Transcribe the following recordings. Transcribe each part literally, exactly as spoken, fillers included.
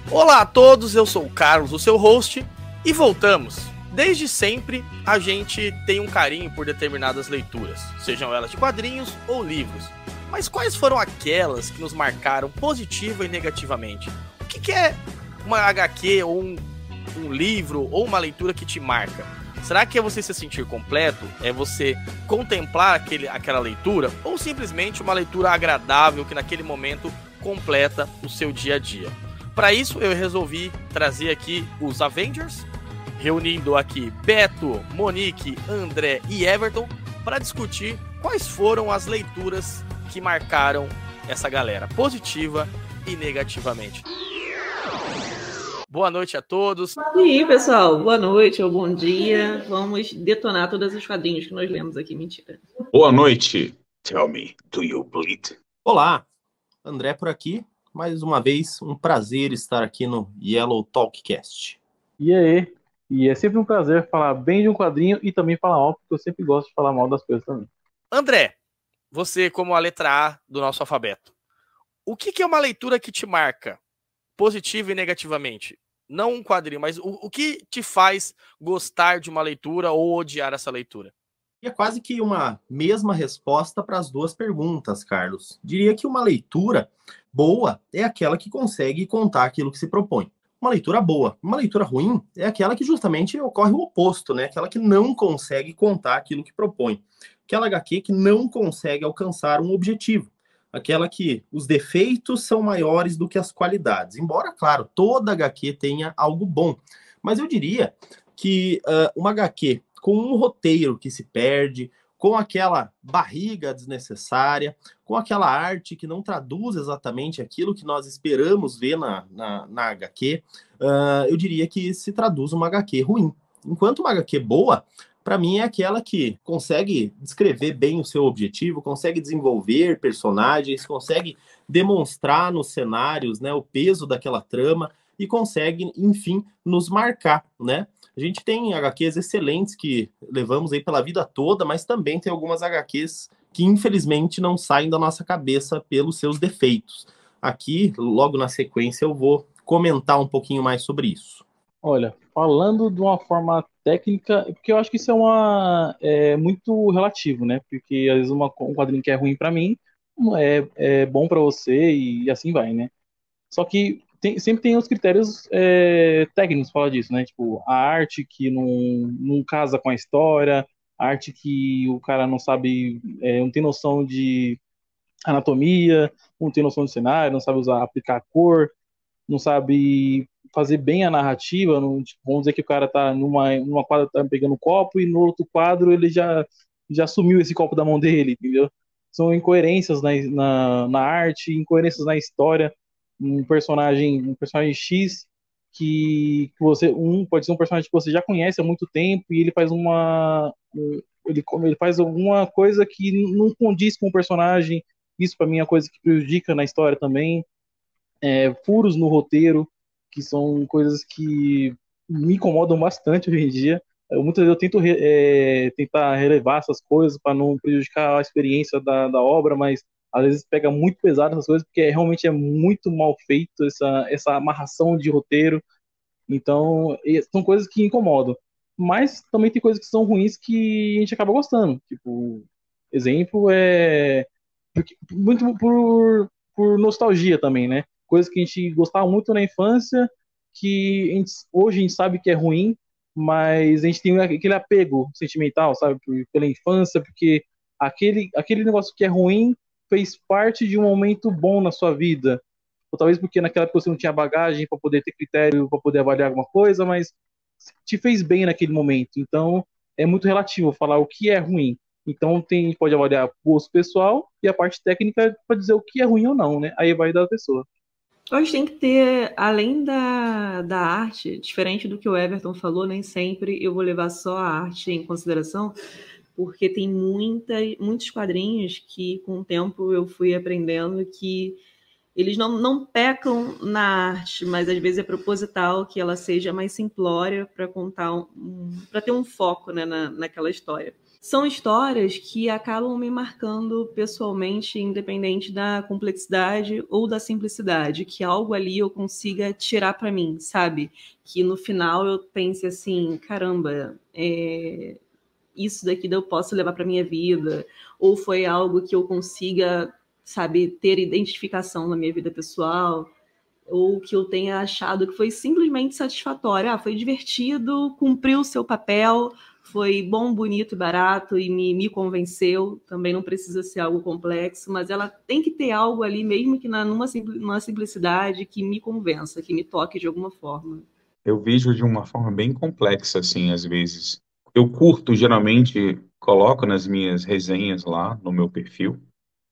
Olá a todos, eu sou o Carlos, o seu host, e voltamos. Desde sempre, a gente tem um carinho por determinadas leituras, sejam elas de quadrinhos ou livros. Mas quais foram aquelas que nos marcaram positiva e negativamente? O que, que é uma agá quê ou um, um livro ou uma leitura que te marca? Será que é você se sentir completo? É você contemplar aquele, aquela leitura? Ou simplesmente uma leitura agradável que naquele momento completa o seu dia a dia? Para isso eu resolvi trazer aqui os Avengers, reunindo aqui Beto, Monique, André e Everton para discutir quais foram as leituras que marcaram essa galera, positiva e negativamente. Boa noite a todos. E aí, pessoal, boa noite ou bom dia. Vamos detonar todos os quadrinhos que nós lemos aqui. Mentira. Boa noite. Tell me, do you bleed? Olá, André por aqui. Mais uma vez, um prazer estar aqui no Yellow Talkcast. E aí? E é sempre um prazer falar bem de um quadrinho e também falar mal, porque eu sempre gosto de falar mal das coisas também. André, você como a letra A do nosso alfabeto, o que, que é uma leitura que te marca, positiva e negativamente? Não um quadrinho, mas o, o que te faz gostar de uma leitura ou odiar essa leitura? E é quase que uma mesma resposta para as duas perguntas, Carlos. Diria que uma leitura boa é aquela que consegue contar aquilo que se propõe. Uma leitura boa. Uma leitura ruim é aquela que justamente ocorre o oposto, né? Aquela que não consegue contar aquilo que propõe. Aquela agá quê que não consegue alcançar um objetivo. Aquela que os defeitos são maiores do que as qualidades. Embora, claro, toda agá quê tenha algo bom. Mas eu diria que uh, uma agá quê com um roteiro que se perde, com aquela barriga desnecessária, com aquela arte que não traduz exatamente aquilo que nós esperamos ver na, na, na agá quê, uh, eu diria que se traduz uma agá quê ruim. Enquanto uma agá quê boa, para mim é aquela que consegue descrever bem o seu objetivo, consegue desenvolver personagens, consegue demonstrar nos cenários, né, o peso daquela trama e consegue, enfim, nos marcar, né? A gente tem agá quês excelentes que levamos aí pela vida toda, mas também tem algumas agá quês que infelizmente não saem da nossa cabeça pelos seus defeitos. Aqui, logo na sequência, eu vou comentar um pouquinho mais sobre isso. Olha, falando de uma forma técnica, porque eu acho que isso é, uma, é muito relativo, né? Porque às vezes uma, um quadrinho que é ruim para mim é, é bom para você e assim vai, né? Só que tem, sempre tem os critérios é, técnicos para falar disso, né? Tipo, a arte que não, não casa com a história, a arte que o cara não sabe, é, não tem noção de anatomia, não tem noção de cenário, não sabe usar, aplicar cor, não sabe fazer bem a narrativa. Não, tipo, vamos dizer que o cara tá numa, numa quadra, tá pegando um copo, e no outro quadro ele já, já sumiu esse copo da mão dele, entendeu? São incoerências na, na, na arte, incoerências na história. Um personagem, um personagem X que, que você um pode ser um personagem que você já conhece há muito tempo e ele faz uma um, ele, ele faz alguma coisa que não condiz com o personagem. Isso para mim é uma coisa que prejudica na história também. É, furos no roteiro, que são coisas que me incomodam bastante hoje em dia. Eu, muitas vezes eu tento re, é, tentar relevar essas coisas para não prejudicar a experiência da, da obra, mas às vezes pega muito pesado essas coisas, porque realmente é muito mal feito essa, essa amarração de roteiro. Então, são coisas que incomodam. Mas também tem coisas que são ruins que a gente acaba gostando. Tipo, exemplo é... Porque, muito por, por nostalgia também, né? Coisas que a gente gostava muito na infância, que a gente, hoje a gente sabe que é ruim, mas a gente tem aquele apego sentimental, sabe? Pela infância, porque aquele, aquele negócio que é ruim fez parte de um momento bom na sua vida. Ou talvez porque naquela época você não tinha bagagem para poder ter critério, para poder avaliar alguma coisa, mas te fez bem naquele momento. Então, é muito relativo falar o que é ruim. Então, tem, pode avaliar o gosto pessoal e a parte técnica para dizer o que é ruim ou não, né? Aí vai da pessoa. Hoje tem que ter, além da, da arte, diferente do que o Everton falou, nem sempre eu vou levar só a arte em consideração, porque tem muita, muitos quadrinhos que, com o tempo, eu fui aprendendo que eles não, não pecam na arte, mas às vezes é proposital que ela seja mais simplória para contar um, um, para ter um foco, né, na, naquela história. São histórias que acabam me marcando pessoalmente, independente da complexidade ou da simplicidade, que algo ali eu consiga tirar para mim, sabe? Que no final eu pense assim, caramba, é... isso daqui eu posso levar para minha vida, ou foi algo que eu consiga, sabe, ter identificação na minha vida pessoal, ou que eu tenha achado que foi simplesmente satisfatório. Ah, foi divertido, cumpriu o seu papel, foi bom, bonito e barato e me, me convenceu. Também não precisa ser algo complexo, mas ela tem que ter algo ali, mesmo que na, numa, numa simplicidade, que me convença, que me toque de alguma forma. Eu vejo de uma forma bem complexa, assim, às vezes. Eu curto, geralmente, coloco nas minhas resenhas lá no meu perfil.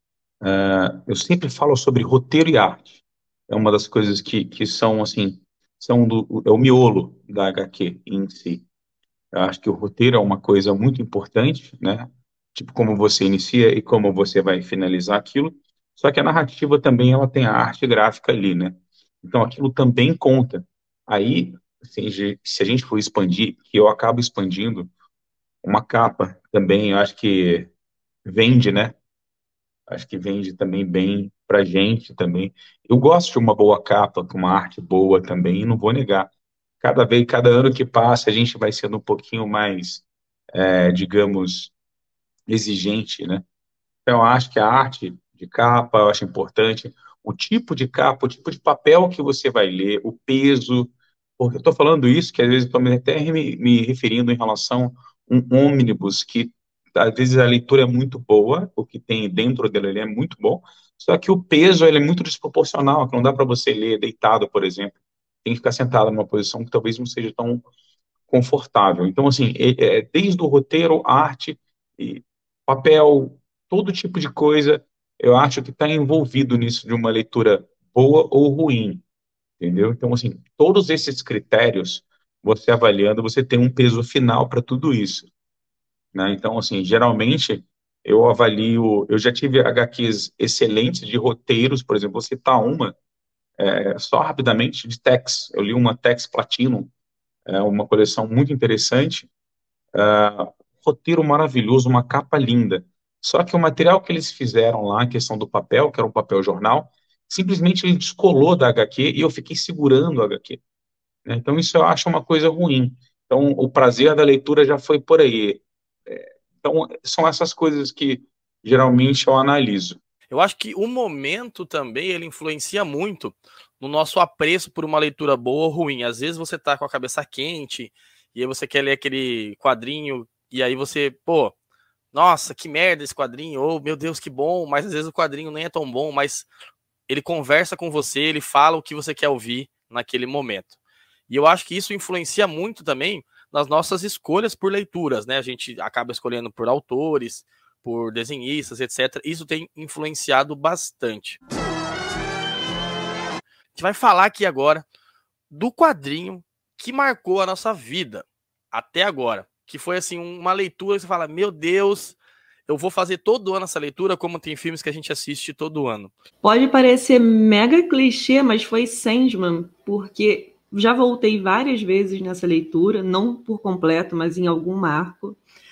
Uh, eu sempre falo sobre roteiro e arte. É uma das coisas que, que são, assim, são do, é o miolo da H Q em si. Eu acho que o roteiro é uma coisa muito importante, né? Tipo, como você inicia e como você vai finalizar aquilo. Só que a narrativa também, ela tem a arte gráfica ali, né? Então, aquilo também conta. Aí, assim, ge- se a gente for expandir, que eu acabo expandindo, uma capa também, eu acho que vende, né? Acho que vende também bem pra gente também. Eu gosto de uma boa capa, com uma arte boa também, e não vou negar. Cada vez, cada ano que passa, a gente vai sendo um pouquinho mais, é, digamos, exigente, né? Então, eu acho que a arte de capa, eu acho importante. O tipo de capa, o tipo de papel que você vai ler, o peso. Porque eu estou falando isso, que às vezes estou até me, me referindo em relação a um ônibus, que às vezes a leitura é muito boa, o que tem dentro dele ali é muito bom, só que o peso ele é muito desproporcional, que não dá para você ler deitado, por exemplo. Tem que ficar sentado numa posição que talvez não seja tão confortável. Então, assim, é, é, desde o roteiro, arte, e papel, todo tipo de coisa, eu acho que está envolvido nisso de uma leitura boa ou ruim, entendeu? Então, assim, todos esses critérios, você avaliando, você tem um peso final para tudo isso, né? Então, assim, geralmente eu avalio, eu já tive H Qs excelentes de roteiros, por exemplo, vou citar uma, é, só rapidamente, de Tex. Eu li uma Tex Platinum, é uma coleção muito interessante, roteiro maravilhoso, uma capa linda. Só que o material que eles fizeram lá, a questão do papel, que era um papel jornal, simplesmente ele descolou da H Q e eu fiquei segurando a H Q, né? Então isso eu acho uma coisa ruim. Então o prazer da leitura já foi por aí. É, então são essas coisas que geralmente eu analiso. Eu acho que o momento também ele influencia muito no nosso apreço por uma leitura boa ou ruim. Às vezes você tá com a cabeça quente e aí você quer ler aquele quadrinho e aí você, pô, nossa, que merda esse quadrinho, ou meu Deus, que bom, mas às vezes o quadrinho nem é tão bom, mas ele conversa com você, ele fala o que você quer ouvir naquele momento. E eu acho que isso influencia muito também nas nossas escolhas por leituras, né? A gente acaba escolhendo por autores, por desenhistas, etcétera. Isso tem influenciado bastante. A gente vai falar aqui agora do quadrinho que marcou a nossa vida até agora, que foi assim uma leitura que você fala, meu Deus, eu vou fazer todo ano essa leitura, como tem filmes que a gente assiste todo ano. Pode parecer mega clichê, mas foi Sandman, porque já voltei várias vezes nessa leitura, não por completo, mas em algum marco.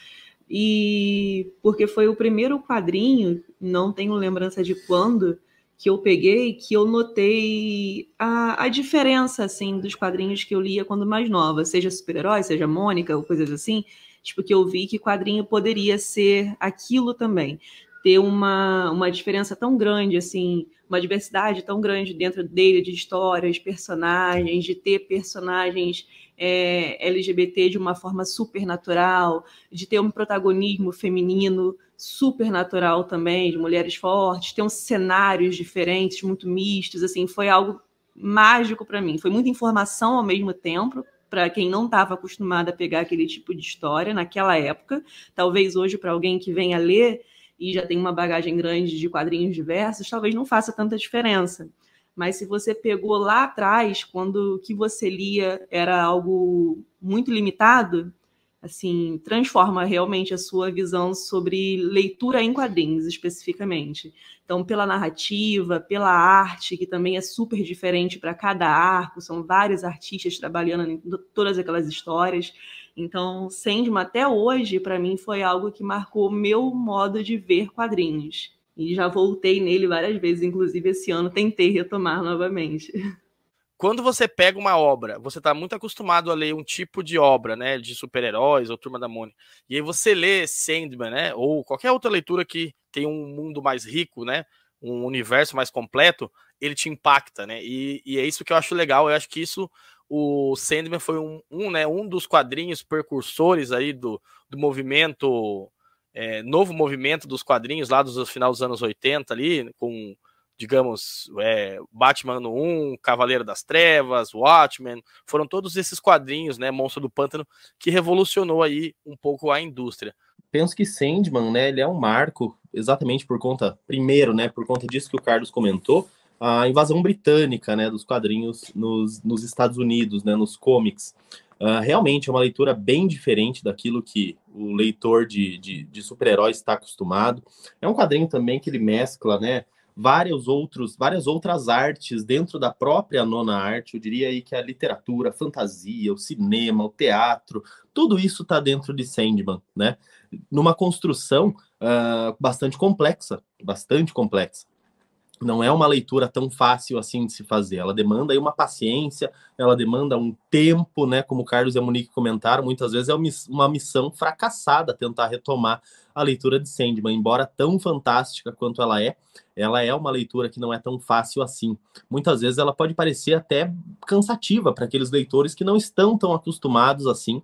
E porque foi o primeiro quadrinho, não tenho lembrança de quando, que eu peguei, que eu notei a, a diferença, assim, dos quadrinhos que eu lia quando mais nova, seja super-herói, seja Mônica, ou coisas assim, tipo, que eu vi que quadrinho poderia ser aquilo também, ter uma, uma diferença tão grande, assim, uma diversidade tão grande dentro dele, de histórias, personagens, de ter personagens é, L G B T de uma forma supernatural, de ter um protagonismo feminino supernatural também, de mulheres fortes, ter uns cenários diferentes, muito mistos, assim, foi algo mágico para mim. Foi muita informação ao mesmo tempo, para quem não estava acostumado a pegar aquele tipo de história naquela época. Talvez hoje, para alguém que venha ler e já tem uma bagagem grande de quadrinhos diversos, talvez não faça tanta diferença. Mas se você pegou lá atrás, quando o que você lia era algo muito limitado, assim, transforma realmente a sua visão sobre leitura em quadrinhos, especificamente. Então, pela narrativa, pela arte, que também é super diferente para cada arco, são vários artistas trabalhando em todas aquelas histórias. Então, Sandman, até hoje, para mim, foi algo que marcou meu modo de ver quadrinhos. E já voltei nele várias vezes, inclusive esse ano tentei retomar novamente. Quando você pega uma obra, você está muito acostumado a ler um tipo de obra, né, de super-heróis ou Turma da Mônica, e aí você lê Sandman, né, ou qualquer outra leitura que tem um mundo mais rico, né, um universo mais completo, ele te impacta, né, e, e é isso que eu acho legal. Eu acho que isso, o Sandman foi um, um, né, um dos quadrinhos precursores aí do, do movimento, é, novo movimento dos quadrinhos lá dos final dos anos oitenta ali, com, digamos, é, Batman no um, Cavaleiro das Trevas, Watchmen, foram todos esses quadrinhos, né, Monstro do Pântano, que revolucionou aí um pouco a indústria. Penso que Sandman, né, ele é um marco exatamente por conta, primeiro, né, por conta disso que o Carlos comentou, a invasão britânica, né, dos quadrinhos nos, nos Estados Unidos, né, nos comics. Uh, realmente é uma leitura bem diferente daquilo que o leitor de, de, de super-heróis está acostumado. É um quadrinho também que ele mescla, né, vários outros, várias outras artes dentro da própria nona arte. Eu diria aí que a literatura, a fantasia, o cinema, o teatro, tudo isso está dentro de Sandman, né? Numa construção uh, bastante complexa, bastante complexa. Não é uma leitura tão fácil assim de se fazer. Ela demanda aí uma paciência, ela demanda um tempo, né? Como o Carlos e a Monique comentaram, muitas vezes é uma missão fracassada tentar retomar a leitura de Sandman. Embora tão fantástica quanto ela é, ela é uma leitura que não é tão fácil assim. Muitas vezes ela pode parecer até cansativa para aqueles leitores que não estão tão acostumados assim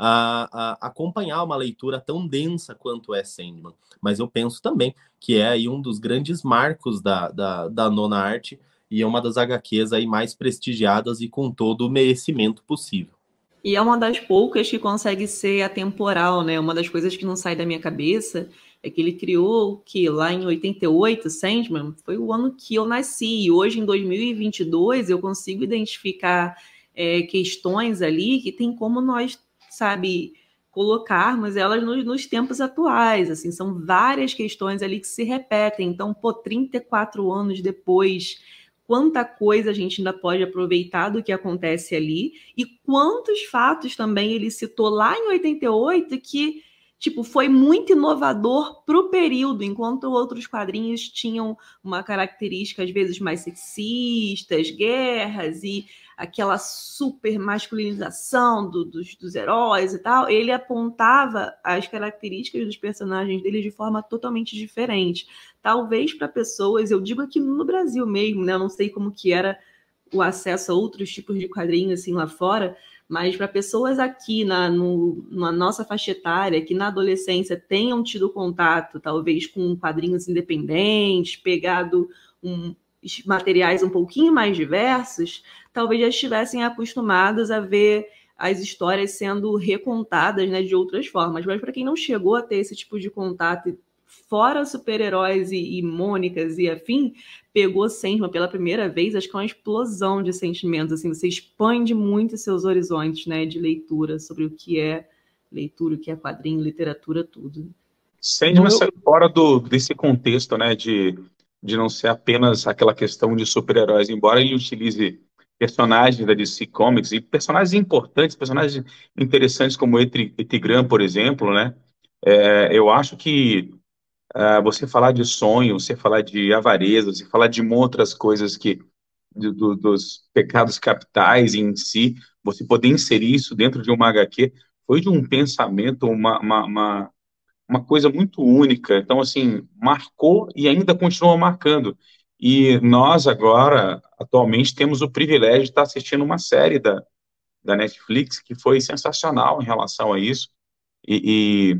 a, a acompanhar uma leitura tão densa quanto é Sandman. Mas eu penso também que é aí um dos grandes marcos da, da, da nona arte e é uma das agá quês aí mais prestigiadas e com todo o merecimento possível. E é uma das poucas que consegue ser atemporal, né? Uma das coisas que não sai da minha cabeça é que ele criou que lá em oitenta e oito, Sandman, foi o ano que eu nasci. E hoje, em dois mil e vinte e dois, eu consigo identificar é, questões ali que tem como nós, sabe, colocarmos elas nos, nos tempos atuais. Assim, são várias questões ali que se repetem. Então, pô, trinta e quatro anos depois, quanta coisa a gente ainda pode aproveitar do que acontece ali e quantos fatos também ele citou lá em oitenta e oito que, tipo, foi muito inovador para o período, enquanto outros quadrinhos tinham uma característica às vezes mais sexistas, guerras e aquela super masculinização do, dos, dos heróis e tal, ele apontava as características dos personagens dele de forma totalmente diferente. Talvez para pessoas, eu digo aqui no Brasil mesmo, né? Eu não sei como que era o acesso a outros tipos de quadrinhos assim lá fora, mas para pessoas aqui na, no, na nossa faixa etária, que na adolescência tenham tido contato, talvez com quadrinhos independentes, pegado um, materiais um pouquinho mais diversos, talvez já estivessem acostumados a ver as histórias sendo recontadas, né, de outras formas. Mas para quem não chegou a ter esse tipo de contato, fora super-heróis e, e Mônicas e afim, pegou Sandman pela primeira vez, acho que é uma explosão de sentimentos, assim, você expande muito seus horizontes, né, de leitura sobre o que é leitura, o que é quadrinho, literatura, tudo. Sandman saiu fora do, desse contexto, né, de, de não ser apenas aquela questão de super-heróis, embora ele utilize personagens da D C Comics e personagens importantes, personagens interessantes como Etrigan, por exemplo, né, é, eu acho que uh, você falar de sonho, você falar de avareza, você falar de outras coisas que do, do, dos pecados capitais em si, você poder inserir isso dentro de uma agá quê, foi de um pensamento, uma, uma, uma, uma coisa muito única. Então, assim, marcou e ainda continua marcando. E nós agora, atualmente, temos o privilégio de estar assistindo uma série da, da Netflix que foi sensacional em relação a isso. E, e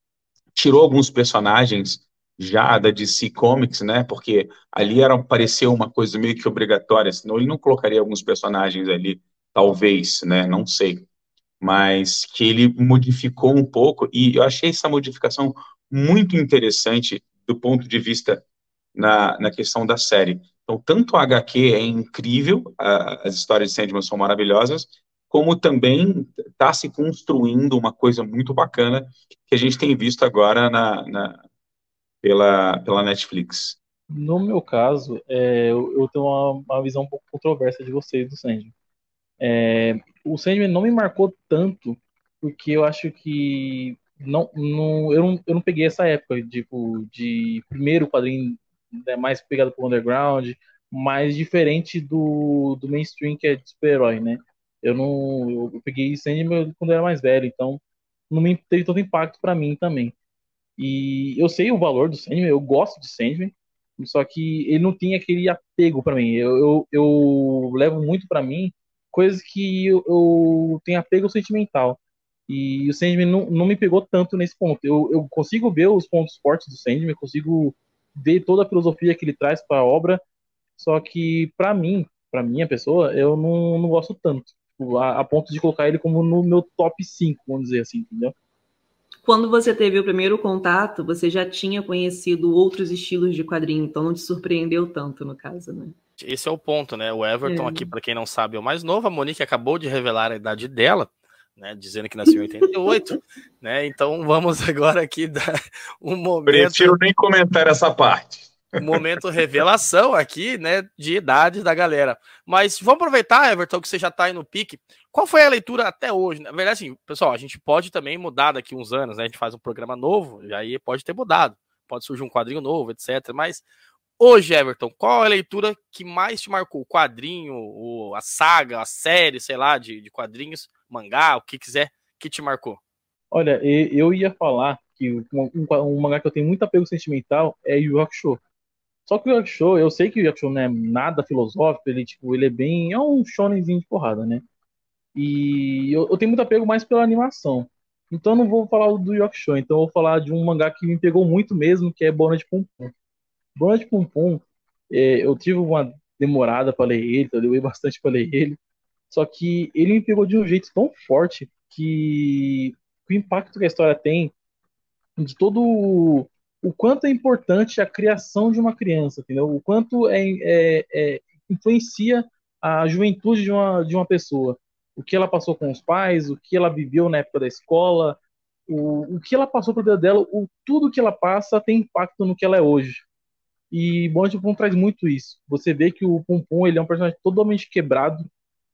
tirou alguns personagens já da D C Comics, né? Porque ali era pareceu uma coisa meio que obrigatória, senão ele não colocaria alguns personagens ali, talvez, né? Não sei, mas que ele modificou um pouco e eu achei essa modificação muito interessante do ponto de vista na, na questão da série. Então, tanto a agá quê é incrível, a, as histórias de Sandman são maravilhosas, como também está se construindo uma coisa muito bacana que a gente tem visto agora na, na, pela, pela Netflix. No meu caso, é, eu, eu tenho uma, uma visão um pouco controversa de vocês do Sandman. É, o Sandman não me marcou tanto porque eu acho que não, não, eu, não, eu não peguei essa época tipo, de primeiro quadrinho, né, mais pegado pro underground, mais diferente do, do mainstream, que é de super-herói, né? Eu não eu peguei Sandman quando eu era mais velho, então não me teve tanto impacto para mim também. E eu sei o valor do Sandman, eu gosto de Sandman, só que ele não tinha aquele apego para mim. Eu, eu, eu levo muito para mim coisas que eu, eu tenho apego sentimental. E o Sandman não, não me pegou tanto nesse ponto. Eu, eu consigo ver os pontos fortes do Sandman, consigo ver toda a filosofia que ele traz para a obra, só que para mim, para minha pessoa, eu não, não gosto tanto. Tipo, a, a ponto de colocar ele como no meu top cinco, vamos dizer assim, entendeu? Quando você teve o primeiro contato, você já tinha conhecido outros estilos de quadrinho, então não te surpreendeu tanto, no caso, né? Esse é o ponto, né? O Everton É. aqui, para quem não sabe, é o mais novo. A Monique acabou de revelar a idade dela, né? Dizendo que nasceu em oitenta e oito, né? Então vamos agora aqui dar um momento... Prefiro nem comentar essa parte. Um momento revelação aqui, né, de idade da galera. Mas vamos aproveitar, Everton, que você já tá aí no pique. Qual foi a leitura até hoje? Na verdade, assim, pessoal, a gente pode também mudar daqui uns anos, né? A gente faz um programa novo, e aí pode ter mudado. Pode surgir um quadrinho novo, etcétera. Mas hoje, Everton, qual a leitura que mais te marcou? O quadrinho, o, a saga, a série, sei lá, de, de quadrinhos, mangá, o que quiser, que te marcou? Olha, e- eu ia falar que um, um, um mangá que eu tenho muito apego sentimental é Yu Yu Hakusho. Só que o Yu Yu Hakusho, eu sei que o Yu Yu Hakusho não é nada filosófico, ele, tipo, ele é bem... é um shonenzinho de porrada, né? E eu, eu tenho muito apego mais pela animação. Então eu não vou falar do Yu Yu Hakusho, então eu vou falar de um mangá que me pegou muito mesmo, que é Bona de Pum Pum. Bona de Pum Pum, é, eu tive uma demorada para ler ele, eu demorei bastante para ler ele, só que ele me pegou de um jeito tão forte que o impacto que a história tem, de todo o, o quanto é importante a criação de uma criança, entendeu? O quanto é, é, é, influencia a juventude de uma, de uma pessoa. O que ela passou com os pais, o que ela viveu na época da escola, o, o que ela passou para vida dela, o, tudo que ela passa tem impacto no que ela é hoje. E Bonde Pum traz muito isso. Você vê que o Pum Pum ele é um personagem totalmente quebrado,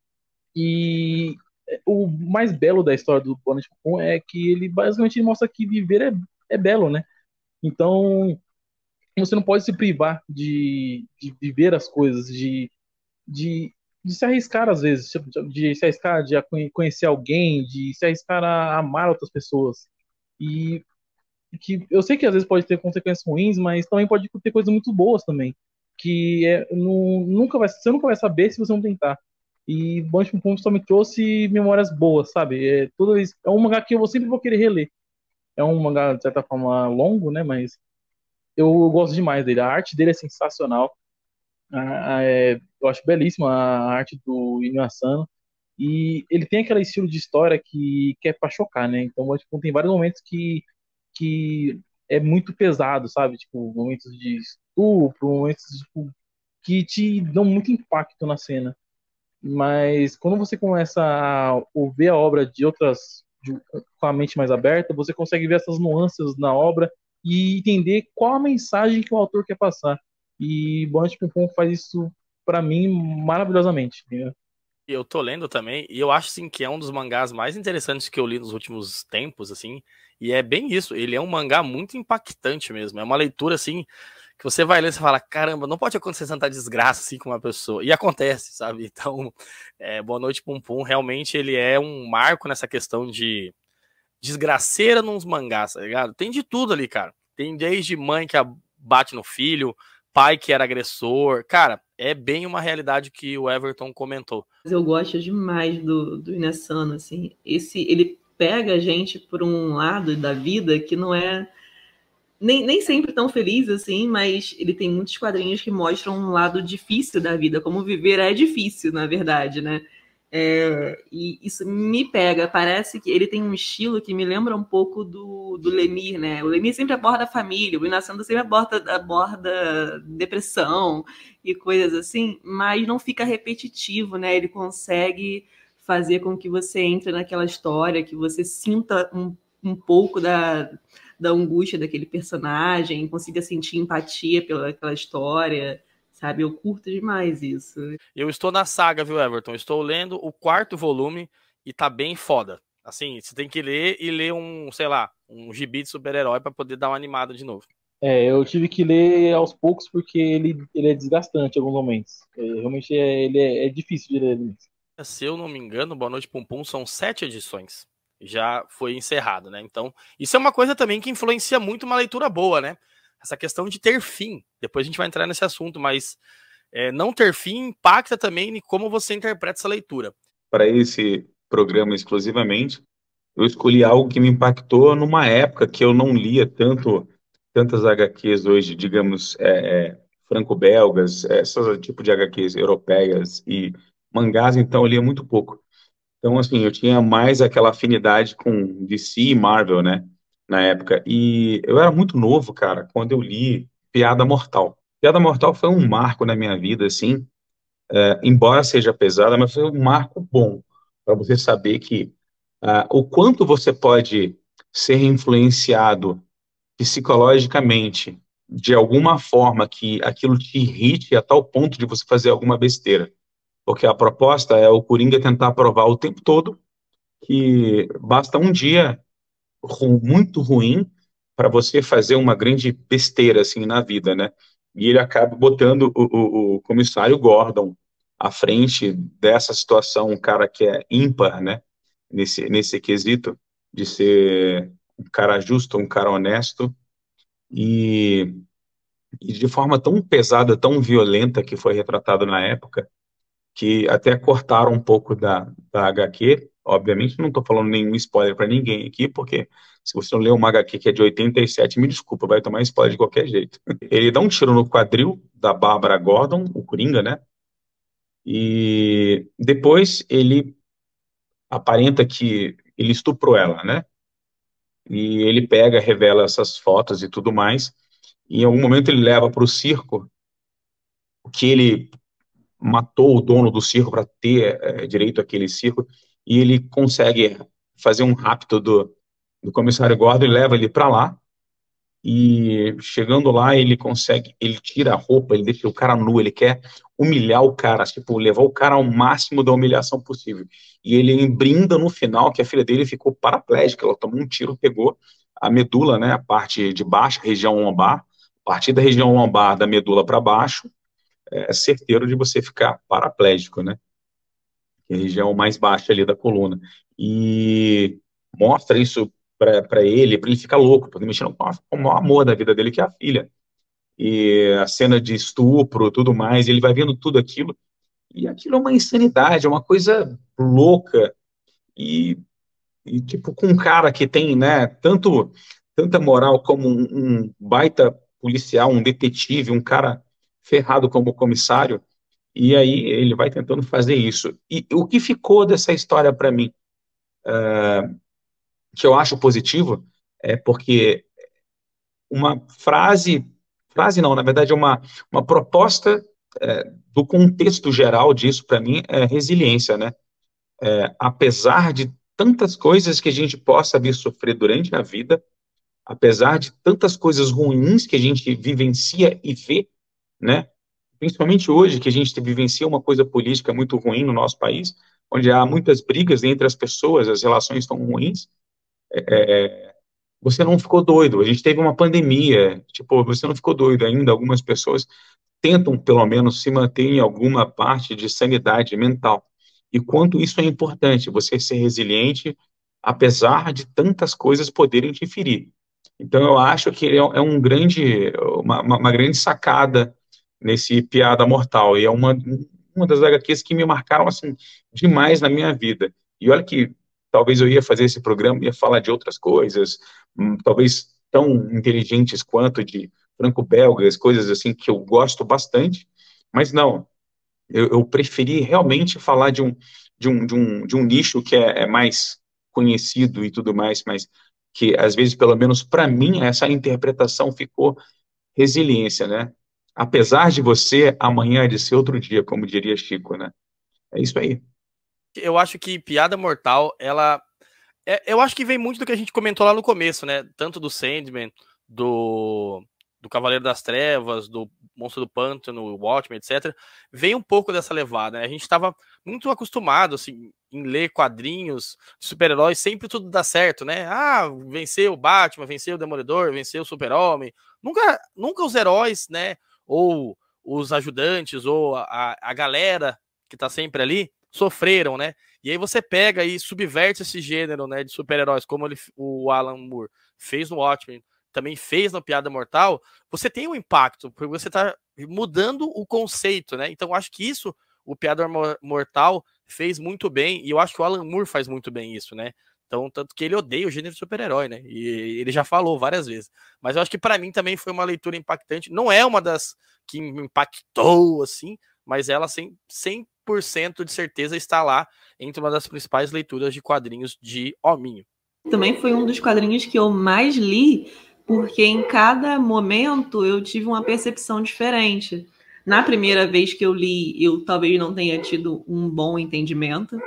e o mais belo da história do Bonde Pum é que ele basicamente mostra que viver é, é belo, né? Então, você não pode se privar de, de viver as coisas, de, de, de se arriscar às vezes, de se arriscar de conhecer alguém, de se arriscar a amar outras pessoas. E que eu sei que às vezes pode ter consequências ruins, mas também pode ter coisas muito boas também, que é, não, nunca vai, você nunca vai saber se você não tentar. E Bunch Pum só me trouxe memórias boas, sabe? É, toda vez, é um mangá que eu sempre vou querer reler. É um mangá, de certa forma, longo, né? Mas eu gosto demais dele. A arte dele é sensacional. A, a, é, eu acho belíssima a arte do Inu Asano. E ele tem aquele estilo de história que, que é pra chocar, né? Então, tipo, tem vários momentos que, que é muito pesado, sabe? Tipo, momentos de estupro, momentos tipo, que te dão muito impacto na cena. Mas quando você começa a ver a obra de outras, de, com a mente mais aberta, você consegue ver essas nuances na obra e entender qual a mensagem que o autor quer passar. E Bonnet Pum faz isso para mim maravilhosamente. Entendeu? Eu tô lendo também, e eu acho assim que é um dos mangás mais interessantes que eu li nos últimos tempos, assim, e é bem isso, ele é um mangá muito impactante mesmo, é uma leitura assim, que você vai ler e você fala, caramba, não pode acontecer tanta desgraça assim com uma pessoa, e acontece, sabe? Então, é, Boa Noite Pum Pum, realmente ele é um marco nessa questão de desgraceira nos mangás, tá ligado? Tem de tudo ali, cara, tem desde mãe que bate no filho, pai que era agressor, cara, é bem uma realidade que o Everton comentou. Eu gosto demais do, do Inessano, assim, esse, ele pega a gente por um lado da vida que não é nem, nem sempre tão feliz, assim, mas ele tem muitos quadrinhos que mostram um lado difícil da vida, como viver é difícil, na verdade, né? É, e isso me pega, parece que ele tem um estilo que me lembra um pouco do, do Lemir, né? O Lemir sempre aborda a família, o Inacendo sempre aborda, aborda depressão e coisas assim, mas não fica repetitivo, né? Ele consegue fazer com que você entre naquela história, que você sinta um, um pouco da, da angústia daquele personagem, consiga sentir empatia pelaquela história. Sabe, eu curto demais isso. Eu estou na saga, viu, Everton? Estou lendo o quarto volume e tá bem foda. Assim, você tem que ler e ler um, sei lá, um gibi de super-herói pra poder dar uma animada de novo. É, eu tive que ler aos poucos porque ele, ele é desgastante em alguns momentos. É, realmente é, ele é, é difícil de ler ele. Se eu não me engano, Boa Noite Pum Pum são sete edições. Já foi encerrado, né? Então, isso é uma coisa também que influencia muito uma leitura boa, né? Essa questão de ter fim. Depois a gente vai entrar nesse assunto, mas é, não ter fim impacta também em como você interpreta essa leitura. Para esse programa exclusivamente, eu escolhi algo que me impactou numa época que eu não lia tanto tantas H Qs hoje, digamos, é, é, franco-belgas, é, esse tipo de H Qs europeias e mangás, então eu lia muito pouco. Então, assim, eu tinha mais aquela afinidade com D C e Marvel, né, na época. E eu era muito novo, cara, quando eu li Piada Mortal. Piada Mortal foi um marco na minha vida, assim, é, embora seja pesada, mas foi um marco bom, para você saber que ah, o quanto você pode ser influenciado psicologicamente de alguma forma que aquilo te irrite a tal ponto de você fazer alguma besteira. Porque a proposta é o Coringa tentar provar o tempo todo que basta um dia ru- muito ruim para você fazer uma grande besteira assim na vida, né? E ele acaba botando o, o, o comissário Gordon à frente dessa situação, um cara que é ímpar, né? Nesse, nesse quesito de ser um cara justo, um cara honesto e, e de forma tão pesada, tão violenta que foi retratado na época, que até cortaram um pouco da, da H Q. Obviamente, não estou falando nenhum spoiler para ninguém aqui, porque se você não leu uma H Q que é de oitenta e sete, me desculpa, vai tomar spoiler de qualquer jeito. Ele dá um tiro no quadril da Bárbara Gordon, o Coringa, né? E depois ele aparenta que ele estuprou ela, né? E ele pega, revela essas fotos e tudo mais. E em algum momento ele leva para o circo que ele matou o dono do circo para ter é, direito àquele circo, e ele consegue fazer um rapto do, do comissário Gordon e leva ele para lá, e chegando lá ele consegue, ele tira a roupa, ele deixa o cara nu, ele quer humilhar o cara, tipo, levar o cara ao máximo da humilhação possível, e ele brinda no final que a filha dele ficou paraplégica, ela tomou um tiro, pegou a medula, né, a parte de baixo, a região lombar, a partir da região lombar da medula para baixo, é certeiro de você ficar paraplégico, né? Que é a região mais baixa ali da coluna. E mostra isso para ele, para ele ficar louco, porque mexendo com o maior amor da vida dele, que é a filha. E a cena de estupro, tudo mais, ele vai vendo tudo aquilo, e aquilo é uma insanidade, é uma coisa louca. E, e tipo, com um cara que tem, né, tanto, tanta moral como um, um baita policial, um detetive, um cara ferrado como comissário, e aí ele vai tentando fazer isso. E o que ficou dessa história para mim, que eu acho positivo, é porque uma frase, frase não, na verdade é uma, uma proposta é, do contexto geral disso para mim é resiliência, né? É, apesar de tantas coisas que a gente possa vir sofrer durante a vida, apesar de tantas coisas ruins que a gente vivencia e vê, né? Principalmente hoje, que a gente vivencia uma coisa política muito ruim no nosso país, onde há muitas brigas entre as pessoas, as relações estão ruins, você não ficou doido. A gente teve uma pandemia, tipo, você não ficou doido ainda. Algumas pessoas tentam, pelo menos, se manter em alguma parte de sanidade mental. E quanto isso é importante, você ser resiliente, apesar de tantas coisas poderem te ferir. Então, eu acho que é é um grande, uma, uma uma grande sacada nesse Piada Mortal. E é uma, uma das H Qs que me marcaram assim demais na minha vida. E olha que talvez eu ia fazer esse programa, ia falar de outras coisas, hum, talvez tão inteligentes quanto de franco-belgas, coisas assim que eu gosto bastante, mas não, eu, eu preferi realmente falar de um, de um, de um, de um nicho que é, é mais conhecido e tudo mais, mas que às vezes, pelo menos para mim, essa interpretação ficou resiliência, né? Apesar de você, amanhã é de ser outro dia, como diria Chico, né? É isso aí. Eu acho que Piada Mortal, ela. É, eu acho que vem muito do que a gente comentou lá no começo, né? Tanto do Sandman, do do Cavaleiro das Trevas, do Monstro do Pântano, Watchmen, etcétera, vem um pouco dessa levada, né? A gente estava muito acostumado, assim, em ler quadrinhos de super-heróis, sempre tudo dá certo, né? Ah, venceu o Batman, venceu o Demolidor, venceu o Super-Homem. Nunca, nunca os heróis, né? Ou os ajudantes, ou a, a galera que tá sempre ali, sofreram, né? E aí você pega e subverte esse gênero, né, de super-heróis, como ele, o Alan Moore fez no Watchmen, também fez no Piada Mortal, você tem um impacto, porque você tá mudando o conceito, né? Então acho que isso o Piada Mortal fez muito bem, e eu acho que o Alan Moore faz muito bem isso, né? Então, tanto que ele odeia o gênero de super-herói, né? E ele já falou várias vezes. Mas eu acho que para mim também foi uma leitura impactante. Não é uma das que me impactou, assim, mas ela cem por cento de certeza está lá entre uma das principais leituras de quadrinhos de hominho. Também foi um dos quadrinhos que eu mais li, porque em cada momento eu tive uma percepção diferente. Na primeira vez que eu li, eu talvez não tenha tido um bom entendimento.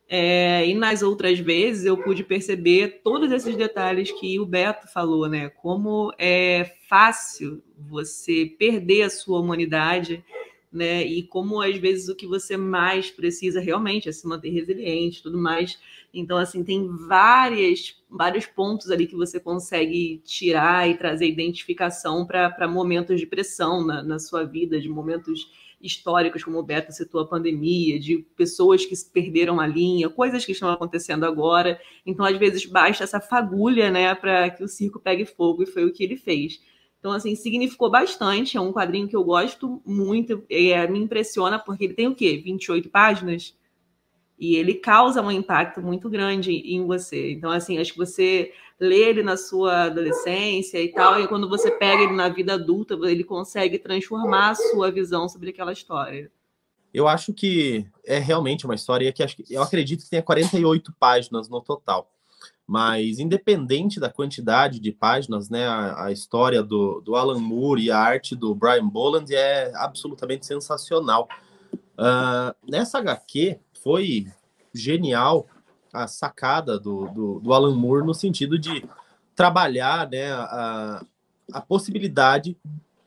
É, e nas outras vezes eu pude perceber todos esses detalhes que o Beto falou, né? Como é fácil você perder a sua humanidade, né? E como às vezes o que você mais precisa realmente é se manter resiliente, tudo mais. Então, assim, tem várias, vários pontos ali que você consegue tirar e trazer identificação para momentos de pressão na, na sua vida, de momentos históricos, como o Beto citou, a pandemia, de pessoas que perderam a linha, coisas que estão acontecendo agora. Então, às vezes, basta essa fagulha, né, para que o circo pegue fogo, e foi o que ele fez. Então, assim, significou bastante. É um quadrinho que eu gosto muito, é, me impressiona, porque ele tem o quê? vinte e oito páginas? E ele causa um impacto muito grande em você. Então, assim, acho que você lê ele na sua adolescência e tal, e quando você pega ele na vida adulta, ele consegue transformar a sua visão sobre aquela história. Eu acho que é realmente uma história que, acho que eu acredito que tenha quarenta e oito páginas no total. Mas, independente da quantidade de páginas, né, a, a história do, do Alan Moore e a arte do Brian Bolland é absolutamente sensacional. Uh, nessa agá quê, foi genial a sacada do, do, do Alan Moore no sentido de trabalhar, né, a, a possibilidade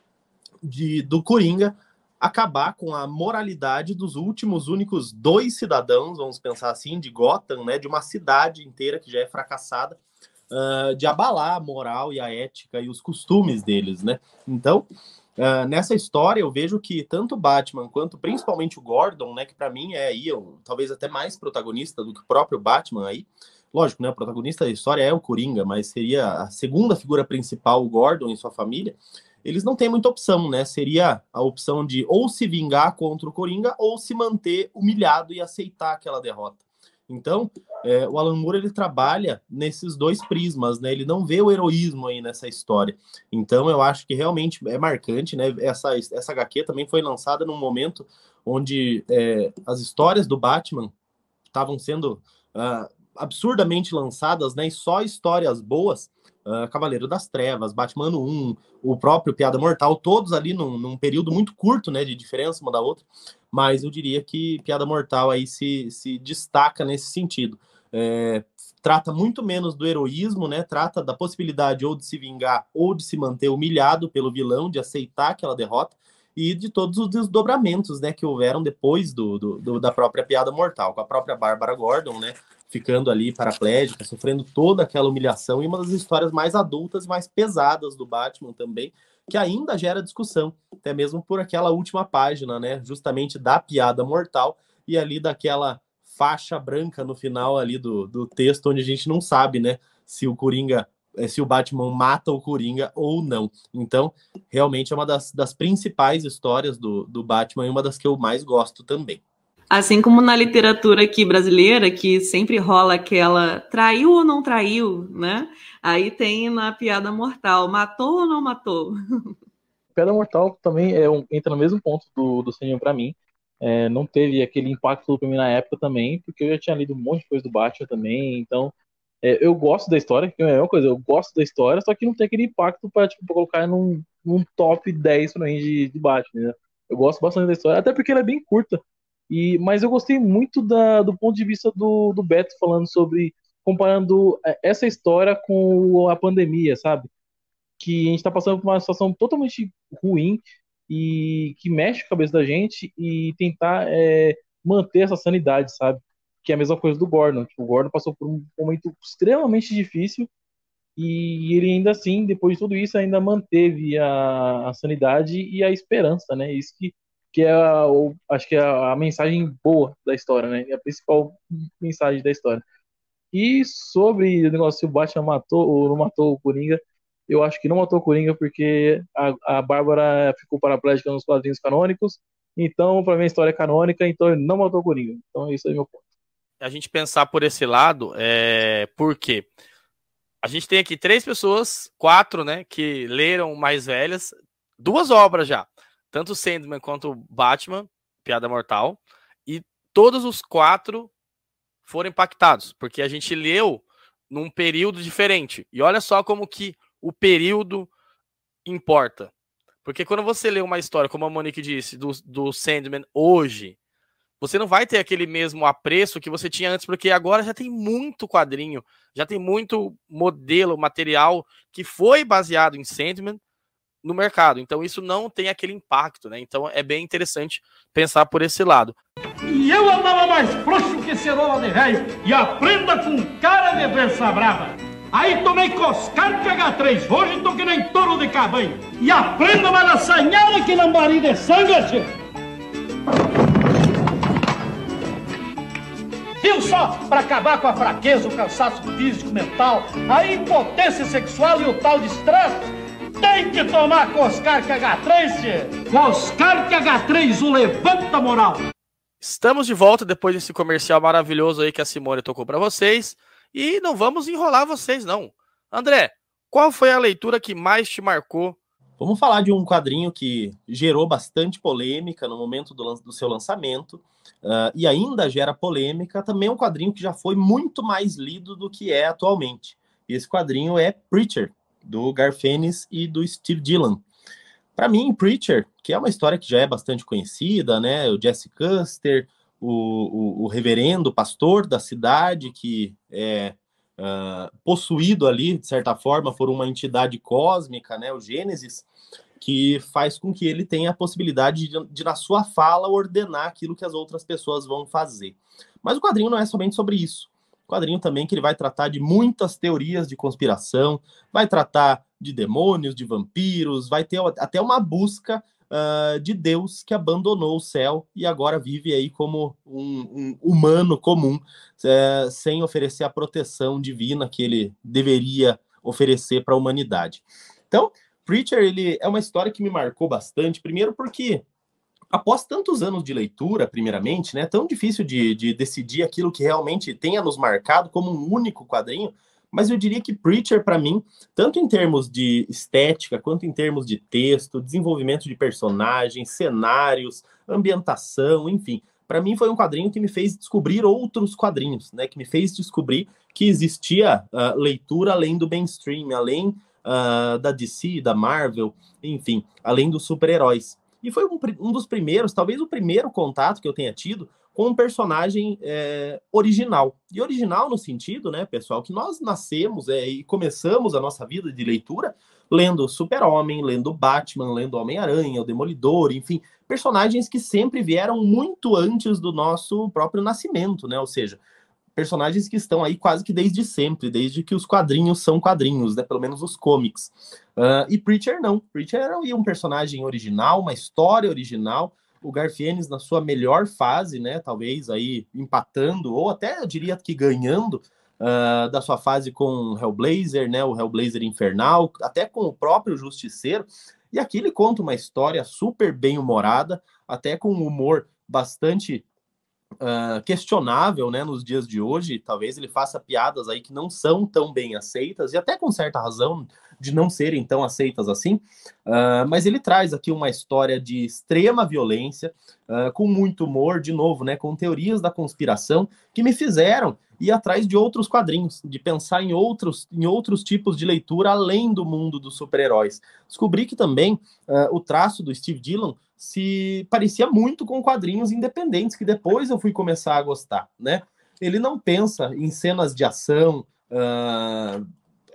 de, do Coringa acabar com a moralidade dos últimos únicos dois cidadãos, vamos pensar assim, de Gotham, né, de uma cidade inteira que já é fracassada, uh, de abalar a moral e a ética e os costumes deles, né? Então, uh, nessa história eu vejo que tanto o Batman quanto principalmente o Gordon, né, que para mim é aí, eu, talvez até mais protagonista do que o próprio Batman aí. Lógico, né, o protagonista da história é o Coringa, mas seria a segunda figura principal, o Gordon e sua família. Eles não têm muita opção, né? Seria a opção de ou se vingar contra o Coringa ou se manter humilhado e aceitar aquela derrota. Então, é, o Alan Moore, ele trabalha nesses dois prismas, né? Ele não vê o heroísmo aí nessa história. Então, eu acho que realmente é marcante, né? Essa, essa agá quê também foi lançada num momento onde é, as histórias do Batman estavam sendo uh, absurdamente lançadas, né? E só histórias boas. Uh, Cavaleiro das Trevas, Batman um, o próprio Piada Mortal, todos ali num, num período muito curto, né, de diferença uma da outra, mas eu diria que Piada Mortal aí se, se destaca nesse sentido. É, trata muito menos do heroísmo, né, trata da possibilidade ou de se vingar ou de se manter humilhado pelo vilão, de aceitar aquela derrota, e de todos os desdobramentos, né, que houveram depois do, do, do, da própria Piada Mortal, com a própria Bárbara Gordon, né, ficando ali paraplégica, sofrendo toda aquela humilhação, e uma das histórias mais adultas, mais pesadas do Batman também, que ainda gera discussão, até mesmo por aquela última página, né, justamente da Piada Mortal, e ali daquela faixa branca no final ali do, do texto, onde a gente não sabe, né, se o Coringa, se o Batman mata o Coringa ou não. Então, realmente é uma das, das principais histórias do, do Batman, e uma das que eu mais gosto também. Assim como na literatura aqui brasileira, que sempre rola aquela traiu ou não traiu, né? Aí tem na Piada Mortal, matou ou não matou? Piada Mortal também é um, entra no mesmo ponto do, do cinema pra mim. É, não teve aquele impacto pra mim na época também, porque eu já tinha lido um monte de coisa do Batman também, então é, eu gosto da história, que é a mesma coisa, eu gosto da história, só que não tem aquele impacto pra, tipo, pra colocar num, num top dez pra mim de, de Batman, né? Eu gosto bastante da história, até porque ela é bem curta. E, mas eu gostei muito da, do ponto de vista do, do Beto falando sobre, comparando essa história com a pandemia, sabe? que a gente está passando por uma situação totalmente ruim e que mexe com a cabeça da gente e tentar é, manter essa sanidade, sabe? Que é a mesma coisa do Gordon. Tipo, o Gordon passou por um momento extremamente difícil e ele ainda assim, depois de tudo isso, ainda manteve a, a sanidade e a esperança, né? Isso que, que é, a, o, acho que é a, a mensagem boa da história, né? É a principal mensagem da história. E sobre o negócio se o Batman matou ou não matou o Coringa, eu acho que não matou o Coringa porque a, a Bárbara ficou paraplégica nos quadrinhos canônicos. Então, para mim, a história é canônica, então ele não matou o Coringa. Então, isso é meu ponto. A gente pensar por esse lado, é... por quê? A gente tem aqui três pessoas, quatro, né, que leram mais velhas, duas obras já, tanto Sandman quanto Batman, Piada Mortal, e todos os quatro foram impactados, porque a gente leu num período diferente. E olha só como que o período importa. Porque quando você lê uma história, como a Monique disse, do, do Sandman hoje, você não vai ter aquele mesmo apreço que você tinha antes, porque agora já tem muito quadrinho, já tem muito modelo, material que foi baseado em Sandman no mercado. Então isso não tem aquele impacto, né? Então é bem interessante pensar por esse lado. E eu andava mais frouxo que cerola de velho, e aprenda com cara de versa brava. Aí tomei Coscar H três, hoje tô que nem touro de cabanho. E aprenda mais assanhada que lambari de sangue, chefe. Viu só? Para acabar com a fraqueza, o cansaço físico, mental, a impotência sexual e o tal de estresse, tem que tomar Coscar H três, chefe. Coscar H três, o levanta moral. Estamos de volta depois desse comercial maravilhoso aí que a Simone tocou para vocês. E não vamos enrolar vocês, não. André, qual foi a leitura que mais te marcou? Vamos falar de um quadrinho que gerou bastante polêmica no momento do, do seu lançamento, uh, e ainda gera polêmica. Também é um quadrinho que já foi muito mais lido do que é atualmente. E esse quadrinho é Preacher, do Garth Ennis e do Steve Dillon. Para mim, Preacher, que é uma história que já é bastante conhecida, né? O Jesse Custer, o, o, o reverendo pastor da cidade, que é uh, possuído ali, de certa forma, por uma entidade cósmica, né? O Gênesis, que faz com que ele tenha a possibilidade de, de, na sua fala, ordenar aquilo que as outras pessoas vão fazer. Mas o quadrinho não é somente sobre isso. O quadrinho também que ele vai tratar de muitas teorias de conspiração, vai tratar de demônios, de vampiros, vai ter até uma busca uh, de Deus que abandonou o céu e agora vive aí como um, um humano comum, uh, sem oferecer a proteção divina que ele deveria oferecer para a humanidade. Então, Preacher, ele é uma história que me marcou bastante, primeiro porque após tantos anos de leitura, primeiramente, né, tão difícil de, de decidir aquilo que realmente tenha nos marcado como um único quadrinho, mas eu diria que Preacher, para mim, tanto em termos de estética, quanto em termos de texto, desenvolvimento de personagens, cenários, ambientação, enfim, para mim foi um quadrinho que me fez descobrir outros quadrinhos, né, que me fez descobrir que existia uh, leitura além do mainstream, além uh, da D C, da Marvel, enfim, além dos super-heróis. E foi um, um dos primeiros, talvez o primeiro contato que eu tenha tido com um personagem é, original. E original no sentido, né, pessoal, que nós nascemos é, e começamos a nossa vida de leitura lendo Super-Homem, lendo Batman, lendo Homem-Aranha, o Demolidor, enfim, personagens que sempre vieram muito antes do nosso próprio nascimento, né, ou seja, personagens que estão aí quase que desde sempre, desde que os quadrinhos são quadrinhos, né, pelo menos os comics. Uh, e Preacher não. Preacher era um personagem original, uma história original, o Garth Ennis na sua melhor fase, né, talvez aí empatando, ou até eu diria que ganhando uh, da sua fase com Hellblazer, né, o Hellblazer Infernal, até com o próprio Justiceiro, e aqui ele conta uma história super bem humorada, até com um humor bastante uh, questionável, né, nos dias de hoje. Talvez ele faça piadas aí que não são tão bem aceitas, e até com certa razão de não serem tão aceitas assim, uh, mas ele traz aqui uma história de extrema violência, uh, com muito humor, de novo, né, com teorias da conspiração que me fizeram ir atrás de outros quadrinhos, de pensar em outros, em outros tipos de leitura além do mundo dos super-heróis. Descobri que também uh, o traço do Steve Dillon se parecia muito com quadrinhos independentes, que depois eu fui começar a gostar, né? Ele não pensa em cenas de ação, uh,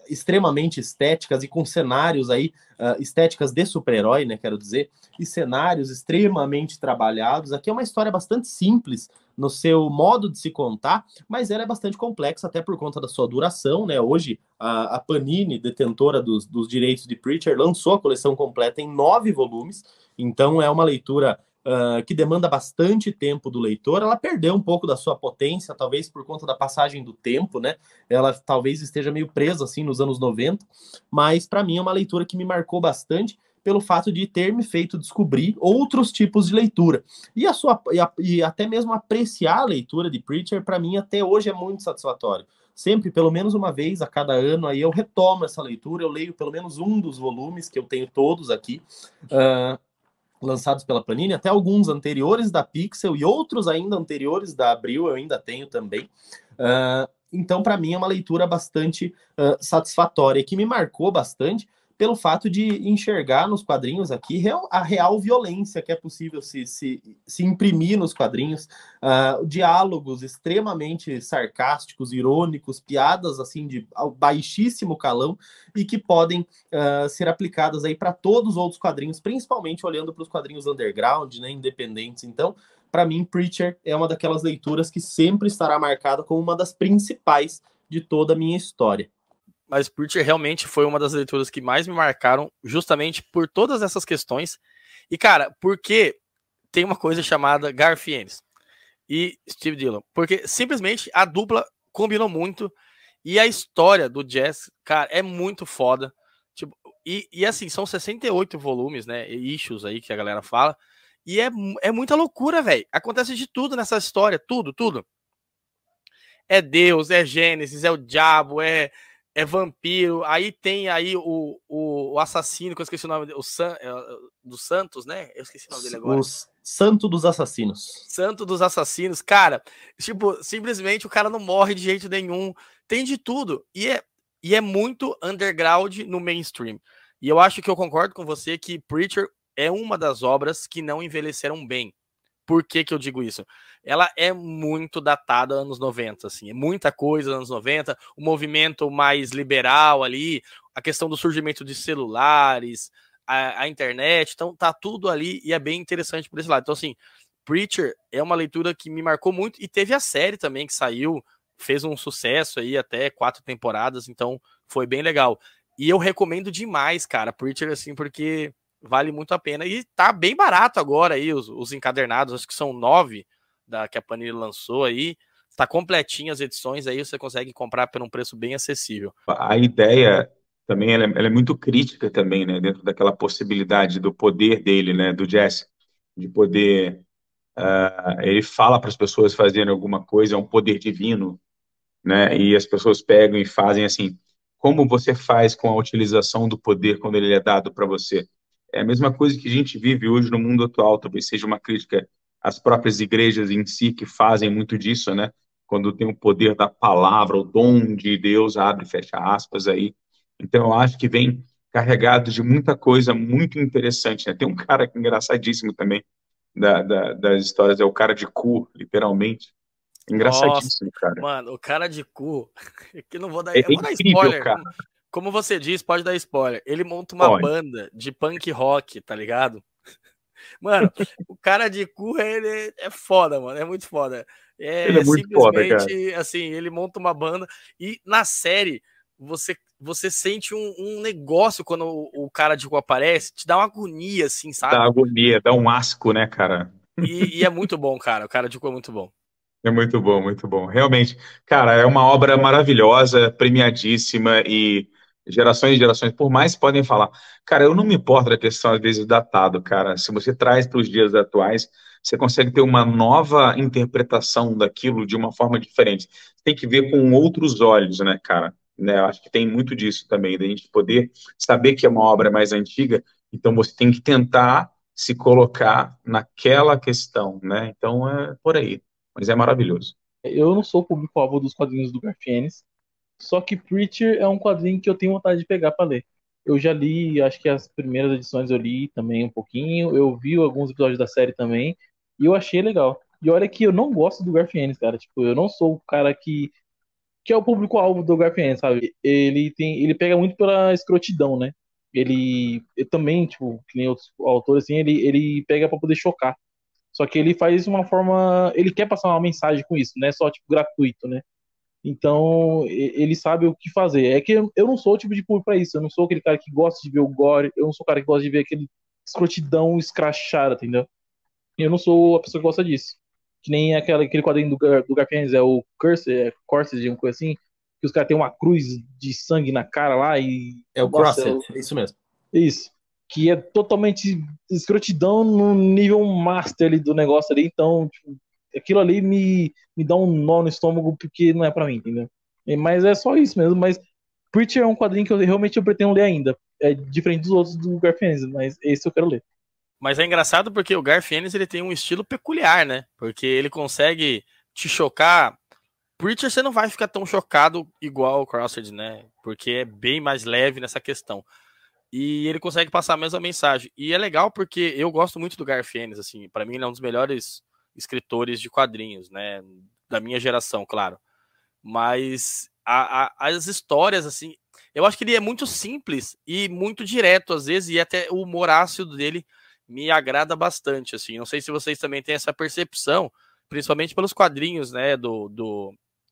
extremamente estéticas e com cenários aí, uh, estéticas de super-herói, né, quero dizer, e cenários extremamente trabalhados. Aqui é uma história bastante simples no seu modo de se contar, mas ela é bastante complexa até por conta da sua duração, né? Hoje, a, a Panini, detentora dos, dos direitos de Preacher, lançou a coleção completa em nove volumes, então é uma leitura uh, que demanda bastante tempo do leitor. Ela perdeu um pouco da sua potência, talvez por conta da passagem do tempo, né? Ela talvez esteja meio presa, assim, nos anos noventa, mas para mim é uma leitura que me marcou bastante, pelo fato de ter me feito descobrir outros tipos de leitura. E, a sua, e, a, e até mesmo apreciar a leitura de Preacher, para mim, até hoje é muito satisfatório. Sempre, pelo menos uma vez a cada ano, aí eu retomo essa leitura, eu leio pelo menos um dos volumes, que eu tenho todos aqui, uh, lançados pela Panini, até alguns anteriores da Pixel e outros ainda anteriores da Abril, eu ainda tenho também. Uh, então, para mim, é uma leitura bastante uh, satisfatória, que me marcou bastante, pelo fato de enxergar nos quadrinhos aqui real, a real violência que é possível se, se, se imprimir nos quadrinhos, uh, diálogos extremamente sarcásticos, irônicos, piadas assim de baixíssimo calão e que podem uh, ser aplicadas aí para todos os outros quadrinhos, principalmente olhando para os quadrinhos underground, né, independentes. Então, para mim, Preacher é uma daquelas leituras que sempre estará marcada como uma das principais de toda a minha história. Mas Preacher realmente foi uma das leituras que mais me marcaram, justamente por todas essas questões. E, cara, porque tem uma coisa chamada Garth Ennis e Steve Dillon. Porque simplesmente a dupla combinou muito. E a história do Jazz, cara, é muito foda. Tipo, e, e assim, são sessenta e oito volumes, né? Issues aí que a galera fala. E é, é muita loucura, velho. Acontece de tudo nessa história. Tudo, tudo. É Deus, é Gênesis, é o diabo, é... é vampiro, aí tem aí o, o, o assassino, que eu esqueci o nome dele, o San, do Santos, né? Eu esqueci o nome dele agora. O Santo dos Assassinos. Santo dos Assassinos, cara, tipo, simplesmente o cara não morre de jeito nenhum, tem de tudo, e é, e é muito underground no mainstream. E eu acho que eu concordo com você que Preacher é uma das obras que não envelheceram bem. Por que que eu digo isso? Ela é muito datada anos noventa, assim, é muita coisa anos noventa, o movimento mais liberal ali, a questão do surgimento de celulares, a, a internet, então tá tudo ali e é bem interessante por esse lado. Então, assim, Preacher é uma leitura que me marcou muito e teve a série também que saiu, fez um sucesso aí até quatro temporadas, então foi bem legal. E eu recomendo demais, cara, Preacher, assim, porque vale muito a pena. E tá bem barato agora aí, os, os encadernados, acho que são nove da, que a Panini lançou aí. Tá completinho as edições aí, você consegue comprar por um preço bem acessível. A ideia também ela é, ela é muito crítica também, né? Dentro daquela possibilidade do poder dele, né? Do Jesse, de poder... Uh, ele fala para as pessoas fazerem alguma coisa, é um poder divino, né? E as pessoas pegam e fazem assim. Como você faz com a utilização do poder quando ele é dado para você? É a mesma coisa que a gente vive hoje no mundo atual, talvez seja uma crítica às próprias igrejas em si, que fazem muito disso, né? Quando tem o poder da palavra, o dom de Deus, abre e fecha aspas aí. Então, eu acho que vem carregado de muita coisa muito interessante, né? Tem um cara engraçadíssimo também da, da, das histórias, é o cara de cu, literalmente. Engraçadíssimo, Nossa, cara. mano, o cara de cu, que não vou dar, É, eu é vou dar incrível, spoiler. cara. Como, como você diz, pode dar spoiler. Ele monta uma Pode. banda de punk rock, tá ligado? Mano, o cara de cu, ele é foda, mano, é muito foda. É, Ele é muito foda, cara. simplesmente, assim, ele monta uma banda e na série você, você sente um, um negócio quando o, o cara de cu aparece, te dá uma agonia, assim, Dá sabe? agonia, dá um asco, né, cara? E, e é muito bom, cara, o cara de cu é muito bom. É muito bom, muito bom. Realmente, cara, é uma obra maravilhosa, premiadíssima e gerações e gerações, por mais que podem falar. Cara, eu não me importo da questão, às vezes, datado, cara. Se você traz para os dias atuais, você consegue ter uma nova interpretação daquilo de uma forma diferente. Tem que ver com outros olhos, né, cara? Né, eu acho que tem muito disso também, da gente poder saber que é uma obra mais antiga, então você tem que tentar se colocar naquela questão, né? Então é por aí. Mas é maravilhoso. Eu não sou o público-alvo dos quadrinhos do Garth Ennis, só que Preacher é um quadrinho que eu tenho vontade de pegar para ler. Eu já li, acho que as primeiras edições eu li também um pouquinho, eu vi alguns episódios da série também, e eu achei legal. E olha que eu não gosto do Garth Ennis, cara, tipo, eu não sou o cara que que é o público-alvo do Garfield, sabe? Ele tem, ele pega muito pela escrotidão, né? Ele, ele também, tipo, que nem outros autores, assim, ele, ele pega pra poder chocar. Só que ele faz de uma forma, ele quer passar uma mensagem com isso, não é só, tipo, gratuito, né? Então, e- ele sabe o que fazer. É que eu eu não sou o tipo de público pra isso, eu não sou aquele cara que gosta de ver o gore, eu não sou o cara que gosta de ver aquele escrotidão escrachada, entendeu? Eu não sou a pessoa que gosta disso. Que nem aquela, aquele quadrinho do, Gar- do Garfield, é o Curse, é Corses, uma coisa assim, que os caras têm uma cruz de sangue na cara lá e. É o Nossa, Crossed, é isso mesmo. é isso. Que é totalmente escrotidão no nível master ali do negócio ali, então, tipo, aquilo ali me, me dá um nó no estômago porque não é pra mim, entendeu? E- Mas é só isso mesmo, mas Preacher é um quadrinho que eu realmente eu pretendo ler ainda. É diferente dos outros do Garfield, mas esse eu quero ler. Mas é engraçado porque o Garfield ele tem um estilo peculiar, né? Porque ele consegue te chocar. Preacher você não vai ficar tão chocado igual o Crossed, né? Porque é bem mais leve nessa questão. E ele consegue passar a mesma mensagem. E é legal porque eu gosto muito do Garfield, assim. Para mim ele é um dos melhores escritores de quadrinhos, né? Da minha geração, claro. Mas a, a, as histórias, assim, eu acho que ele é muito simples e muito direto, às vezes, e até o humor ácido dele me agrada bastante, assim. Não sei se vocês também têm essa percepção, principalmente pelos quadrinhos, né, do, do,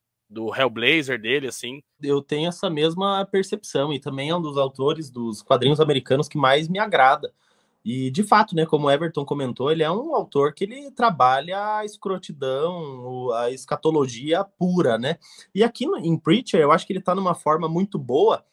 do Hellblazer dele, assim. Eu tenho essa mesma percepção e também é um dos autores dos quadrinhos americanos que mais me agrada. E, de fato, né, como o Everton comentou, ele é um autor que ele trabalha a escrotidão, a escatologia pura, né? E aqui no, em Preacher, eu acho que ele tá numa forma muito boa,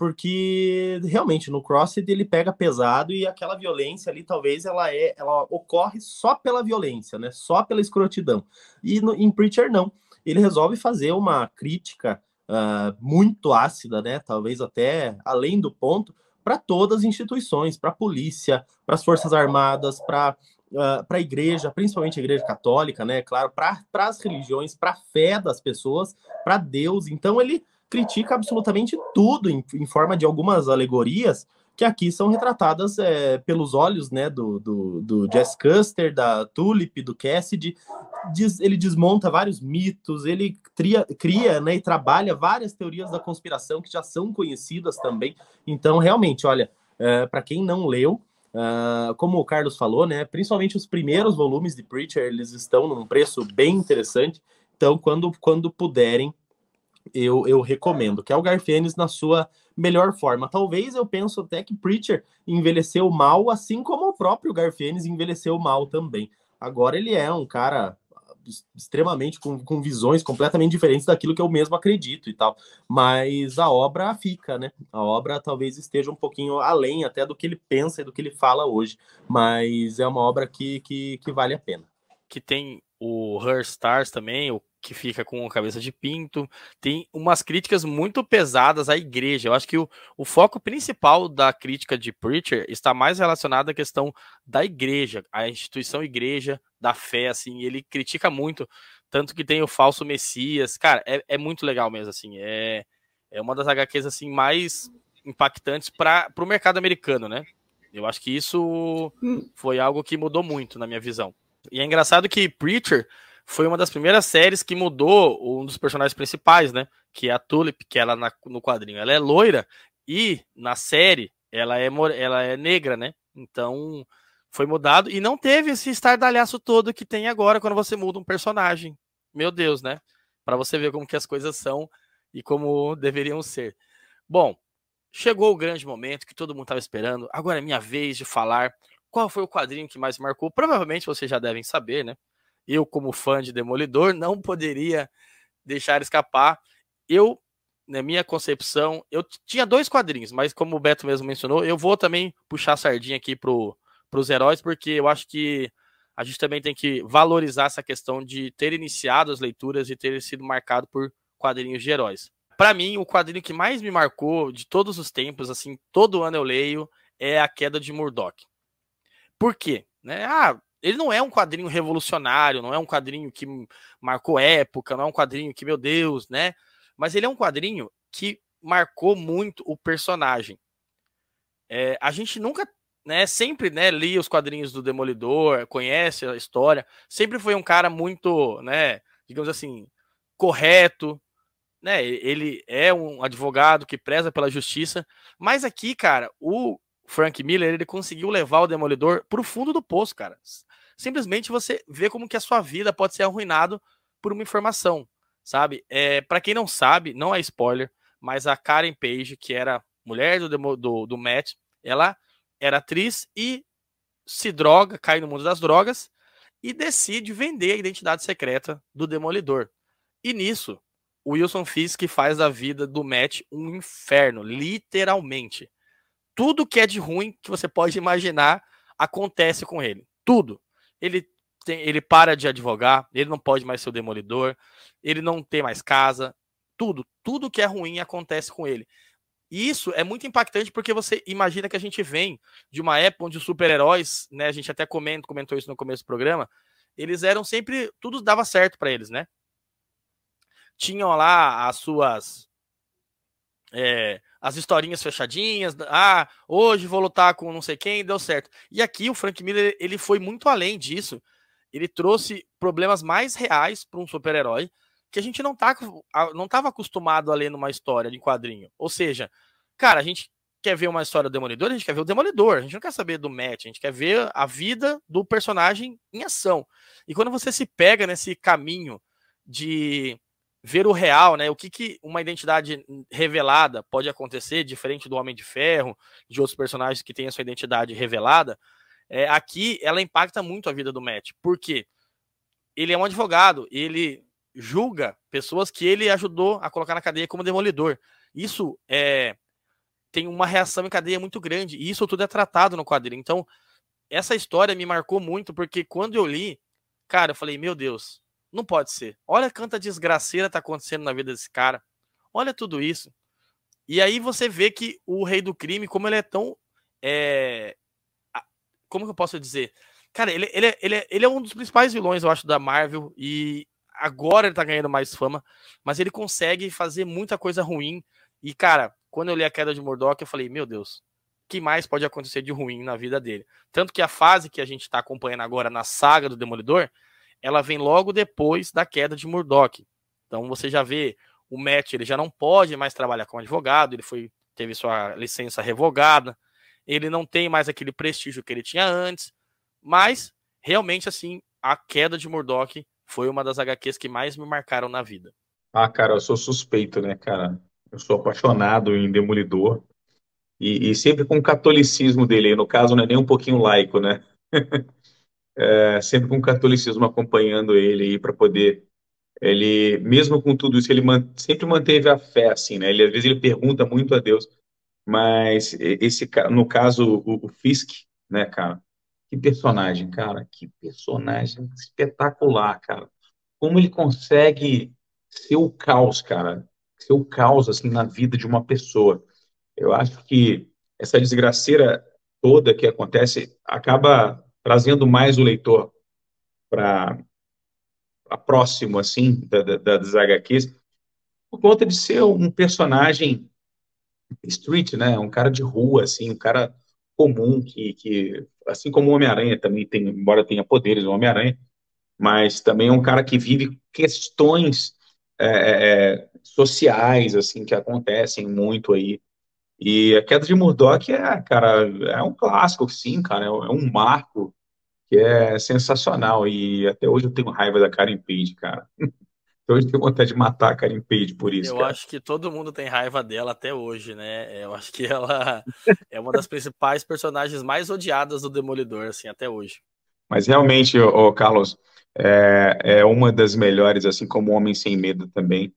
porque realmente no Crossed ele pega pesado e aquela violência ali, talvez ela é, ela ocorre só pela violência, né? Só pela escrotidão. E no, em Preacher não. Ele resolve fazer uma crítica uh, muito ácida, né? Talvez até além do ponto, para todas as instituições, para a polícia, para as Forças Armadas, para uh, para a igreja, principalmente a igreja católica, né? Claro, para as religiões, para a fé das pessoas, para Deus. Então ele critica absolutamente tudo em, em forma de algumas alegorias que aqui são retratadas é, pelos olhos, né, do, do, do Jess Custer, da Tulip, do Cassidy. Diz, ele desmonta vários mitos, ele cria, cria né, e trabalha várias teorias da conspiração que já são conhecidas também. Então, realmente, olha, é, para quem não leu, uh, como o Carlos falou, né, principalmente os primeiros volumes de Preacher, eles estão num preço bem interessante. Então, quando, quando puderem, eu, eu recomendo, que é o Garfiennes na sua melhor forma. Talvez eu penso até que Preacher envelheceu mal, assim como o próprio Garfiennes envelheceu mal também. Agora ele é um cara extremamente com, com visões completamente diferentes daquilo que eu mesmo acredito e tal, mas a obra fica, né? A obra talvez esteja um pouquinho além até do que ele pensa e do que ele fala hoje, mas é uma obra que, que, que vale a pena. Que tem o Her Stars também, o que fica com a cabeça de pinto. Tem umas críticas muito pesadas à igreja. Eu acho que o, o foco principal da crítica de Preacher está mais relacionado à questão da igreja, a instituição igreja, da fé, assim. Ele critica muito, tanto que tem o falso Messias. Cara, é, é muito legal mesmo, assim. É, é uma das H Qs, assim, mais impactantes para o mercado americano, né? Eu acho que isso foi algo que mudou muito na minha visão. E é engraçado que Preacher foi uma das primeiras séries que mudou um dos personagens principais, né? Que é a Tulip, que ela na, no quadrinho ela é loira e na série ela é, ela é negra, né? Então foi mudado e não teve esse estardalhaço todo que tem agora quando você muda um personagem. Meu Deus, né? Para você ver como que as coisas são e como deveriam ser. Bom, chegou o grande momento que todo mundo estava esperando. Agora é minha vez de falar qual foi o quadrinho que mais marcou. Provavelmente vocês já devem saber, né? Eu, como fã de Demolidor, não poderia deixar escapar. Eu, na minha concepção, eu tinha dois quadrinhos, mas como o Beto mesmo mencionou, eu vou também puxar a sardinha aqui para os heróis, porque eu acho que a gente também tem que valorizar essa questão de ter iniciado as leituras e ter sido marcado por quadrinhos de heróis. Para mim, o quadrinho que mais me marcou de todos os tempos, assim, todo ano eu leio, é A Queda de Murdoch. Por quê? Né? Ah, ele não é um quadrinho revolucionário, não é um quadrinho que marcou época, não é um quadrinho que, meu Deus, né? Mas ele é um quadrinho que marcou muito o personagem. É, a gente nunca, né, sempre, né, lia os quadrinhos do Demolidor, conhece a história, sempre foi um cara muito, né, digamos assim, correto, né, ele é um advogado que preza pela justiça, mas aqui, cara, o Frank Miller, ele conseguiu levar o Demolidor pro fundo do poço, cara. Simplesmente você vê como que a sua vida pode ser arruinado por uma informação, sabe? É, para quem não sabe, não é spoiler, mas a Karen Page, que era mulher do, do, do Matt, ela era atriz e se droga, cai no mundo das drogas e decide vender a identidade secreta do Demolidor. E nisso, o Wilson Fisk faz da vida do Matt um inferno, literalmente. Tudo que é de ruim que você pode imaginar acontece com ele. Tudo. Ele, tem, ele para de advogar, ele não pode mais ser o Demolidor, ele não tem mais casa, tudo. Tudo que é ruim acontece com ele. E isso é muito impactante porque você imagina que a gente vem de uma época onde os super-heróis, né, a gente até comenta, comentou isso no começo do programa, eles eram sempre, tudo dava certo para eles, né? Tinham lá as suas é, as historinhas fechadinhas, ah, hoje vou lutar com não sei quem, deu certo. E aqui o Frank Miller, ele foi muito além disso. Ele trouxe problemas mais reais para um super-herói que a gente não tá não estava acostumado a ler numa história de quadrinho. Ou seja, cara, a gente quer ver uma história do Demolidor, a gente quer ver o Demolidor, a gente não quer saber do Matt, a gente quer ver a vida do personagem em ação. E quando você se pega nesse caminho de ver o real, né? O que, que uma identidade revelada pode acontecer, diferente do Homem de Ferro, de outros personagens que têm a sua identidade revelada, é, aqui ela impacta muito a vida do Matt. Por quê? Ele é um advogado, ele julga pessoas que ele ajudou a colocar na cadeia como Demolidor. Isso é, tem uma reação em cadeia muito grande, e isso tudo é tratado no quadrinho. Então, essa história me marcou muito, porque quando eu li, cara, eu falei, meu Deus, não pode ser. Olha quanta desgraceira tá acontecendo na vida desse cara. Olha tudo isso. E aí você vê que o Rei do Crime, como ele é tão... É... Como que eu posso dizer? Cara, ele, ele, é, ele, é, ele é um dos principais vilões, eu acho, da Marvel. E agora ele tá ganhando mais fama. Mas ele consegue fazer muita coisa ruim. E, cara, quando eu li A Queda de Murdoch, eu falei, meu Deus, o que mais pode acontecer de ruim na vida dele? Tanto que a fase que a gente tá acompanhando agora na saga do Demolidor, ela vem logo depois da queda de Murdoch. Então você já vê o Matt, ele já não pode mais trabalhar como advogado, ele foi, teve sua licença revogada, ele não tem mais aquele prestígio que ele tinha antes, mas realmente assim, a queda de Murdoch foi uma das agá quês que mais me marcaram na vida. Ah, cara, eu sou suspeito, né, cara? Eu sou apaixonado em Demolidor e, e sempre com o catolicismo dele, no caso não é nem um pouquinho laico, né? É, sempre com o catolicismo acompanhando ele aí para poder ele, mesmo com tudo isso, ele man, sempre manteve a fé, assim, né? Ele, às vezes ele pergunta muito a Deus, mas esse, no caso, o, o Fisk, né, cara? Que personagem, cara, que personagem espetacular, cara. Como ele consegue ser o caos, cara, ser o caos, assim, na vida de uma pessoa. Eu acho que essa desgraceira toda que acontece acaba trazendo mais o leitor para próximo, assim, da, da, das agá quês, por conta de ser um personagem street, né? Um cara de rua, assim, um cara comum que, que assim como o Homem-Aranha também tem, embora tenha poderes, o Homem-Aranha, mas também é um cara que vive questões é, é, sociais, assim, que acontecem muito aí. E a Queda de Murdoch é, cara, é um clássico, sim, cara, é um marco que é sensacional. E até hoje eu tenho raiva da Karen Page, cara. Até hoje eu tenho vontade de matar a Karen Page por isso, eu cara. acho que todo mundo tem raiva dela até hoje, né? Eu acho que ela é uma das principais personagens mais odiadas do Demolidor, assim, até hoje. Mas realmente, ô, Carlos, é, é uma das melhores, assim como Homem Sem Medo também.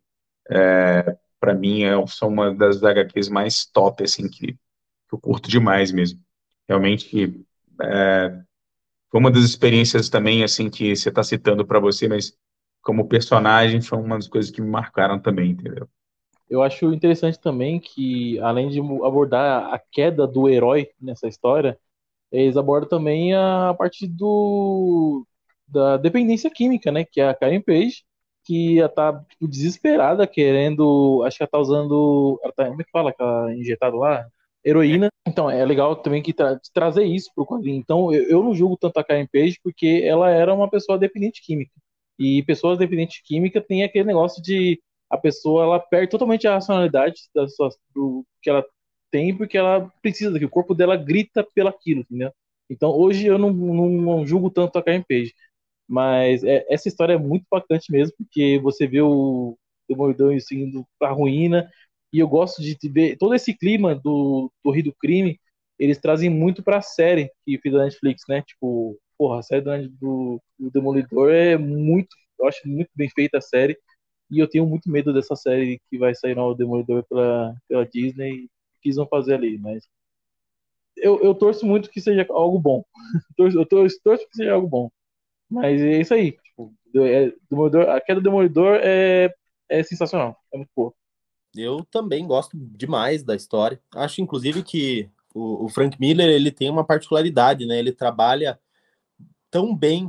É, para mim, é, são uma das agá quês mais top, assim, que, que eu curto demais mesmo. Realmente, é, foi uma das experiências também, assim, que você está citando para você, mas como personagem foi uma das coisas que me marcaram também, entendeu? Eu acho interessante também que, além de abordar a queda do herói nessa história, eles abordam também a parte do, da dependência química, né? Que é a Karen Page, que ela tá tipo, desesperada, querendo. Acho que ela tá usando. Ela tá, como é que fala? Aquela injetada lá? Heroína. Então, é legal também que tra trazer isso pro quadrinho. Então, eu, eu não julgo tanto a Karen Page, porque ela era uma pessoa dependente química. E pessoas dependentes química têm aquele negócio de a pessoa ela perde totalmente a racionalidade da sua, do que ela tem, porque ela precisa, que o corpo dela grita pelaquilo, entendeu? Então hoje eu não, não, não julgo tanto a Karen Page, mas é, essa história é muito impactante mesmo, porque você vê o Demolidor seguindo pra ruína, e eu gosto de ver todo esse clima do, do Rio do Crime, eles trazem muito pra série que fiz da Netflix, né? Tipo, porra, a série do, do Demolidor é muito, eu acho muito bem feita a série, e eu tenho muito medo dessa série que vai sair no Demolidor pela, pela Disney, que eles vão fazer ali, mas eu, eu torço muito que seja algo bom. Eu torço, torço que seja algo bom. Mas é isso aí. Tipo, é, Demolidor, a queda do Demolidor é, é sensacional. É muito boa. Eu também gosto demais da história. Acho, inclusive, que o, o Frank Miller ele tem uma particularidade, né? Ele trabalha tão bem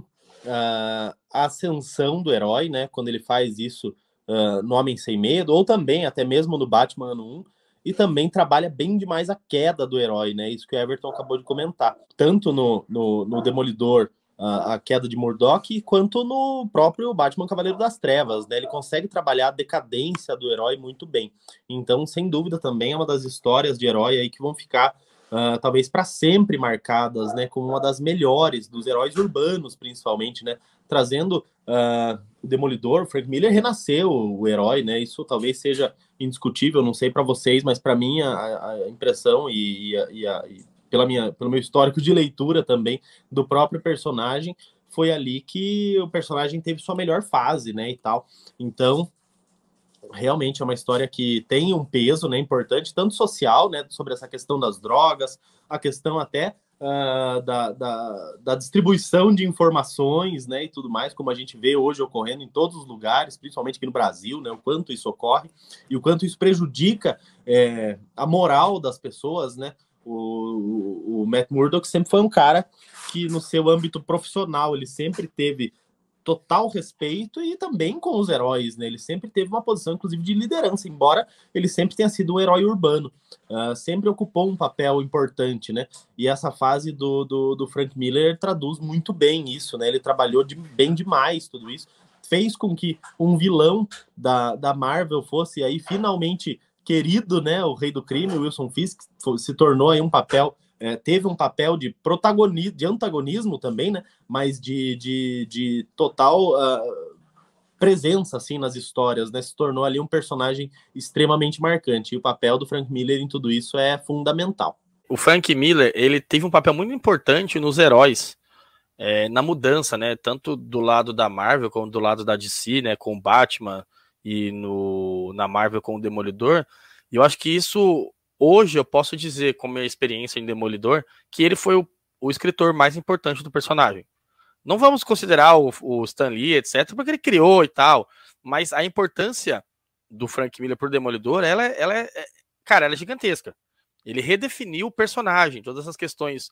uh, a ascensão do herói, né? Quando ele faz isso uh, no Homem Sem Medo, ou também até mesmo no Batman Ano um, e também trabalha bem demais a queda do herói, né? Isso que o Everton acabou de comentar. Tanto no, no, no Demolidor, uh, a queda de Murdock, quanto no próprio Batman Cavaleiro das Trevas, né? Ele consegue trabalhar a decadência do herói muito bem. Então, sem dúvida, também é uma das histórias de herói aí que vão ficar Uh, talvez para sempre marcadas, né, como uma das melhores dos heróis urbanos, principalmente, né, trazendo uh, o Demolidor. O Frank Miller renasceu o herói, né, isso talvez seja indiscutível, não sei para vocês, mas para mim a, a impressão e, e, a, e, a, e pela minha, pelo meu histórico de leitura também do próprio personagem, foi ali que o personagem teve sua melhor fase, né, e tal. Então realmente é uma história que tem um peso, né, importante, tanto social, né, sobre essa questão das drogas, a questão até uh, da, da, da distribuição de informações, né, e tudo mais, como a gente vê hoje ocorrendo em todos os lugares, principalmente aqui no Brasil, né, o quanto isso ocorre e o quanto isso prejudica é, a moral das pessoas, né. O, o, o Matt Murdock sempre foi um cara que no seu âmbito profissional ele sempre teve total respeito e também com os heróis, né? Ele sempre teve uma posição, inclusive, de liderança, embora ele sempre tenha sido um herói urbano. Uh, sempre ocupou um papel importante, né? E essa fase do, do, do Frank Miller traduz muito bem isso, né? Ele trabalhou de, bem demais tudo isso. Fez com que um vilão da, da Marvel fosse aí finalmente querido, né? O Rei do Crime, o Wilson Fisk, se tornou aí um papel... É, teve um papel de protagonismo, de antagonismo também, né? Mas de, de, de total uh, presença, assim, nas histórias, né? Se tornou ali um personagem extremamente marcante. E o papel do Frank Miller em tudo isso é fundamental. O Frank Miller, ele teve um papel muito importante nos heróis, é, na mudança, né? Tanto do lado da Marvel como do lado da D C, né? Com o Batman e no, na Marvel com o Demolidor. E eu acho que isso... Hoje eu posso dizer, com minha experiência em Demolidor, que ele foi o, o escritor mais importante do personagem. Não vamos considerar o, o Stan Lee, etcétera, porque ele criou e tal, mas a importância do Frank Miller pro Demolidor, ela, ela é, cara, ela é gigantesca. Ele redefiniu o personagem, todas as questões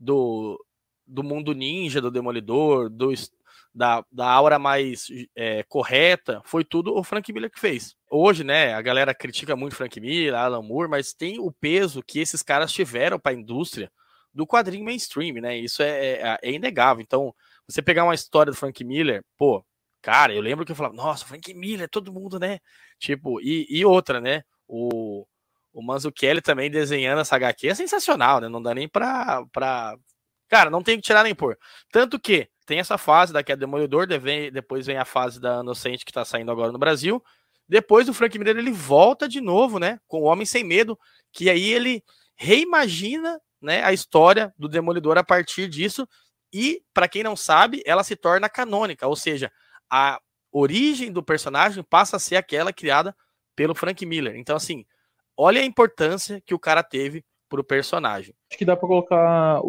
do, do mundo ninja, do Demolidor, do, da, da aura mais é, correta, foi tudo o Frank Miller que fez. Hoje, né, a galera critica muito Frank Miller, Alan Moore, mas tem o peso que esses caras tiveram para a indústria do quadrinho mainstream, né? Isso é, é, é inegável. Então, você pegar uma história do Frank Miller, pô, cara, eu lembro que eu falava, nossa, Frank Miller, todo mundo, né? Tipo, e, e outra, né? O, o Mazzucchelli também desenhando essa agá quê é sensacional, né? Não dá nem pra, pra... Cara, não tem que tirar nem pôr. Tanto que tem essa fase da queda do Demolidor, depois vem a fase da Inocente que tá saindo agora no Brasil. Depois o Frank Miller ele volta de novo, né, com o Homem Sem Medo, que aí ele reimagina, né, a história do Demolidor a partir disso, e para quem não sabe, ela se torna canônica, ou seja, a origem do personagem passa a ser aquela criada pelo Frank Miller. Então assim, olha a importância que o cara teve pro personagem. Acho que dá para colocar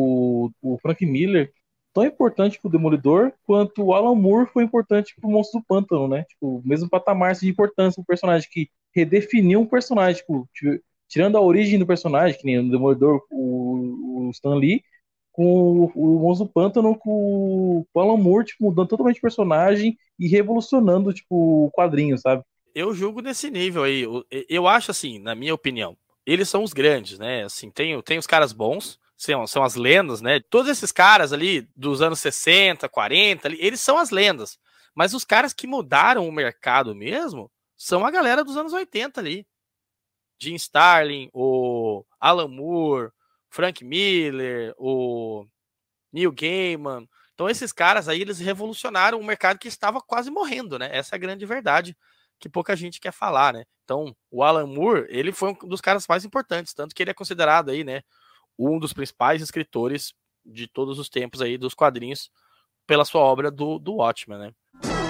o, o Frank Miller tão importante pro Demolidor quanto o Alan Moore foi importante pro Monstro do Pântano, né? Tipo, mesmo patamar de importância pro personagem, que redefiniu um personagem, tipo, tirando a origem do personagem, que nem o Demolidor, o, o Stan Lee, com o, o Monstro do Pântano, com o Alan Moore, tipo, mudando totalmente o personagem e revolucionando, tipo, o quadrinho, sabe? Eu julgo nesse nível aí. Eu, eu acho assim, na minha opinião, eles são os grandes, né? Assim, tem, tem os caras bons, São, são as lendas, né? Todos esses caras ali dos anos sessenta, quarenta, ali, eles são as lendas. Mas os caras que mudaram o mercado mesmo são a galera dos anos oitenta ali. Jim Starlin, o Alan Moore, Frank Miller, o Neil Gaiman. Então esses caras aí, eles revolucionaram um mercado que estava quase morrendo, né? Essa é a grande verdade que pouca gente quer falar, né? Então o Alan Moore, ele foi um dos caras mais importantes, tanto que ele é considerado aí, né, um dos principais escritores de todos os tempos aí dos quadrinhos pela sua obra do, do Watchmen, né?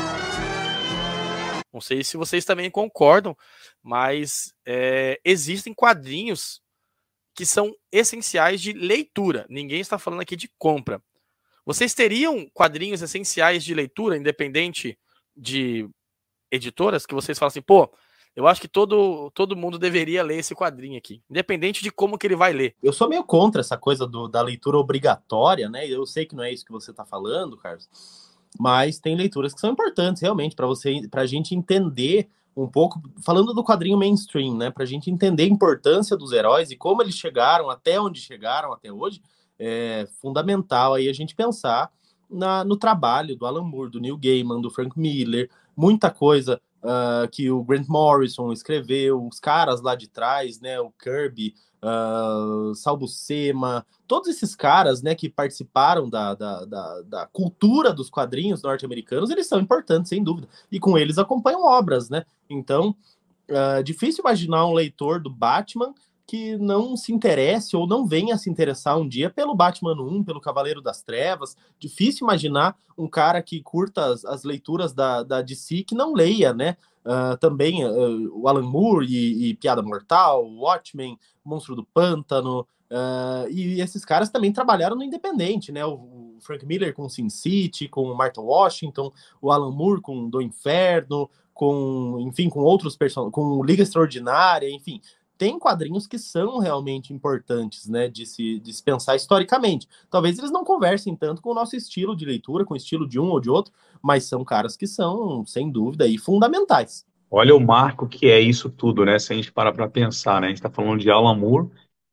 Não sei se vocês também concordam, mas é, existem quadrinhos que são essenciais de leitura. Ninguém está falando aqui de compra. Vocês teriam quadrinhos essenciais de leitura, independente de editoras, que vocês falam assim, pô, eu acho que todo, todo mundo deveria ler esse quadrinho aqui, independente de como que ele vai ler. Eu sou meio contra essa coisa do, da leitura obrigatória, né? Eu sei que não é isso que você está falando, Carlos, mas tem leituras que são importantes, realmente, para você, para a gente entender um pouco, falando do quadrinho mainstream, né? Para a gente entender a importância dos heróis e como eles chegaram até onde chegaram até hoje, é fundamental aí a gente pensar na, no trabalho do Alan Moore, do Neil Gaiman, do Frank Miller, muita coisa uh, que o Grant Morrison escreveu, os caras lá de trás, né? O Kirby, uh, Sal Buscema, todos esses caras, né, que participaram da, da, da, da cultura dos quadrinhos norte-americanos, eles são importantes, sem dúvida. E com eles acompanham obras, né? Então, uh, difícil imaginar um leitor do Batman que não se interesse ou não venha a se interessar um dia pelo Batman um, pelo Cavaleiro das Trevas. Difícil imaginar um cara que curta as, as leituras da, da D C que não leia, né? Uh, também uh, o Alan Moore e, e Piada Mortal, o Watchmen, Monstro do Pântano, uh, e esses caras também trabalharam no independente, né? O, o Frank Miller com Sin City, com o Martha Washington, o Alan Moore com Do Inferno, com, enfim, com outros personagens, com Liga Extraordinária, enfim. Tem quadrinhos que são realmente importantes, né, de se, de se pensar historicamente. Talvez eles não conversem tanto com o nosso estilo de leitura, com o estilo de um ou de outro, mas são caras que são, sem dúvida, aí, fundamentais. Olha o marco que é isso tudo, né? Se a gente parar para pensar, né? A gente está falando de Alan Moore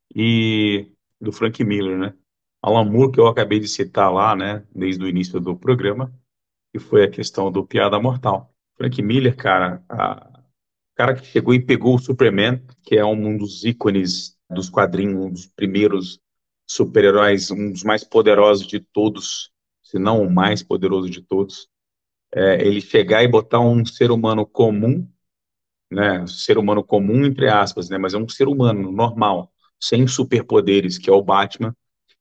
e do Frank Miller, né? Alan Moore, que eu acabei de citar lá, né, desde o início do programa, que foi a questão do Piada Mortal. Frank Miller, cara, a... o cara que chegou e pegou o Superman, que é um dos ícones dos quadrinhos, um dos primeiros super-heróis, um dos mais poderosos de todos, se não o mais poderoso de todos. É, ele chegar e botar um ser humano comum, né, ser humano comum entre aspas, né, mas é um ser humano normal, sem superpoderes, que é o Batman,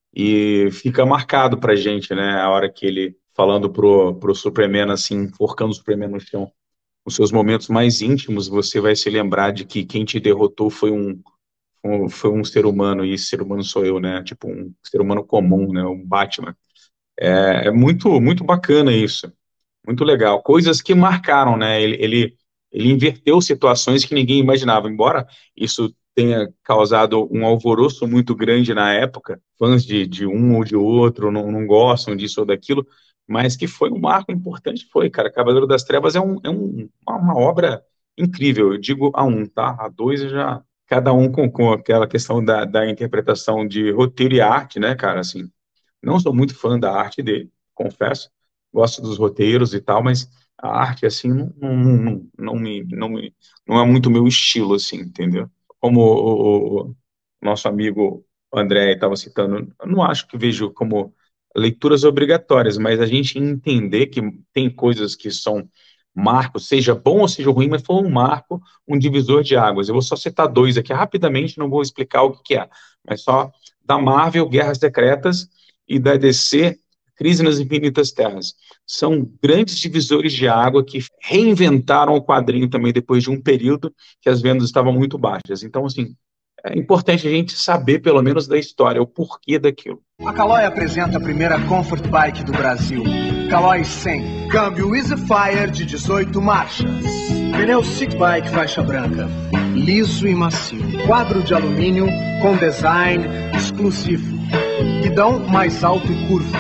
e fica marcado pra gente, né, a hora que ele, falando pro, pro Superman, assim, enforcando o Superman no chão, os seus momentos mais íntimos, você vai se lembrar de que quem te derrotou foi um, um, foi um ser humano, e esse ser humano sou eu, né? Tipo, um ser humano comum, né? Um Batman. É, é muito, muito bacana isso. Muito legal. Coisas que marcaram, né? Ele, ele, ele inverteu situações que ninguém imaginava. Embora isso tenha causado um alvoroço muito grande na época, fãs de, de um ou de outro não, não gostam disso ou daquilo, mas que foi um marco importante, foi, cara. Cavaleiro das Trevas é, um, é um, uma obra incrível, eu digo a um, tá? A dois já, cada um com, com aquela questão da, da interpretação de roteiro e arte, né, cara, assim, não sou muito fã da arte dele, confesso, gosto dos roteiros e tal, mas a arte, assim, não, não, não, não, me, não, me, não é muito meu estilo, assim, entendeu? Como o, o nosso amigo André estava citando, eu não acho que vejo como leituras obrigatórias, mas a gente entender que tem coisas que são marcos, seja bom ou seja ruim, mas foi um marco, um divisor de águas. Eu vou só citar dois aqui rapidamente, não vou explicar o que, que é, mas só da Marvel, Guerras Secretas, e da D C, Crise nas Infinitas Terras. São grandes divisores de água que reinventaram o quadrinho também depois de um período que as vendas estavam muito baixas. Então, assim, é importante a gente saber, pelo menos, da história, o porquê daquilo. A Caloi apresenta a primeira Comfort Bike do Brasil. Caloi cem. Câmbio Easy Fire de dezoito marchas. Pneu City Bike faixa branca. Liso e macio. Quadro de alumínio com design exclusivo. Guidão mais alto e curvo.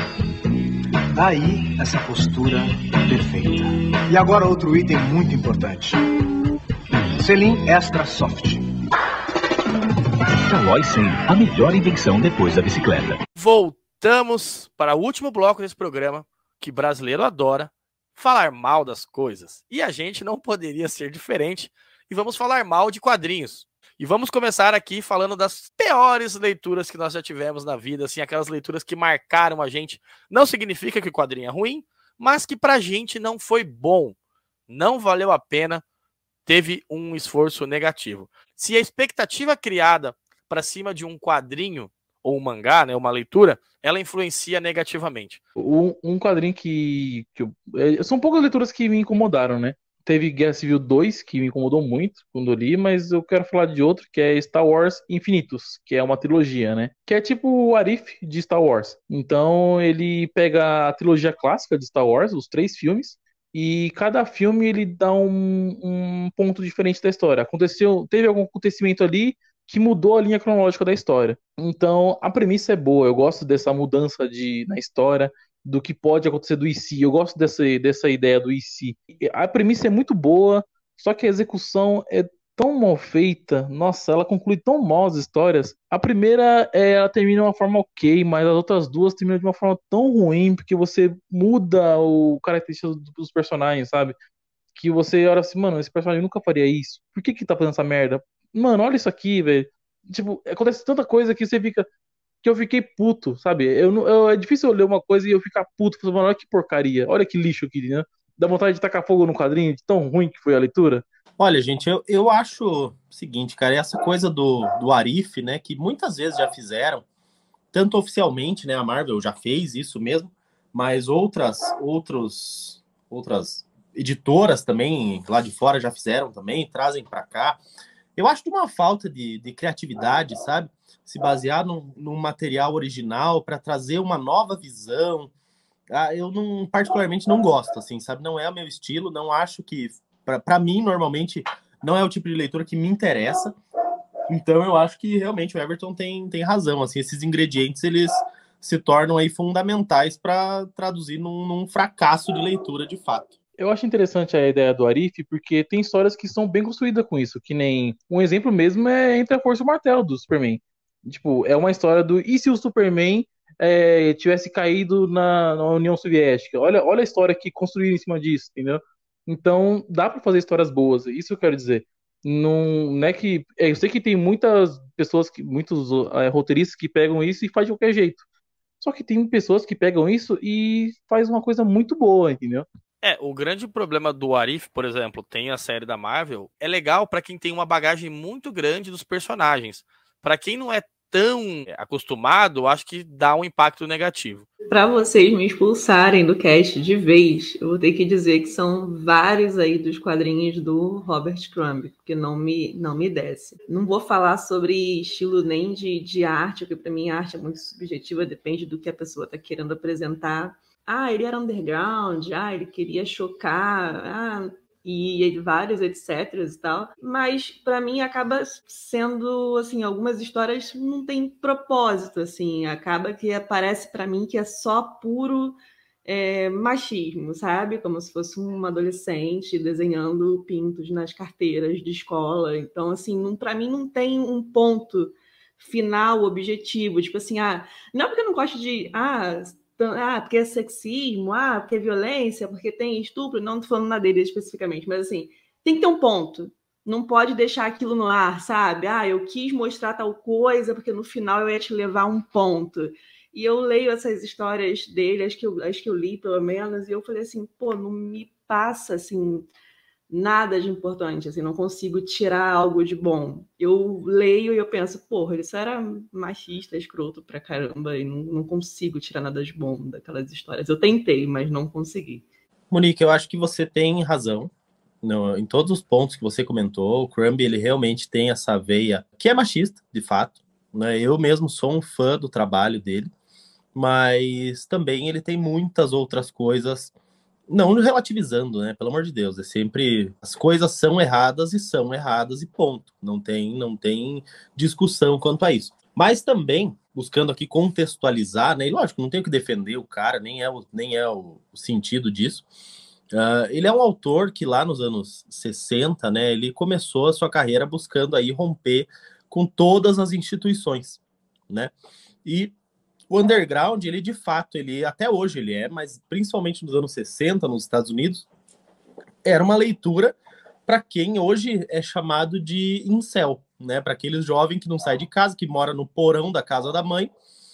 Daí essa postura perfeita. E agora outro item muito importante. Selim Extra Soft. Caloi cem, a melhor invenção depois da bicicleta. Voltamos para o último bloco desse programa, que brasileiro adora, falar mal das coisas. E a gente não poderia ser diferente. E vamos falar mal de quadrinhos. E vamos começar aqui falando das piores leituras que nós já tivemos na vida, assim, aquelas leituras que marcaram a gente. Não significa que o quadrinho é ruim, mas que pra gente não foi bom. Não valeu a pena, teve um esforço negativo. Se a expectativa criada para cima de um quadrinho ou um mangá, né, uma leitura, ela influencia negativamente. Um, um quadrinho que, que eu, é, são poucas leituras que me incomodaram, né? Teve Guerra Civil dois, que me incomodou muito quando eu li, mas eu quero falar de outro, que é Star Wars Infinitos, que é uma trilogia, né? Que é tipo o Arif de Star Wars. Então ele pega a trilogia clássica de Star Wars, os três filmes, e cada filme ele dá um, um ponto diferente da história. Aconteceu, teve algum acontecimento ali que mudou a linha cronológica da história. Então, a premissa é boa. Eu gosto dessa mudança de, na história, do que pode acontecer do e se. Eu gosto dessa, dessa ideia do e se. A premissa é muito boa, só que a execução é tão mal feita. Nossa, ela conclui tão mal as histórias. A primeira, é, ela termina de uma forma ok, mas as outras duas terminam de uma forma tão ruim, porque você muda o característica dos personagens, sabe? Que você olha assim, mano, esse personagem nunca faria isso. Por que que tá fazendo essa merda? Mano, olha isso aqui, velho. Tipo, acontece tanta coisa que você fica... Que eu fiquei puto, sabe? Eu, não- eu, é difícil eu ler uma coisa e eu ficar puto. Falando, mano, olha que porcaria. Olha que lixo aqui, né? Dá vontade de tacar fogo no quadrinho, de tão ruim que foi a leitura. Olha, gente, eu, eu acho o seguinte, cara, essa coisa do, do Arif, né, que muitas vezes já fizeram, tanto oficialmente, né, a Marvel já fez isso mesmo, mas outras, outros, outras editoras também lá de fora já fizeram também, trazem para cá. Eu acho de uma falta de, de criatividade, sabe? Se basear num, num material original para trazer uma nova visão. Ah, eu não, particularmente não gosto, assim, sabe? Não é o meu estilo, não acho que, para mim, normalmente, não é o tipo de leitura que me interessa. Então, eu acho que realmente o Everton tem, tem razão, assim, esses ingredientes, eles se tornam aí fundamentais para traduzir num, num fracasso de leitura, de fato. Eu acho interessante a ideia do Arif, porque tem histórias que são bem construídas com isso. Que nem... Um exemplo mesmo é Entre a Força e o Martelo, do Superman. Tipo, é uma história do... E se o Superman é, tivesse caído na, na União Soviética? Olha, olha a história que construíram em cima disso, entendeu? Então, dá pra fazer histórias boas. Isso que eu quero dizer. Não, não é que... é, eu sei que tem muitas pessoas, que, muitos é, roteiristas que pegam isso e fazem de qualquer jeito. Só que tem pessoas que pegam isso e faz uma coisa muito boa, entendeu? É, o grande problema do Arif, por exemplo, tem a série da Marvel, é legal pra quem tem uma bagagem muito grande dos personagens. Pra quem não é tão acostumado, acho que dá um impacto negativo. Para vocês me expulsarem do cast de vez, eu vou ter que dizer que são vários aí dos quadrinhos do Robert Crumb, porque não me, não me desce. Não vou falar sobre estilo nem de, de arte, porque para mim a arte é muito subjetiva, depende do que a pessoa está querendo apresentar. Ah, ele era underground, ah, ele queria chocar, ah, e e vários etc e tal, mas para mim acaba sendo assim, algumas histórias não tem propósito, assim, acaba que parece para mim que é só puro é, machismo, sabe? Como se fosse uma adolescente desenhando pintos nas carteiras de escola. Então, assim, para mim não tem um ponto final, objetivo, tipo assim, ah, não porque eu não gosto de, ah, ah, porque é sexismo, ah, porque é violência, porque tem estupro, não tô falando nada dele especificamente, mas assim, tem que ter um ponto. Não pode deixar aquilo no ar, sabe? Ah, eu quis mostrar tal coisa, porque no final eu ia te levar a um ponto. E eu leio essas histórias dele, acho que eu, acho que eu li pelo menos, e eu falei assim, pô, não me passa assim nada de importante, assim, não consigo tirar algo de bom. Eu leio e eu penso, porra, isso era machista, escroto pra caramba, e não, não consigo tirar nada de bom daquelas histórias. Eu tentei, mas não consegui. Monique, eu acho que você tem razão no, em todos os pontos que você comentou. O Crumb, ele realmente tem essa veia que é machista, de fato, né? Eu mesmo sou um fã do trabalho dele, mas também ele tem muitas outras coisas, não relativizando, né? Pelo amor de Deus, é sempre as coisas são erradas e são erradas e ponto. Não tem, não tem discussão quanto a isso. Mas também buscando aqui contextualizar, né? E lógico, não tenho que defender o cara, nem é o, nem é o, o sentido disso. Uh, ele é um autor que lá nos anos sessenta, né? Ele começou a sua carreira buscando aí romper com todas as instituições, né? E O underground, ele de fato, ele até hoje ele é, mas principalmente nos anos sessenta, nos Estados Unidos, era uma leitura para quem hoje é chamado de incel, né? Para aqueles jovens que não saem de casa, que mora no porão da casa da mãe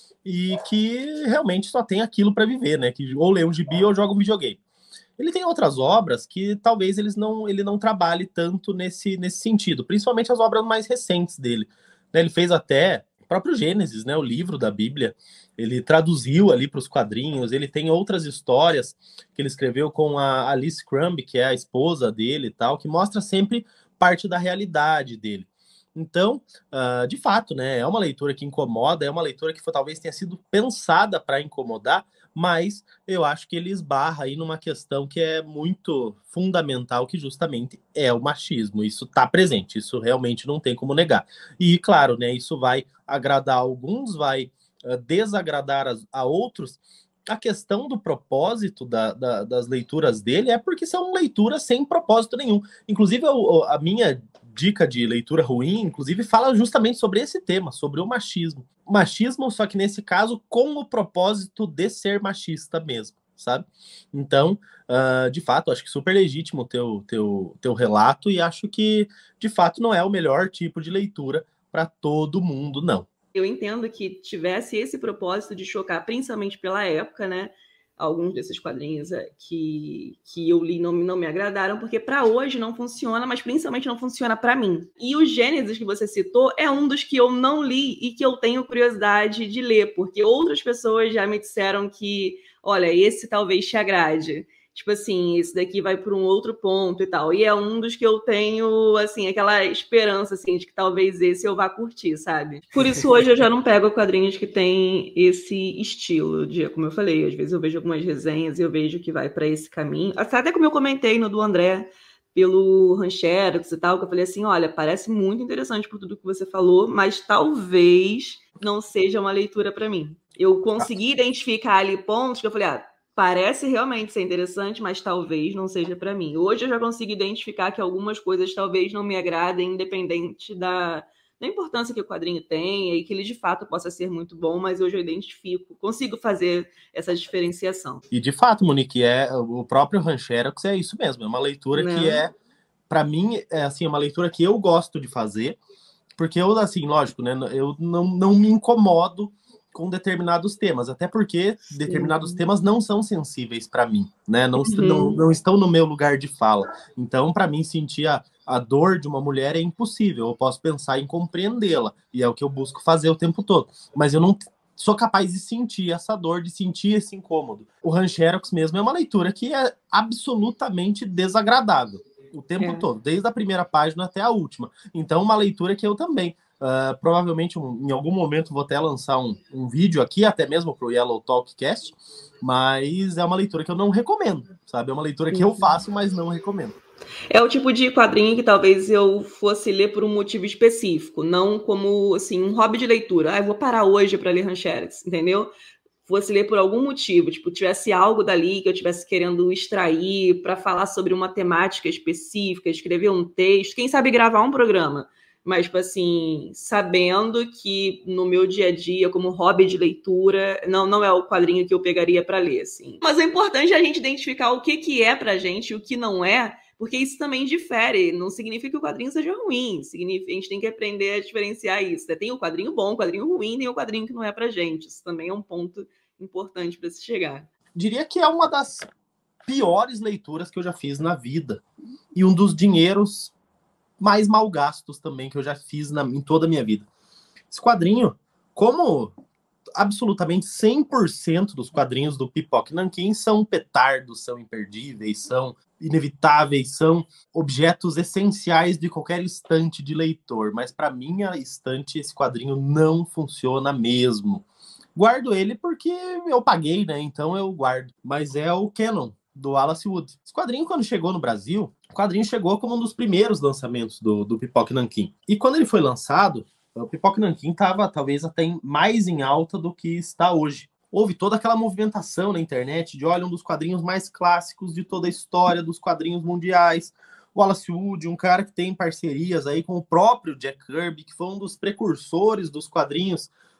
e que realmente só tem aquilo para viver, né? Que ou lê um gibi ou joga um videogame. Ele tem outras obras que talvez eles não, ele não trabalhe tanto nesse, nesse sentido, principalmente as obras mais recentes dele. Ele fez até o próprio Gênesis, né, o livro da Bíblia, ele traduziu ali para os quadrinhos, ele tem outras histórias que ele escreveu com a Alice Crumb, que é a esposa dele e tal, que mostra sempre parte da realidade dele. Então, uh, de fato, né, é uma leitura que incomoda, é uma leitura que foi, talvez tenha sido pensada para incomodar, mas eu acho que ele esbarra aí numa questão que é muito fundamental, que justamente é o machismo. Isso está presente, isso realmente não tem como negar. E, claro, né, isso vai agradar alguns, vai uh, desagradar a, a outros. A questão do propósito da, da, das leituras dele é porque são leituras sem propósito nenhum. Inclusive, eu, a minha dica de leitura ruim, inclusive, fala justamente sobre esse tema, sobre o machismo. Machismo, só que nesse caso, com o propósito de ser machista mesmo, sabe? Então, uh, de fato, acho que super legítimo o teu, teu, teu relato e acho que, de fato, não é o melhor tipo de leitura para todo mundo, não. Eu entendo que tivesse esse propósito de chocar, principalmente pela época, né? Alguns desses quadrinhos que, que eu li não, não me agradaram, porque para hoje não funciona, mas principalmente não funciona para mim. E o Gênesis que você citou é um dos que eu não li e que eu tenho curiosidade de ler, porque outras pessoas já me disseram que, olha, esse talvez te agrade. Tipo assim, esse daqui vai por um outro ponto e tal. E é um dos que eu tenho, assim, aquela esperança, assim, de que talvez esse eu vá curtir, sabe? Por isso, hoje eu já não pego quadrinhos que tem esse estilo de, como eu falei, às vezes eu vejo algumas resenhas e eu vejo que vai para esse caminho. Até como eu comentei no do André, pelo Rancheros e tal, que eu falei assim, olha, parece muito interessante por tudo que você falou, mas talvez não seja uma leitura para mim. Eu consegui identificar ali pontos que eu falei, ah, parece realmente ser interessante, mas talvez não seja para mim. Hoje eu já consigo identificar que algumas coisas talvez não me agradem, independente da, da importância que o quadrinho tem, e que ele de fato possa ser muito bom, mas hoje eu identifico, consigo fazer essa diferenciação. E de fato, Monique, é, o próprio Rancheros é isso mesmo, é uma leitura não. que é, para mim, é assim, uma leitura que eu gosto de fazer, porque eu, assim, lógico, né, eu não, não me incomodo com determinados temas, até porque Sim. determinados temas não são sensíveis para mim, né? Não, uhum. não, não estão no meu lugar de fala. Então, para mim, sentir a, a dor de uma mulher é impossível. Eu posso pensar em compreendê-la, e é o que eu busco fazer o tempo todo. Mas eu não sou capaz de sentir essa dor, de sentir esse incômodo. O Rancheros mesmo é uma leitura que é absolutamente desagradável o tempo é. todo, desde a primeira página até a última. Então, uma leitura que eu também Uh, provavelmente um, em algum momento vou até lançar um, um vídeo aqui, até mesmo para o Yellow Talkcast, mas é uma leitura que eu não recomendo, sabe? É uma leitura que eu faço, mas não recomendo. É o tipo de quadrinho que talvez eu fosse ler por um motivo específico, não como assim, um hobby de leitura. Ah, eu vou parar hoje para ler Rancheros, entendeu? Fosse ler por algum motivo, tipo, tivesse algo dali que eu estivesse querendo extrair para falar sobre uma temática específica, escrever um texto, quem sabe gravar um programa. Mas, tipo assim, sabendo que no meu dia a dia, como hobby de leitura, não, não é o quadrinho que eu pegaria para ler, assim. Mas é importante a gente identificar o que, que é pra gente e o que não é, porque isso também difere. Não significa que o quadrinho seja ruim. Significa, a gente tem que aprender a diferenciar isso. Tem o quadrinho bom, o quadrinho ruim, tem o quadrinho que não é pra gente. Isso também é um ponto importante para se chegar. Diria que é uma das piores leituras que eu já fiz na vida. E um dos dinheiros mais mal gastos também que eu já fiz na, em toda a minha vida. Esse quadrinho, como absolutamente cem por cento dos quadrinhos do Pipoca Nanquim são petardos, são imperdíveis, são inevitáveis, são objetos essenciais de qualquer estante de leitor, mas para minha estante esse quadrinho não funciona mesmo. Guardo ele porque eu paguei, né? Então eu guardo. Mas é o Canon, do Wallace Wood. Esse quadrinho, quando chegou no Brasil, o quadrinho chegou como um dos primeiros lançamentos do, do Pipoca Nanquim. E quando ele foi lançado, o Pipoca Nanquim estava talvez até mais em alta do que está hoje. Houve toda aquela movimentação na internet de, olha, um dos quadrinhos mais clássicos de toda a história dos quadrinhos mundiais. O Wallace Wood, um cara que tem parcerias aí com o próprio Jack Kirby, que foi um dos precursores dos quadrinhos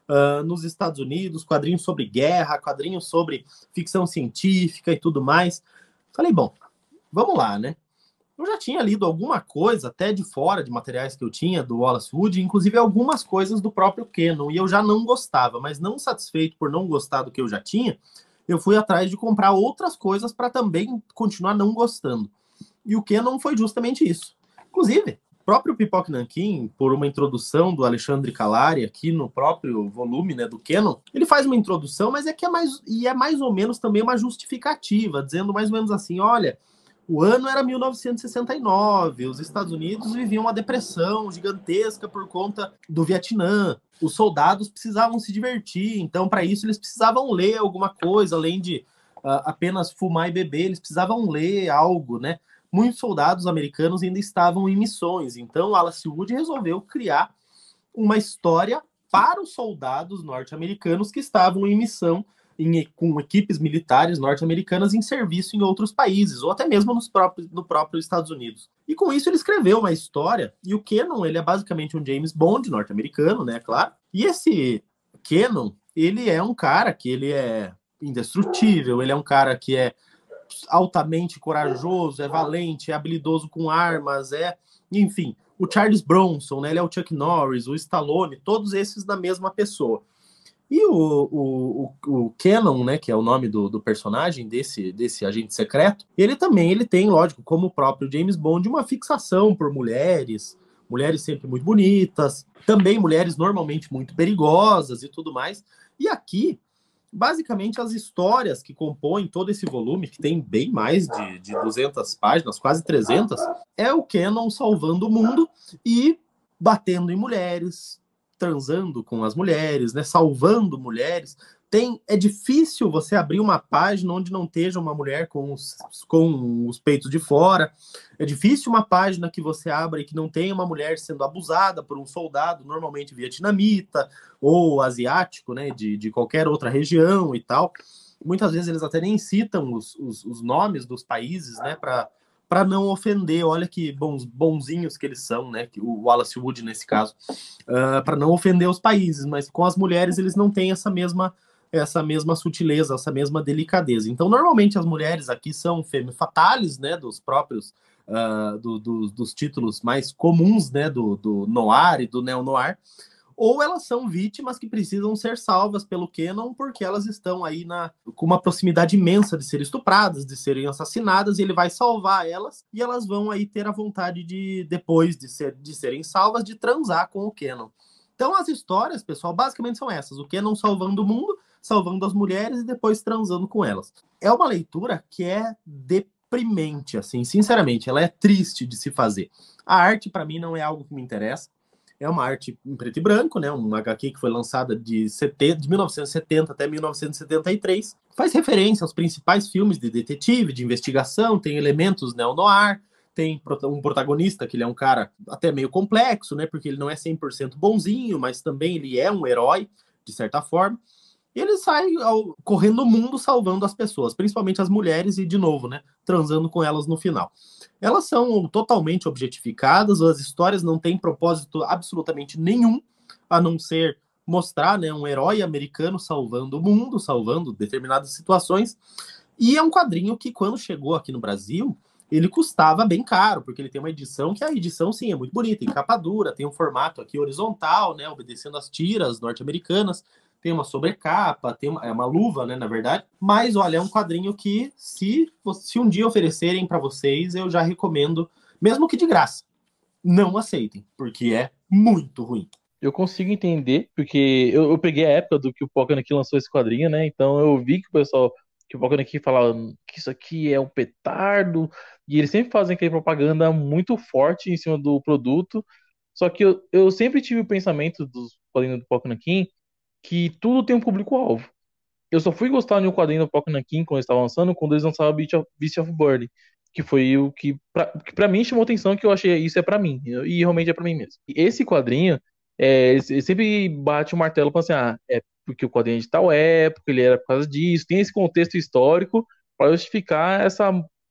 uh, nos Estados Unidos, quadrinhos sobre guerra, quadrinhos sobre ficção científica e tudo mais. Falei, bom, vamos lá, né? Eu já tinha lido alguma coisa, até de fora de materiais que eu tinha, do Wallace Wood, inclusive algumas coisas do próprio Cannon, e eu já não gostava, mas não satisfeito por não gostar do que eu já tinha, eu fui atrás de comprar outras coisas para também continuar não gostando. E o Cannon foi justamente isso. Inclusive, o próprio Pipoque Nanquim, por uma introdução do Alexandre Calari aqui no próprio volume, né, do Cannon, ele faz uma introdução, mas é que é mais, e é mais ou menos também uma justificativa, dizendo mais ou menos assim, olha, o ano era mil novecentos e sessenta e nove, os Estados Unidos viviam uma depressão gigantesca por conta do Vietnã, os soldados precisavam se divertir, então para isso eles precisavam ler alguma coisa, além de uh, apenas fumar e beber, eles precisavam ler algo, né? Muitos soldados americanos ainda estavam em missões, então Wallace Wood resolveu criar uma história para os soldados norte-americanos que estavam em missão em, com equipes militares norte-americanas em serviço em outros países, ou até mesmo nos próprios, no próprio Estados Unidos. E com isso ele escreveu uma história, e o Cannon, ele é basicamente um James Bond norte-americano, né, claro. E esse Cannon, ele é um cara que ele é indestrutível, ele é um cara que é altamente corajoso, é valente, é habilidoso com armas, é, enfim, o Charles Bronson, né, ele é o Chuck Norris, o Stallone, todos esses da mesma pessoa. E o, o, o, o Cannon, né, que é o nome do, do personagem desse, desse agente secreto, ele também ele tem, lógico, como o próprio James Bond, uma fixação por mulheres, mulheres sempre muito bonitas, também mulheres normalmente muito perigosas e tudo mais. E aqui, basicamente, as histórias que compõem todo esse volume, que tem bem mais de, de duzentas páginas, quase trezentas, é o Cannon salvando o mundo e batendo em mulheres, transando com as mulheres, né, salvando mulheres. Tem, é difícil você abrir uma página onde não esteja uma mulher com os, com os peitos de fora. É difícil uma página que você abra e que não tenha uma mulher sendo abusada por um soldado, normalmente vietnamita ou asiático, né, de, de qualquer outra região e tal. Muitas vezes eles até nem citam os, os, os nomes dos países, né, para para não ofender. Olha que bons, bonzinhos que eles são, né? O Wallace Wood, nesse caso, uh, para não ofender os países, mas com as mulheres eles não têm essa mesma, essa mesma sutileza, essa mesma delicadeza. Então, normalmente as mulheres aqui são femme fatales, né? Dos próprios, uh, do, do, dos títulos mais comuns, né? Do, do noir e do neo-noir. Ou elas são vítimas que precisam ser salvas pelo Cannon porque elas estão aí na, com uma proximidade imensa de serem estupradas, de serem assassinadas, e ele vai salvar elas, e elas vão aí ter a vontade de, depois de, ser, de serem salvas, de transar com o Cannon. Então as histórias, pessoal, basicamente são essas: o Cannon salvando o mundo, salvando as mulheres e depois transando com elas. É uma leitura que é deprimente, assim, sinceramente, ela é triste de se fazer. A arte, para mim, não é algo que me interessa. É uma arte em preto e branco, né? Uma agá quê que foi lançada de, setenta, de mil novecentos e setenta até mil novecentos e setenta e três. Faz referência aos principais filmes de detetive, de investigação, tem elementos neo-noir, tem um protagonista que ele é um cara até meio complexo, né? Porque ele não é cem por cento bonzinho, mas também ele é um herói, de certa forma. E ele sai ao, correndo o mundo salvando as pessoas, principalmente as mulheres, e, de novo, né, transando com elas no final. Elas são totalmente objetificadas, as histórias não têm propósito absolutamente nenhum, a não ser mostrar, né, um herói americano salvando o mundo, salvando determinadas situações. E é um quadrinho que, quando chegou aqui no Brasil, ele custava bem caro, porque ele tem uma edição que a edição, sim, é muito bonita, em capa dura, tem um formato aqui horizontal, né, obedecendo às tiras norte-americanas, tem uma sobrecapa, tem uma, é uma luva, né, na verdade. Mas, olha, é um quadrinho que, se, se um dia oferecerem para vocês, eu já recomendo, mesmo que de graça. Não aceitem, porque é muito ruim. Eu consigo entender, porque eu, eu peguei a época do que o Pokémon aqui lançou esse quadrinho, né? Então eu vi que o pessoal, que o Pokémon aqui falava que isso aqui é um petardo, e eles sempre fazem aquela propaganda muito forte em cima do produto. Só que eu, eu sempre tive o pensamento dos quadrinhos do Pokémon aqui que tudo tem um público-alvo. Eu só fui gostar de um quadrinho do Pokémon King quando eles estavam lançando, quando eles lançaram Beast of, Beast of Burden, que foi o que pra, que pra mim chamou atenção, que eu achei isso é pra mim, e realmente é pra mim mesmo. E esse quadrinho, é, ele sempre bate o martelo pra assim, ah, é porque o quadrinho é de tal época, ele era por causa disso, tem esse contexto histórico para justificar essa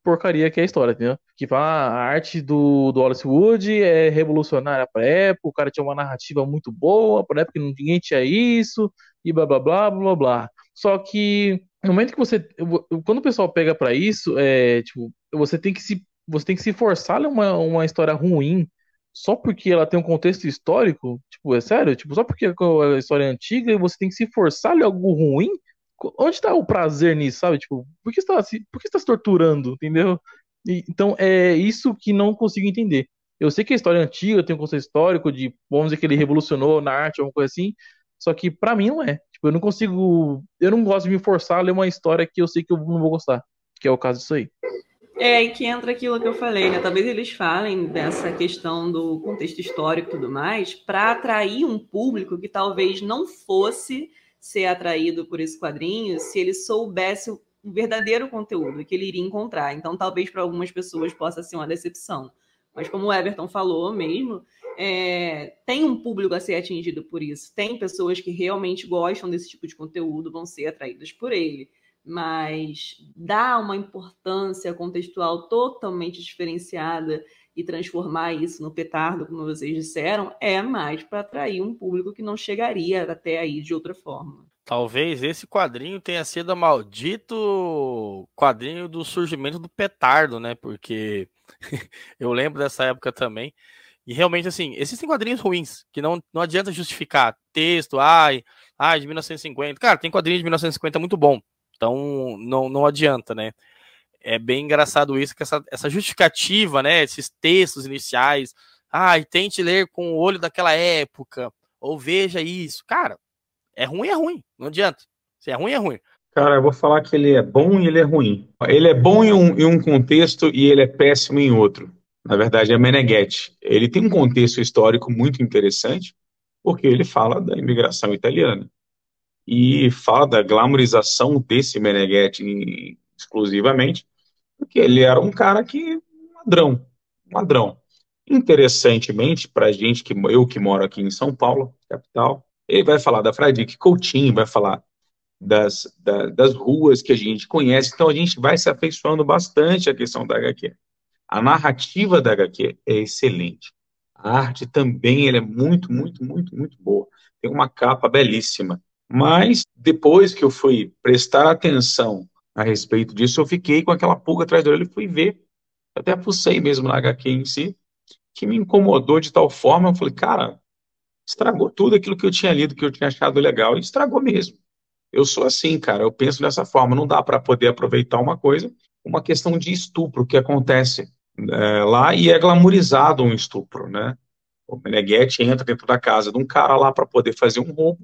porcaria que é a história, entendeu? Que fala, ah, a arte do, do Wallace Wood é revolucionária pra época, o cara tinha uma narrativa muito boa, pra época ninguém tinha isso, e blá blá blá blá blá blá. Só que no momento que você. Quando o pessoal pega pra isso, é tipo, você tem que se. Você tem que se forçar a ler uma, uma história ruim só porque ela tem um contexto histórico. Tipo, é sério? Tipo, só porque a história é antiga e você tem que se forçar a ler algo ruim? Onde tá o prazer nisso, sabe? Tipo, por que você tá se, por que você tá se torturando, entendeu? E, então, é isso que não consigo entender. Eu sei que a história é antiga, tem um contexto histórico de, vamos dizer que ele revolucionou na arte, alguma coisa assim, só que pra mim não é. Tipo, eu não consigo, eu não gosto de me forçar a ler uma história que eu sei que eu não vou gostar, que é o caso disso aí. É aí que entra aquilo que eu falei, né? Talvez eles falem dessa questão do contexto histórico e tudo mais para atrair um público que talvez não fosse ser atraído por esse quadrinho se ele soubesse o verdadeiro conteúdo que ele iria encontrar. Então, talvez para algumas pessoas possa ser uma decepção. Mas como o Everton falou mesmo, é, tem um público a ser atingido por isso. Tem pessoas que realmente gostam desse tipo de conteúdo, vão ser atraídas por ele. Mas dar uma importância contextual totalmente diferenciada e transformar isso no petardo, como vocês disseram, é mais para atrair um público que não chegaria até aí de outra forma. Talvez esse quadrinho tenha sido o maldito quadrinho do surgimento do petardo, né? Porque eu lembro dessa época também. E realmente, assim, existem quadrinhos ruins, que não, não adianta justificar texto, ai, ai, de mil novecentos e cinquenta. Cara, tem quadrinho de mil novecentos e cinquenta muito bom. Então, não, não adianta, né? É bem engraçado isso, que essa, essa justificativa, né? Esses textos iniciais. Ai, tente ler com o olho daquela época. Ou veja isso. Cara, é ruim, é ruim. Não adianta. Se é ruim, é ruim. Cara, eu vou falar que ele é bom e ele é ruim. Ele é bom em um, em um contexto e ele é péssimo em outro. Na verdade, é Meneghetti. Ele tem um contexto histórico muito interessante, porque ele fala da imigração italiana. E fala da glamorização desse Meneghetti exclusivamente, porque ele era um cara que, um ladrão, um ladrão. Interessantemente, para a gente, que eu que moro aqui em São Paulo, capital, ele vai falar da Fradique Coutinho, vai falar das, da, das ruas que a gente conhece, então a gente vai se afeiçoando bastante à questão da agá quê. A narrativa da agá quê é excelente. A arte também ela é muito, muito, muito, muito boa. Tem uma capa belíssima. Mas depois que eu fui prestar atenção a respeito disso, eu fiquei com aquela pulga atrás da orelha e fui ver. Eu até fucei mesmo na agá quê em si, que me incomodou de tal forma, eu falei, cara, estragou tudo aquilo que eu tinha lido, que eu tinha achado legal, e estragou mesmo. Eu sou assim, cara, eu penso dessa forma, não dá para poder aproveitar uma coisa, uma questão de estupro que acontece é, lá e é glamourizado um estupro, né? O Meneghetti entra dentro da casa de um cara lá para poder fazer um roubo,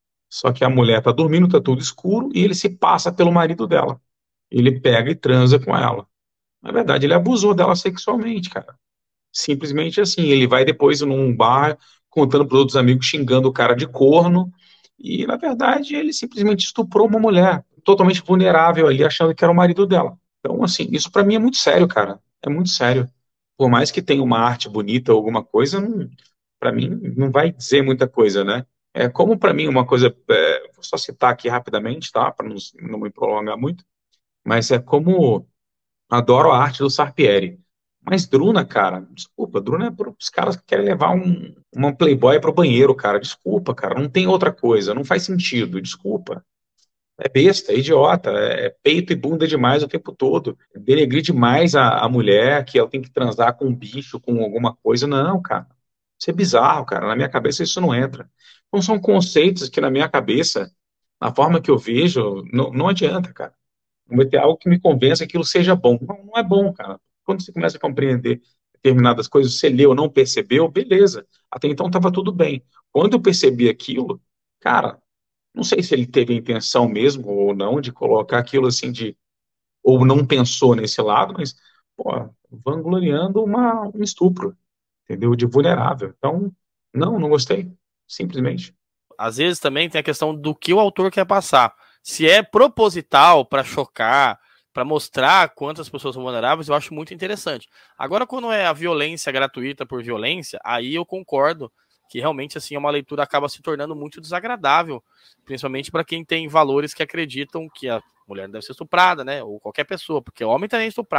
só que a mulher tá dormindo, tá tudo escuro, e ele se passa pelo marido dela. Ele pega e transa com ela. Na verdade, ele abusou dela sexualmente, cara. Simplesmente assim, ele vai depois num bar contando para outros amigos, xingando o cara de corno, e na verdade ele simplesmente estuprou uma mulher totalmente vulnerável ali, achando que era o marido dela. Então, assim, isso para mim é muito sério, cara. É muito sério. Por mais que tenha uma arte bonita ou alguma coisa, para mim não vai dizer muita coisa, né? É como para mim uma coisa, é, vou só citar aqui rapidamente, tá? Para não, não me prolongar muito, mas é como adoro a arte do Sarpieri. Mas Druna, cara, desculpa, Druna é para os caras que querem levar um, uma Playboy para o banheiro, cara. Desculpa, cara, não tem outra coisa, não faz sentido, desculpa. É besta, é idiota, é peito e bunda demais o tempo todo. Denegrir demais a, a mulher, que ela tem que transar com um bicho, com alguma coisa. Não, cara, isso é bizarro, cara. Na minha cabeça isso não entra. Então são conceitos que na minha cabeça, na forma que eu vejo, não, não adianta, cara. Não vai ter algo que me convença que aquilo seja bom. Não, não é bom, cara. Quando você começa a compreender determinadas coisas, você leu, não percebeu, beleza. Até então estava tudo bem. Quando eu percebi aquilo, cara, não sei se ele teve a intenção mesmo ou não de colocar aquilo assim de ou não pensou nesse lado, mas pô, vangloriando uma, um estupro, entendeu? De vulnerável. Então, não, não gostei, simplesmente. Às vezes também tem a questão do que o autor quer passar. Se é proposital para chocar, para mostrar quantas pessoas são vulneráveis, eu acho muito interessante. Agora, quando é a violência gratuita por violência, aí eu concordo que realmente assim uma leitura acaba se tornando muito desagradável, principalmente para quem tem valores que acreditam que a mulher não deve ser estuprada, né? Ou qualquer pessoa, porque o homem também é estuprado.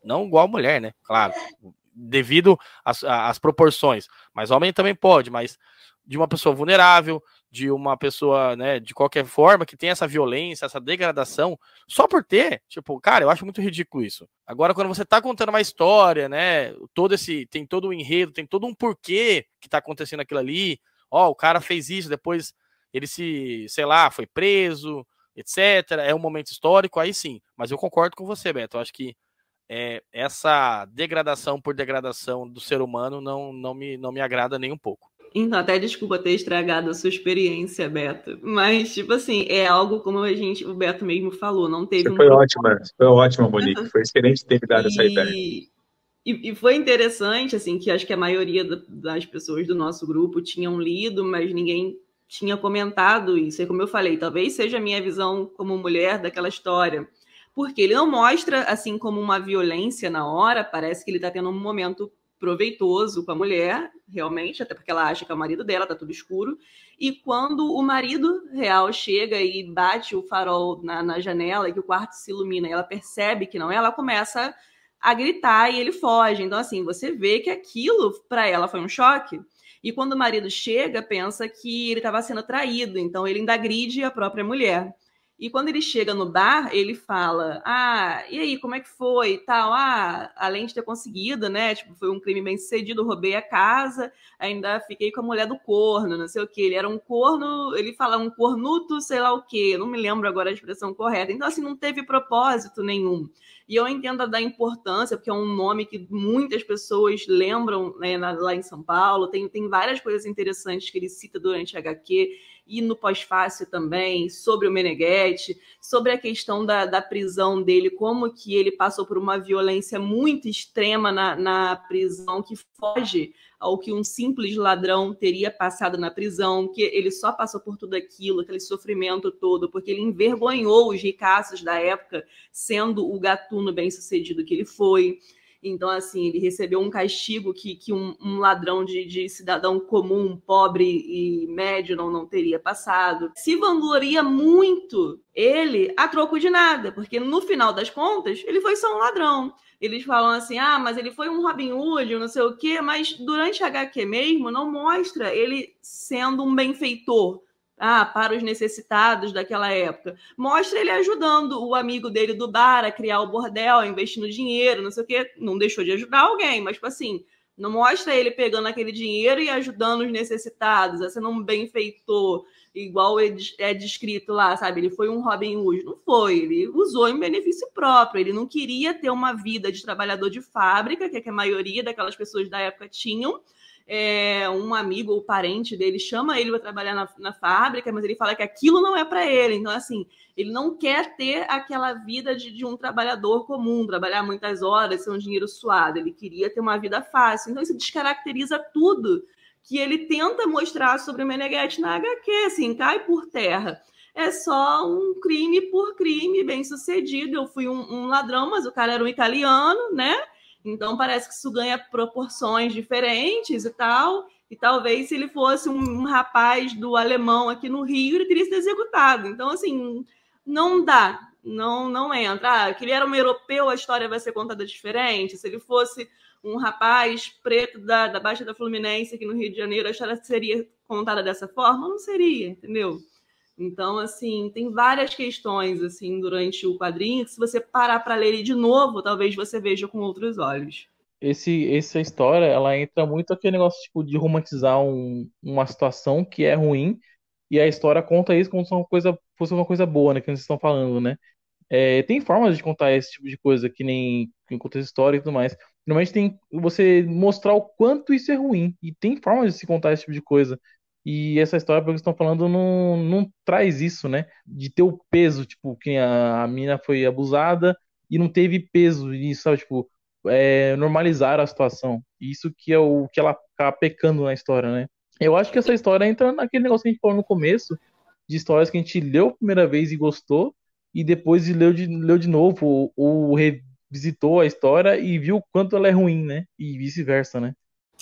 Não igual a mulher, né? Claro, devido às, às proporções. Mas homem também pode, mas de uma pessoa vulnerável, de uma pessoa, né, de qualquer forma, que tem essa violência, essa degradação, só por ter, tipo, cara, eu acho muito ridículo isso. Agora, quando você tá contando uma história, né, todo esse, tem todo um enredo, tem todo um porquê que tá acontecendo aquilo ali, ó, o cara fez isso, depois ele se, sei lá, foi preso, etcétera, é um momento histórico, aí sim, mas eu concordo com você, Beto, eu acho que é, essa degradação por degradação do ser humano não, não, me, não me agrada nem um pouco. Então, até desculpa ter estragado a sua experiência, Beto. Mas, tipo assim, é algo como a gente, o Beto mesmo falou, não teve Você um foi propósito. ótima, você foi ótima, Monique. Foi excelente ter me dado essa ideia. E, e, e foi interessante, assim, que acho que a maioria da- das pessoas do nosso grupo tinham lido, mas ninguém tinha comentado isso. E como eu falei, talvez seja a minha visão como mulher daquela história. Porque ele não mostra, assim, como uma violência na hora, parece que ele está tendo um momento proveitoso com a mulher, realmente, até porque ela acha que é o marido dela, tá tudo escuro. E quando o marido real chega e bate o farol na, na janela e que o quarto se ilumina e ela percebe que não é, ela começa a gritar e ele foge. Então, assim, você vê que aquilo para ela foi um choque. E quando o marido chega, pensa que ele estava sendo traído, então ele ainda agride a própria mulher. E quando ele chega no bar, ele fala: ah, e aí, como é que foi e tal? Ah, além de ter conseguido, né? Tipo, foi um crime bem sucedido, roubei a casa, ainda fiquei com a mulher do corno, não sei o quê. Ele era um corno, ele fala um cornuto, sei lá o quê, não me lembro agora a expressão correta. Então, assim, não teve propósito nenhum. E eu entendo da importância, porque é um nome que muitas pessoas lembram, né, lá em São Paulo. Tem, tem várias coisas interessantes que ele cita durante a agá quê e no pós-fácil também, sobre o Meneghetti, sobre a questão da, da prisão dele, como que ele passou por uma violência muito extrema na, na prisão, que foge ao que um simples ladrão teria passado na prisão, que ele só passou por tudo aquilo, aquele sofrimento todo, porque ele envergonhou os ricaços da época, sendo o gatuno bem-sucedido que ele foi. Então, assim, ele recebeu um castigo que, que um, um ladrão de, de cidadão comum, pobre e médio não, não teria passado. Se vangloria muito ele a troco de nada, porque no final das contas, ele foi só um ladrão. Eles falam assim, ah, mas ele foi um Robin Hood, não sei o quê, mas durante a agá quê mesmo não mostra ele sendo um benfeitor, ah, para os necessitados daquela época. Mostra ele ajudando o amigo dele do bar a criar o bordel, investindo dinheiro, não sei o quê. Não deixou de ajudar alguém, mas, tipo assim, não mostra ele pegando aquele dinheiro e ajudando os necessitados, sendo um benfeitor, igual é descrito lá, sabe? Ele foi um Robin Hood. Não foi, ele usou em benefício próprio. Ele não queria ter uma vida de trabalhador de fábrica, que é que a maioria daquelas pessoas da época tinham. É, um amigo ou parente dele chama ele para trabalhar na, na fábrica, mas ele fala que aquilo não é para ele. Então, assim, ele não quer ter aquela vida de, de um trabalhador comum, trabalhar muitas horas, ser um dinheiro suado. Ele queria ter uma vida fácil. Então, isso descaracteriza tudo que ele tenta mostrar sobre o Meneghetti na agá quê, assim, cai por terra. É só um crime por crime, bem sucedido. Eu fui um, um ladrão, mas o cara era um italiano, né? Então, parece que isso ganha proporções diferentes e tal. E talvez, se ele fosse um, um rapaz do alemão aqui no Rio, ele teria sido executado. Então, assim, não dá, não, não entra. Ah, que ele era um europeu, a história vai ser contada diferente. Se ele fosse um rapaz preto da, da Baixa da Fluminense aqui no Rio de Janeiro, a história seria contada dessa forma? Não seria, entendeu? Então, assim, tem várias questões, assim, durante o quadrinho, que se você parar para ler ele de novo, talvez você veja com outros olhos. Esse, essa história, ela entra muito aquele negócio, tipo, de romantizar um, uma situação que é ruim, e a história conta isso como se uma coisa, fosse uma coisa boa, né, que vocês estão falando, né? É, tem formas de contar esse tipo de coisa, que nem em contexto histórico e tudo mais. Normalmente tem você mostrar o quanto isso é ruim, e tem formas de se contar esse tipo de coisa. E essa história, pelo que estão falando, não, não traz isso, né? De ter o peso, tipo, que a, a mina foi abusada e não teve peso nisso, sabe? Tipo, é, normalizar a situação. Isso que é o que ela acaba pecando na história, né? Eu acho que essa história entra naquele negócio que a gente falou no começo, de histórias que a gente leu a primeira vez e gostou, e depois leu de, leu de novo, ou, ou revisitou a história e viu o quanto ela é ruim, né? E vice-versa, né?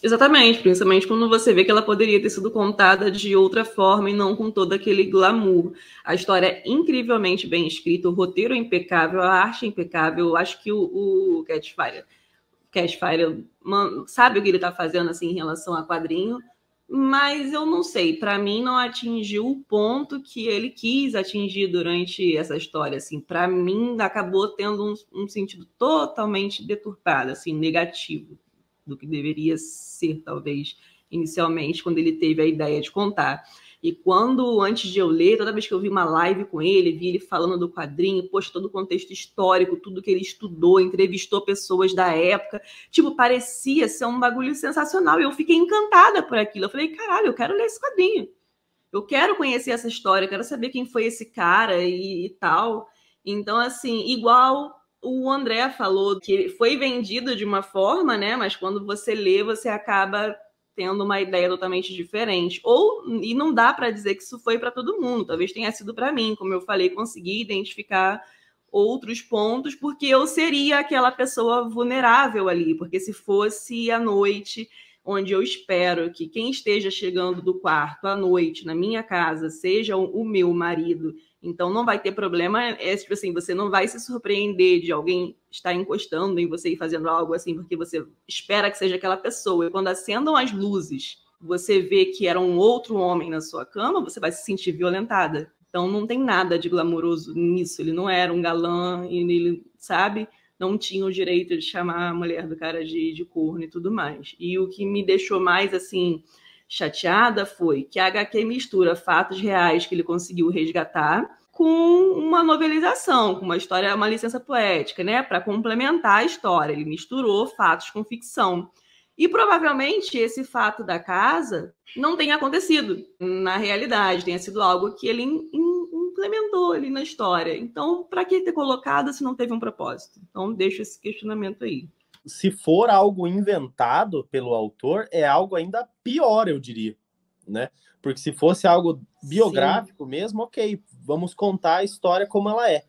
Exatamente, principalmente quando você vê que ela poderia ter sido contada de outra forma e não com todo aquele glamour. A história é incrivelmente bem escrita, o roteiro é impecável, a arte é impecável. Eu acho que o, o Catchfire, Catchfire sabe o que ele está fazendo assim, em relação a quadrinho, mas eu não sei, para mim não atingiu o ponto que ele quis atingir durante essa história. Assim, para mim acabou tendo um, um sentido totalmente deturpado, assim, negativo do que deveria ser, talvez, inicialmente, quando ele teve a ideia de contar. E quando, antes de eu ler, toda vez que eu vi uma live com ele, vi ele falando do quadrinho, poxa, todo o contexto histórico, tudo que ele estudou, entrevistou pessoas da época, tipo, parecia ser um bagulho sensacional, e eu fiquei encantada por aquilo. Eu falei, caralho, eu quero ler esse quadrinho. Eu quero conhecer essa história, eu quero saber quem foi esse cara e, e tal. Então, assim, igual o André falou, que foi vendido de uma forma, né? Mas quando você lê, você acaba tendo uma ideia totalmente diferente. Ou, e não dá para dizer que isso foi para todo mundo, talvez tenha sido para mim, como eu falei, consegui identificar outros pontos, porque eu seria aquela pessoa vulnerável ali, porque se fosse à noite, onde eu espero que quem esteja chegando do quarto à noite na minha casa seja o meu marido, então não vai ter problema, é tipo assim, você não vai se surpreender de alguém estar encostando em você e fazendo algo assim, porque você espera que seja aquela pessoa, e quando acendam as luzes, você vê que era um outro homem na sua cama, você vai se sentir violentada. Então não tem nada de glamouroso nisso, ele não era um galã, e ele, sabe, não tinha o direito de chamar a mulher do cara de, de corno e tudo mais. E o que me deixou mais, assim, chateada foi que a agá quê mistura fatos reais que ele conseguiu resgatar com uma novelização, com uma história, uma licença poética, né, para complementar a história. Ele misturou fatos com ficção. E provavelmente esse fato da casa não tenha acontecido na realidade, tenha sido algo que ele implementou ali na história. Então, para que ter colocado se não teve um propósito? Então, deixo esse questionamento aí. Se for algo inventado pelo autor, é algo ainda pior, eu diria, né? Porque se fosse algo biográfico, sim, mesmo, ok, vamos contar a história como ela é.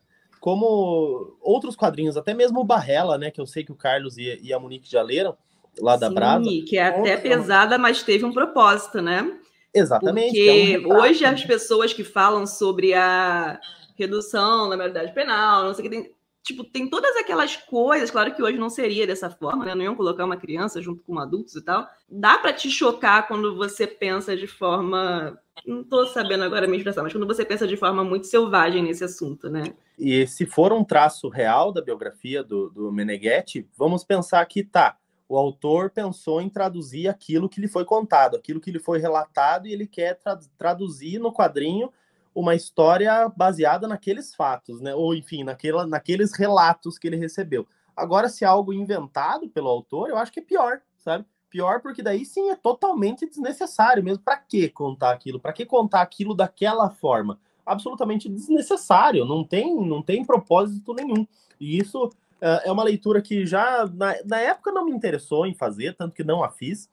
Como outros quadrinhos, até mesmo o Barrella, né, que eu sei que o Carlos e, e a Monique já leram, lá da Sim, Brasa. Que é até pesada, mas teve um propósito, né? Exatamente. Porque é um hoje as pessoas que falam sobre a redução da maioridade penal, não sei o que, tem, tipo, tem todas aquelas coisas, claro que hoje não seria dessa forma, né? Não iam colocar uma criança junto com adultos e tal. Dá para te chocar quando você pensa de forma... Não tô sabendo agora me expressar, mas quando você pensa de forma muito selvagem nesse assunto, né? E se for um traço real da biografia do, do Meneghetti, vamos pensar que tá, o autor pensou em traduzir aquilo que lhe foi contado, aquilo que lhe foi relatado, e ele quer tra traduzir no quadrinho uma história baseada naqueles fatos, né? Ou, enfim, naquela, naqueles relatos que ele recebeu. Agora, se é algo inventado pelo autor, eu acho que é pior, sabe? Pior porque daí, sim, é totalmente desnecessário mesmo. Para que contar aquilo? Para que contar aquilo daquela forma? Absolutamente desnecessário, não tem, não tem propósito nenhum. E isso... é uma leitura que já, na, na época, não me interessou em fazer, tanto que não a fiz,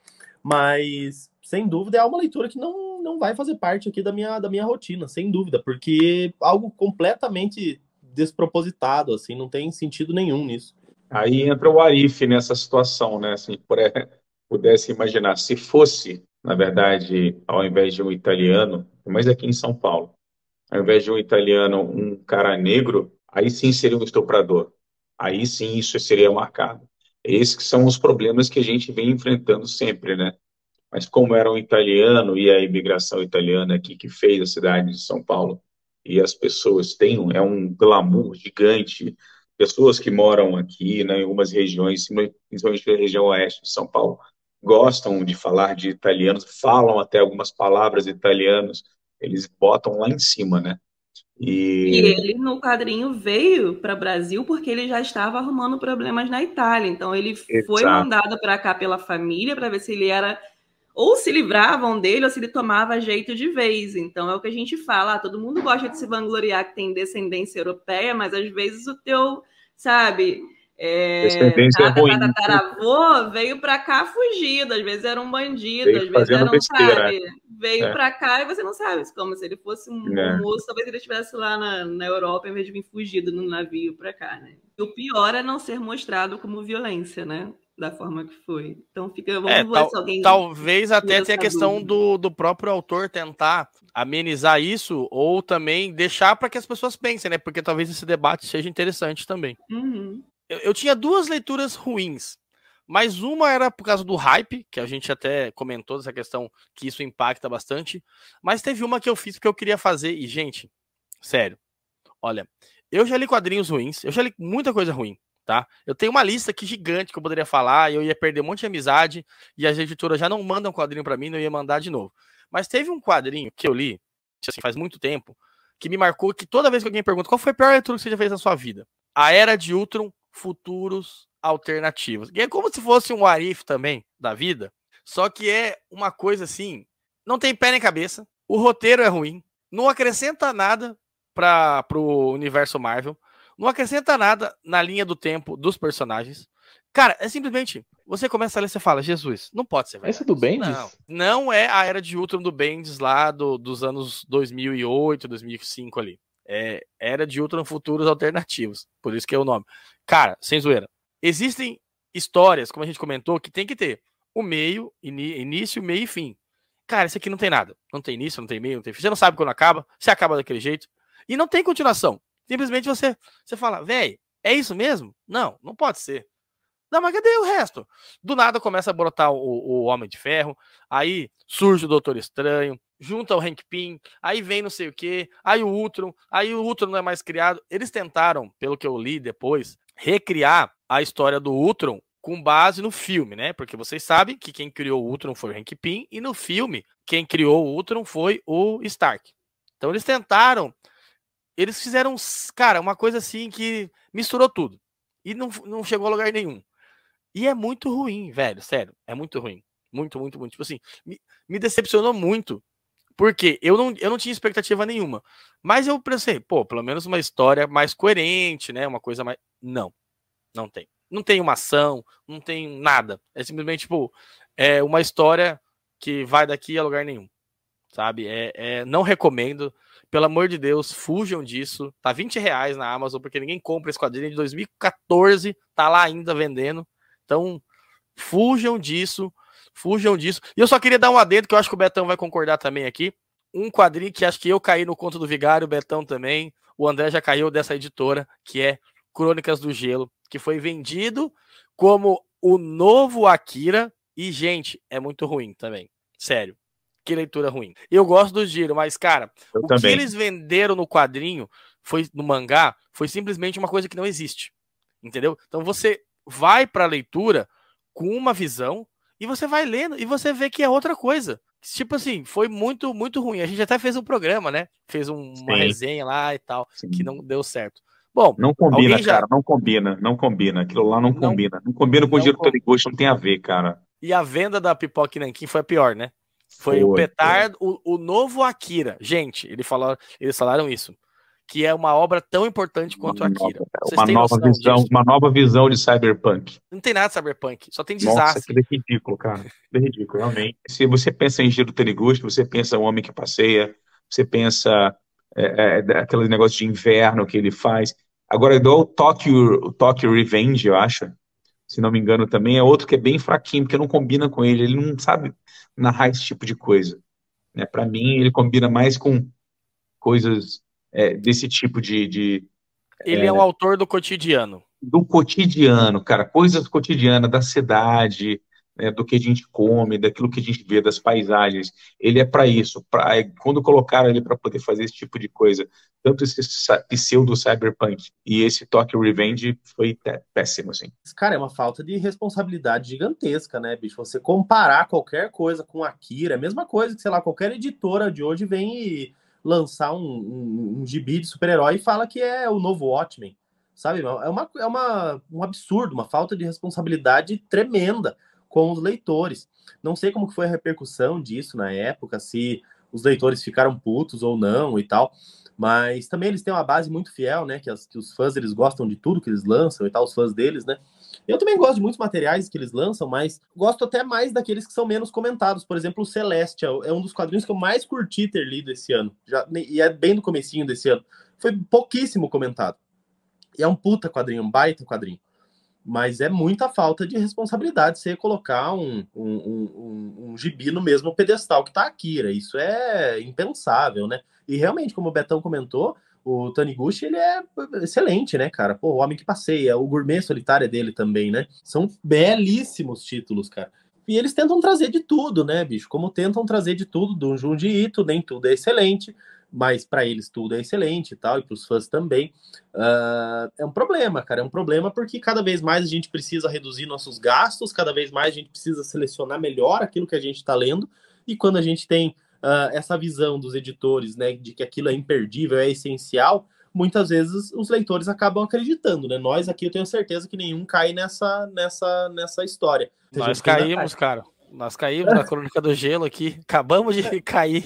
mas, sem dúvida, é uma leitura que não, não vai fazer parte aqui da minha, da minha rotina, sem dúvida, porque algo completamente despropositado, assim, não tem sentido nenhum nisso. Aí entra o Arif nessa situação, né? Assim, por, pudesse imaginar, se fosse, na verdade, ao invés de um italiano, mas aqui em São Paulo, ao invés de um italiano, um cara negro, aí sim seria um estuprador. Aí sim isso seria marcado. Esses que são os problemas que a gente vem enfrentando sempre, né? Mas como era um italiano e a imigração italiana aqui que fez a cidade de São Paulo, e as pessoas têm, um- é um glamour gigante, pessoas que moram aqui, né, em algumas regiões, principalmente na região oeste de São Paulo, gostam de falar de italianos, falam até algumas palavras italianas, eles botam lá em cima, né? E E ele, no quadrinho, veio para o Brasil porque ele já estava arrumando problemas na Itália. Então, ele foi exato. mandado para cá pela família para ver se ele era... ou se livravam dele ou se ele tomava jeito de vez. Então, é o que a gente fala. Ah, todo mundo gosta de se vangloriar que tem descendência europeia, mas às vezes o teu, sabe... É, Descendência é ruim, tataravô veio para cá fugido, às vezes era um bandido, veio às vezes fazendo era um, besteira. sabe, veio É. para cá e você não sabe, como se ele fosse um É. bom moço, talvez ele estivesse lá na, na Europa em vez de vir fugido no navio para cá, né? E o pior é não ser mostrado como violência, né? da forma que foi. Então fica, vamos É, ver tal, se alguém talvez até tira tenha a essa questão dúvida. do, do próprio autor tentar amenizar isso ou também deixar para que as pessoas pensem, né? Porque talvez esse debate seja interessante também. Uhum. Eu, eu tinha duas leituras ruins, mas uma era por causa do hype, que a gente até comentou dessa questão que isso impacta bastante, mas teve uma que eu fiz porque eu queria fazer e, gente, sério, olha, eu já li quadrinhos ruins, eu já li muita coisa ruim, tá? Eu tenho uma lista aqui gigante que eu poderia falar e eu ia perder um monte de amizade e as editoras já não mandam quadrinho para mim, não ia mandar de novo. Mas teve um quadrinho que eu li, assim, faz muito tempo, que me marcou que toda vez que alguém pergunta qual foi a pior leitura que você já fez na sua vida? A Era de Ultron, Futuros Alternativos. E é como se fosse um what if também da vida, só que é uma coisa assim, não tem pé nem cabeça, o roteiro é ruim, não acrescenta nada para o universo Marvel, não acrescenta nada na linha do tempo dos personagens. Cara, é simplesmente, você começa a ler e você fala, Jesus, não pode ser verdade. Essa é do Bendis? Não, não é a Era de Ultron do Bendis lá do, dos anos dois mil e oito, dois mil e cinco ali. É Era de Ultron Futuros Alternativos, por isso que é o nome. Cara, sem zoeira, existem histórias, como a gente comentou, que tem que ter o meio, início, meio e fim. Cara, isso aqui não tem nada. Não tem início, não tem meio, não tem fim. Você não sabe quando acaba, você acaba daquele jeito. E não tem continuação. Simplesmente você, você fala, velho, é isso mesmo? Não, não pode ser. Não, mas cadê o resto? Do nada começa a brotar o, o Homem de Ferro, aí surge o Doutor Estranho, junta o Hank Pym, aí vem não sei o que, aí o Ultron, aí o Ultron não é mais criado. Eles tentaram, pelo que eu li depois, recriar a história do Ultron com base no filme, né? Porque vocês sabem que quem criou o Ultron foi o Hank Pym, e no filme, quem criou o Ultron foi o Stark. Então eles tentaram, eles fizeram, cara, uma coisa assim que misturou tudo. E não, não chegou a lugar nenhum. E é muito ruim, velho, sério, é muito ruim. Muito, muito, muito. Tipo assim, me, me decepcionou muito. Porque eu não, eu não tinha expectativa nenhuma. Mas eu pensei, pô, pelo menos uma história mais coerente, né? Uma coisa mais. Não, não tem. Não tem uma ação, não tem nada. É simplesmente, tipo, é uma história que vai daqui a lugar nenhum. Sabe? É, é, não recomendo. Pelo amor de Deus, fujam disso. Tá vinte reais na Amazon, porque ninguém compra esse quadrinho de dois mil e quatorze. Tá lá ainda vendendo. Então, fujam disso. Fujam disso. E eu só queria dar um adendo, que eu acho que o Betão vai concordar também aqui. Um quadrinho que acho que eu caí no conto do Vigário, o Betão também. O André já caiu dessa editora, que é Crônicas do Gelo, que foi vendido como o novo Akira. E, gente, é muito ruim também. Sério. Que leitura ruim. Eu gosto do Giro, mas, cara, Eu o também. que eles venderam no quadrinho, foi no mangá, foi simplesmente uma coisa que não existe. Entendeu? Então você vai pra leitura com uma visão e você vai lendo e você vê que é outra coisa. Tipo assim, foi muito, muito ruim. A gente até fez um programa, né? Fez um, uma Sim. resenha lá e tal, Sim. que não deu certo. Bom, Não combina, alguém já... cara, não combina, não combina. Aquilo lá não, Não- combina. Não combina com o não Giro com- Toriguchi, não tem a ver, cara. E a venda da Pipoca e Nanquim foi a pior, né? Foi, o Petardo, o, o novo Akira. Gente, ele falou, eles falaram isso. Que é uma obra tão importante quanto Uma Akira. nova- Vocês Uma têm nova noção visão, disso? uma nova visão de cyberpunk. Não tem nada de cyberpunk, só tem Nossa, desastre. aquilo é ridículo, cara. É ridículo, realmente. Se você pensa em Giro Toriguchi, você pensa o Homem que Passeia, você pensa é, é, aquele negócio de inverno que ele faz. Agora, igual o Tokyo, o Tokyo Revenge, eu acho, se não me engano, também é outro que é bem fraquinho, porque não combina com ele. Ele não sabe narrar esse tipo de coisa. Né? Para mim, ele combina mais com coisas é, desse tipo de, de Ele é um autor do cotidiano. do cotidiano, cara, coisas cotidianas da cidade, né, do que a gente come, daquilo que a gente vê, das paisagens. Ele é para isso. Pra, quando colocaram ele para poder fazer esse tipo de coisa, tanto esse sa- pseudo cyberpunk e esse Tokyo Revenge foi té- péssimo, assim. Cara, é uma falta de responsabilidade gigantesca, né, bicho? Você comparar qualquer coisa com Akira, é a mesma coisa que, sei lá, qualquer editora de hoje vem e lançar um, um, um gibi de super-herói e fala que é o novo Watchmen, sabe? É, uma, é uma, um absurdo, uma falta de responsabilidade tremenda com os leitores. Não sei como que foi a repercussão disso na época, se os leitores ficaram putos ou não e tal, mas também eles têm uma base muito fiel, né, que, as, que os fãs, eles gostam de tudo que eles lançam e tal, os fãs deles, né. Eu também gosto de muitos materiais que eles lançam, mas gosto até mais daqueles que são menos comentados. Por exemplo, o Celestial é um dos quadrinhos que eu mais curti ter lido esse ano, já, e é bem do comecinho desse ano. Foi pouquíssimo comentado. E é um puta quadrinho, um baita quadrinho. Mas é muita falta de responsabilidade você colocar um, um, um, um, um gibi no mesmo pedestal que tá a Akira. Isso é impensável, né? E realmente, como o Betão comentou, o Taniguchi, ele é excelente, né, cara? Pô, O Homem que Passeia, o Gourmet Solitário é dele também, né? São belíssimos títulos, cara. E eles tentam trazer de tudo, né, bicho? Como tentam trazer de tudo do Junji Ito, nem tudo é excelente, mas para eles tudo é excelente e tal, e para os fãs também. Uh, é um problema, cara, é um problema porque cada vez mais a gente precisa reduzir nossos gastos, cada vez mais a gente precisa selecionar melhor aquilo que a gente está lendo, e quando a gente tem uh, essa visão dos editores, né, de que aquilo é imperdível, é essencial, muitas vezes os leitores acabam acreditando, né? Nós aqui eu tenho certeza que nenhum cai nessa, nessa, nessa história. Nós caímos, cara. Nós caímos na Crônica do Gelo aqui. Acabamos de cair.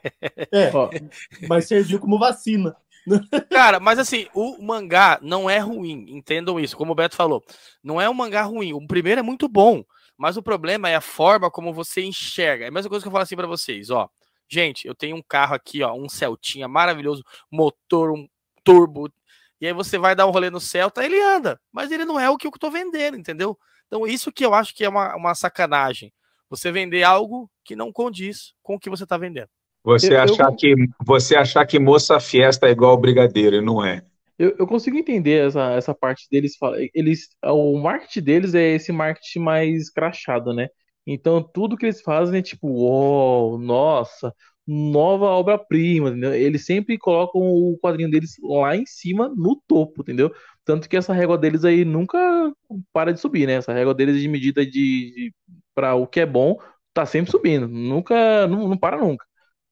É, mas serviu como vacina. Cara, mas assim, o mangá não é ruim, entendam isso, como o Beto falou. Não é um mangá ruim. O primeiro é muito bom, mas o problema é a forma como você enxerga. É a mesma coisa que eu falo assim pra vocês, ó. Gente, eu tenho um carro aqui, ó, um Celtinha maravilhoso, motor, um turbo, e aí você vai dar um rolê no Celta, ele anda, mas ele não é o que eu tô vendendo, entendeu? Então isso que eu acho que é uma, uma sacanagem, você vender algo que não condiz com o que você tá vendendo. Você, Eu- achar, eu- que, você achar que moça fiesta é igual ao brigadeiro, e não é. Eu, eu consigo entender essa, essa parte deles, fa- eles, o marketing deles é esse marketing mais crachado, né? Então tudo que eles fazem é tipo, uau, nossa, nova obra-prima, entendeu? Eles sempre colocam o quadrinho deles lá em cima, no topo, entendeu? Tanto que essa régua deles aí nunca para de subir, né? Essa régua deles de medida de, de para o que é bom tá sempre subindo, nunca, não, não para nunca.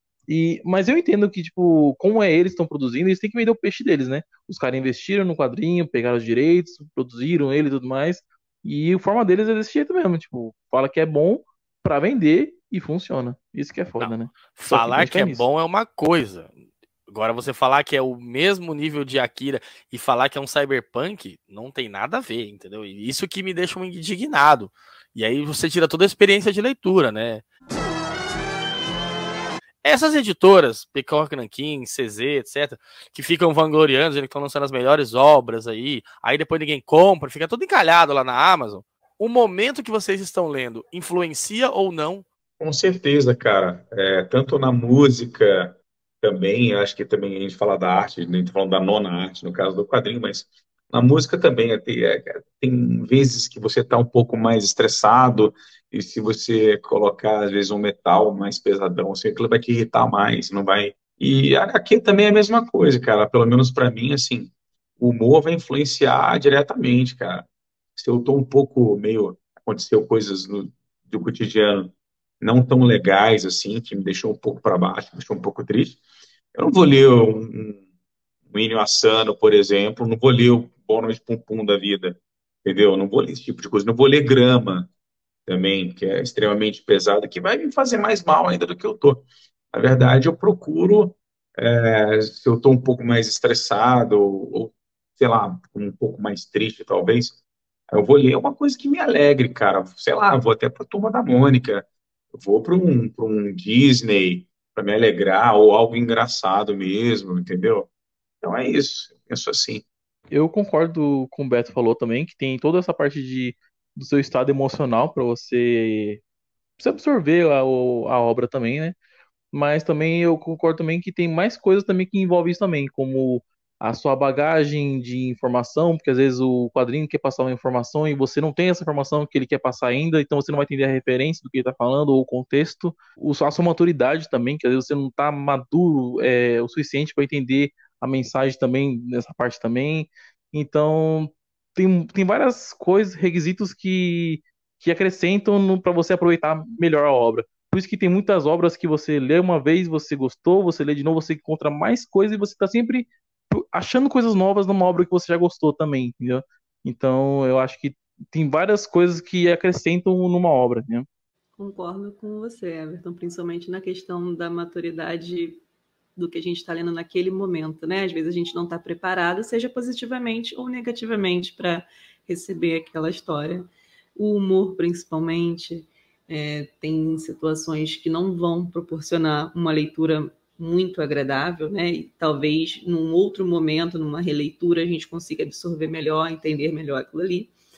E, mas eu entendo que, tipo, como é eles estão produzindo, eles têm que vender o peixe deles, né? Os caras investiram no quadrinho, pegaram os direitos, produziram ele e tudo mais. E a forma deles é desse jeito mesmo, tipo, fala que é bom pra vender e funciona. Isso que é foda, Não, né? Só que tem falar que que ficar é nisso. bom é uma coisa. Agora, você falar que é o mesmo nível de Akira e falar que é um cyberpunk, não tem nada a ver, entendeu? E isso que me deixa um indignado. E aí você tira toda a experiência de leitura, né? Essas editoras, Peacock Nankin, C Z, etcétera, que ficam vangloriando, dizendo que estão lançando as melhores obras aí, aí depois ninguém compra, fica tudo encalhado lá na Amazon. O momento que vocês estão lendo influencia ou não? Com certeza, cara. É, tanto na música também, eu acho que também a gente fala da arte, nem tô falando da nona arte, no caso do quadrinho, mas na música também é, tem, é, tem vezes que você está um pouco mais estressado, e se você colocar, às vezes, um metal mais pesadão, assim, aquilo vai te irritar mais, não vai. E aqui também é a mesma coisa, cara. Pelo menos para mim, assim, o humor vai influenciar diretamente, cara. Se eu tô um pouco meio. Aconteceu coisas no, do cotidiano não tão legais assim, que me deixou um pouco para baixo, me deixou um pouco triste. Eu não vou ler um, um, um Inio Asano, por exemplo, não vou ler o Boa Noite Pum Pum da vida, entendeu? Eu não vou ler esse tipo de coisa. Não vou ler Grama também, que é extremamente pesado, que vai me fazer mais mal ainda do que eu tô. Na verdade, eu procuro, é, se eu estou um pouco mais estressado, ou, ou, sei lá, um pouco mais triste, talvez, eu vou ler uma coisa que me alegre, cara. Sei lá, vou até para a Turma da Mônica, eu vou para um, para um Disney para me alegrar, ou algo engraçado mesmo, entendeu? Então é isso, eu penso assim. Eu concordo com o Beto falou também, que tem toda essa parte de, do seu estado emocional pra você, pra você absorver a, o- a obra também, né? Mas também eu concordo também que tem mais coisas também que envolvem isso também, como a sua bagagem de informação, porque às vezes o quadrinho quer passar uma informação e você não tem essa informação que ele quer passar ainda, então você não vai entender a referência do que ele está falando ou o contexto. O, a sua maturidade também, que às vezes você não está maduro é, o suficiente para entender a mensagem também nessa parte também. Então tem, tem várias coisas, requisitos que, que acrescentam para você aproveitar melhor a obra. Por isso que tem muitas obras que você lê uma vez, você gostou, você lê de novo, você encontra mais coisas e você está sempre achando coisas novas numa obra que você já gostou também, entendeu? Então, eu acho que tem várias coisas que acrescentam numa obra, né? Concordo com você, Everton, principalmente na questão da maturidade do que a gente está lendo naquele momento, né? Às vezes a gente não está preparado, seja positivamente ou negativamente, para receber aquela história. O humor, principalmente, é, tem situações que não vão proporcionar uma leitura muito agradável, né? E talvez num outro momento, numa releitura, a gente consiga absorver melhor, entender melhor aquilo ali.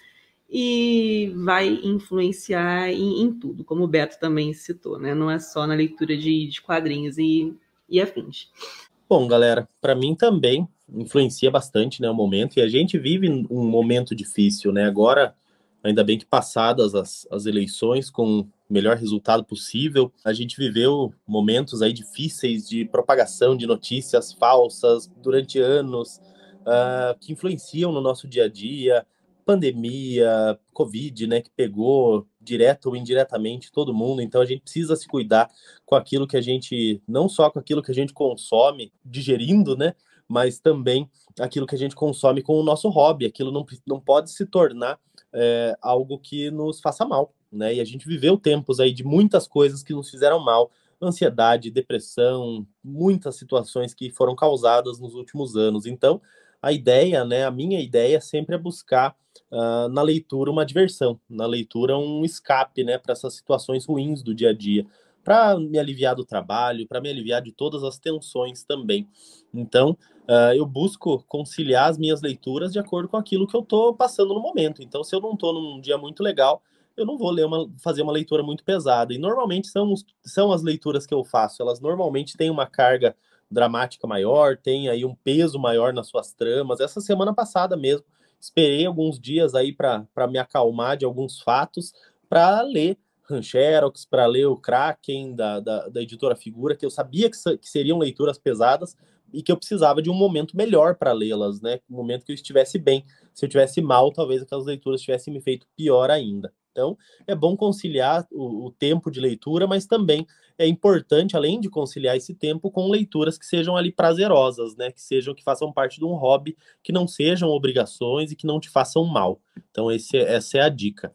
e vai influenciar em, em tudo, como o Beto também citou, né? Não é só na leitura de, de quadrinhos e, e afins. Bom, galera, para mim também influencia bastante, né, o momento, e a gente vive um momento difícil, né? Agora, ainda bem que passadas as, as eleições com o melhor resultado possível, a gente viveu momentos aí difíceis de propagação de notícias falsas durante anos, uh, que influenciam no nosso dia a dia, pandemia, Covid, né, que pegou direto ou indiretamente todo mundo, então a gente precisa se cuidar com aquilo que a gente, não só com aquilo que a gente consome, digerindo, né, mas também aquilo que a gente consome com o nosso hobby, aquilo não, não pode se tornar é, algo que nos faça mal, né, e a gente viveu tempos aí de muitas coisas que nos fizeram mal, ansiedade, depressão, muitas situações que foram causadas nos últimos anos, então a ideia, né, a minha ideia sempre é buscar uh, na leitura uma diversão, na leitura um escape, né, para essas situações ruins do dia a dia, para me aliviar do trabalho, para me aliviar de todas as tensões também. Então, uh, eu busco conciliar as minhas leituras de acordo com aquilo que eu estou passando no momento. Então, se eu não estou num dia muito legal, eu não vou ler uma, fazer uma leitura muito pesada. E normalmente são, são as leituras que eu faço, elas normalmente têm uma carga dramática maior, tem aí um peso maior nas suas tramas. Essa semana passada mesmo, esperei alguns dias aí para me acalmar de alguns fatos, para ler Rancherox, para ler o Kraken, da, da, da editora Figura, que eu sabia que, que seriam leituras pesadas e que eu precisava de um momento melhor para lê-las, né? Um momento que eu estivesse bem. Se eu estivesse mal, talvez aquelas leituras tivessem me feito pior ainda. Então, é bom conciliar o, o tempo de leitura, mas também é importante, além de conciliar esse tempo, com leituras que sejam ali prazerosas, né? Que sejam, que façam parte de um hobby, que não sejam obrigações e que não te façam mal. Então, esse, essa é a dica.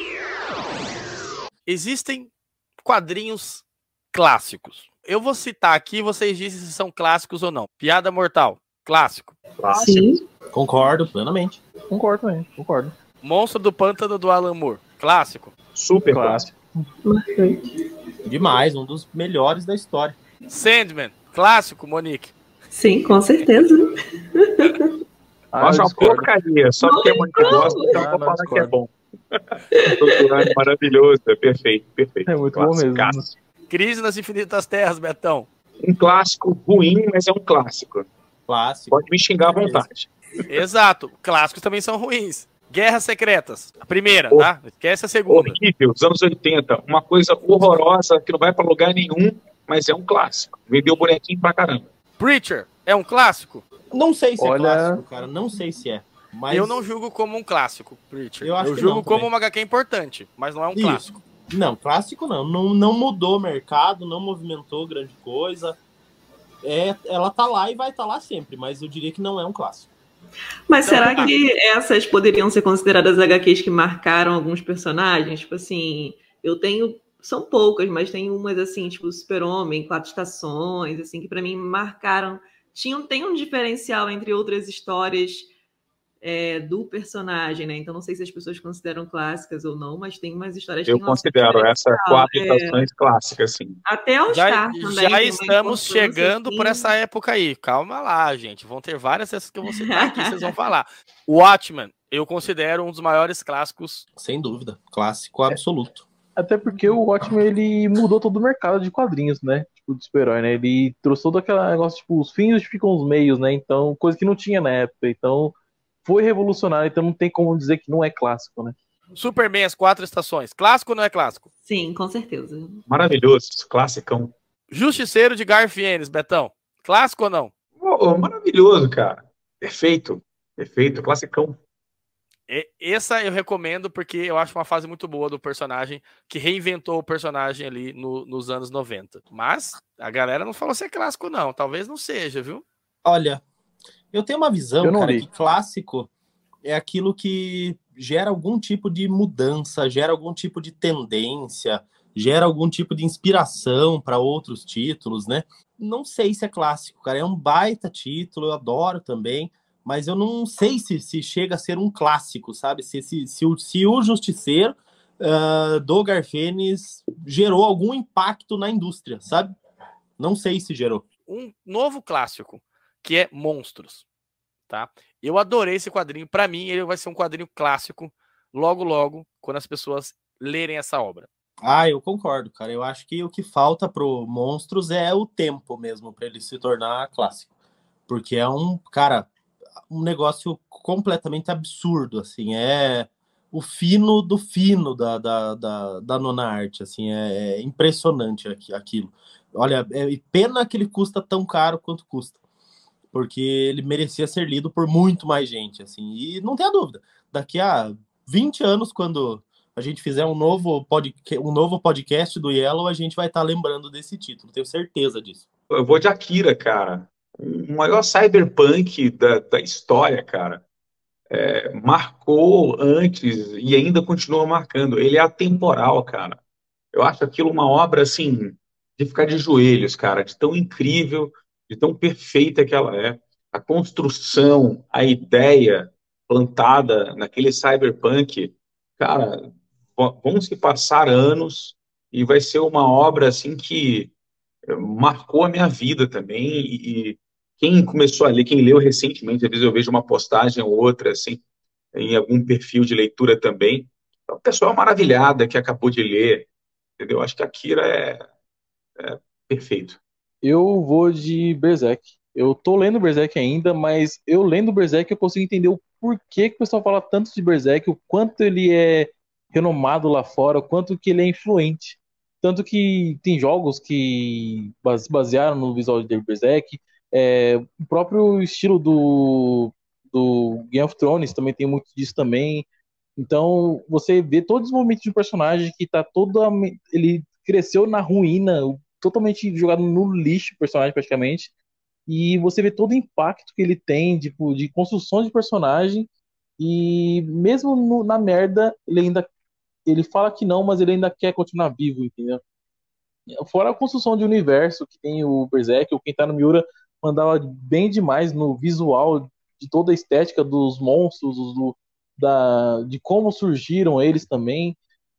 Existem quadrinhos clássicos. Eu vou citar aqui, vocês dizem se são clássicos ou não. Piada Mortal, clássico. Clássico. Sim. Concordo plenamente. Concordo também, concordo. Monstro do Pântano do Alan Moore, clássico. Super clássico. Demais, um dos melhores da história. Sandman, clássico, Monique. Sim, com certeza. Ah, Nossa, uma porcaria, só porque é muito gosta, então vou falar que é bom. Maravilhoso, é perfeito, perfeito. É muito bom mesmo. Crise nas Infinitas Terras, Betão. Um clássico ruim, mas é um clássico. Clássico. Pode me xingar à vontade. Exato, clássicos também são ruins. Guerras Secretas, a primeira, oh, tá? Esquece a segunda. Horrível, dos anos oitenta, uma coisa horrorosa que não vai pra lugar nenhum, mas é um clássico. Vendeu bonequinho pra caramba. Preacher, é um clássico? Não sei se Olha... é clássico, cara, não sei se é. Mas... Eu não julgo como um clássico, Preacher. Eu, acho eu que julgo não, como também. uma agá quê importante, mas não é um Isso. clássico. Não, clássico não. não. Não mudou o mercado, não movimentou grande coisa. É, ela tá lá e vai estar tá lá sempre, mas eu diria que não é um clássico. Mas Então, será tá. que essas poderiam ser consideradas agá quês que marcaram alguns personagens? Tipo assim, eu tenho... São poucas, mas tem umas assim, tipo Super-Homem, Quatro Estações, assim, que pra mim marcaram... Tinham, tem um diferencial entre outras histórias é, do personagem, né? Então não sei se as pessoas consideram clássicas ou não, mas tem umas histórias que eu tem considero essas quatro é... estações clássicas, sim. Até All Já, Star também. já estamos chegando assim. por essa época aí. Calma lá, gente. Vão ter várias dessas que eu vou citar aqui, vocês vão falar. Watchmen, eu considero um dos maiores clássicos. Sem dúvida. Clássico absoluto. Até porque o Watchmen, ele mudou todo o mercado de quadrinhos, né? Tipo, de super-herói, né? Ele trouxe todo aquele negócio, tipo, os fins justificam os meios, né? Então, coisa que não tinha na época. Então, foi revolucionário. Então, não tem como dizer que não é clássico, né? Superman, As Quatro Estações. Clássico ou não é clássico? Sim, com certeza. Maravilhoso, classicão. Justiceiro de Garth Ennis, Betão. Clássico ou não? Oh, maravilhoso, cara. Perfeito. Perfeito, classicão. Essa eu recomendo porque eu acho uma fase muito boa do personagem, que reinventou o personagem ali no, nos anos noventa. Mas a galera não falou se é clássico, não. Talvez não seja, viu? Olha, eu tenho uma visão, cara, li. que clássico é aquilo que gera algum tipo de mudança, gera algum tipo de tendência, gera algum tipo de inspiração para outros títulos, né? Não sei se é clássico, cara. É um baita título, eu adoro também. Mas eu não sei se, se chega a ser um clássico, sabe? Se, se, se, o, se o Justiceiro uh, do Garth Ennis gerou algum impacto na indústria, sabe? Não sei se gerou. Um novo clássico, que é Monstros, tá? Eu adorei esse quadrinho. Para mim, ele vai ser um quadrinho clássico logo, logo, quando as pessoas lerem essa obra. Ah, eu concordo, cara. Eu acho que o que falta pro Monstros é o tempo mesmo para ele se tornar clássico. Porque é um, cara, um negócio completamente absurdo, assim, é o fino do fino da, da, da, da nona arte, assim, é, é impressionante aquilo. Olha, é pena que ele custa tão caro quanto custa, porque ele merecia ser lido por muito mais gente, assim, e não tenha dúvida, daqui a vinte anos, quando a gente fizer um novo, pod, um novo podcast do Yellow, a gente vai estar lembrando desse título, tenho certeza disso. Eu vou de Akira, cara. O maior cyberpunk da, da história, cara. É, marcou antes e ainda continua marcando. Ele é atemporal, cara. Eu acho aquilo uma obra, assim, de ficar de joelhos, cara, de tão incrível, de tão perfeita que ela é. A construção, a ideia plantada naquele cyberpunk, cara, vão se passar anos e vai ser uma obra, assim, que marcou a minha vida também. E quem começou a ler, quem leu recentemente, às vezes eu vejo uma postagem ou outra, assim, em algum perfil de leitura também, a pessoa maravilhada que acabou de ler, entendeu? Acho que a Akira é, é perfeito. Eu vou de Berserk. Eu tô lendo Berserk ainda, mas eu lendo Berserk eu consigo entender o porquê que o pessoal fala tanto de Berserk, o quanto ele é renomado lá fora, o quanto que ele é influente. Tanto que tem jogos que se basearam no visual de Berserk. É, o próprio estilo do, do Game of Thrones também tem muito disso também. Então, você vê todos os momentos de personagem que tá todo... Ele cresceu na ruína, totalmente jogado no lixo, o personagem praticamente. E você vê todo o impacto que ele tem, tipo, de construção de personagem. E mesmo no, na merda, ele ainda... Ele fala que não, mas ele ainda quer continuar vivo, entendeu? Fora a construção de universo que tem o Berserk, o Kentaro Miura mandava bem demais no visual de toda a estética dos monstros, do, da, de como surgiram eles também.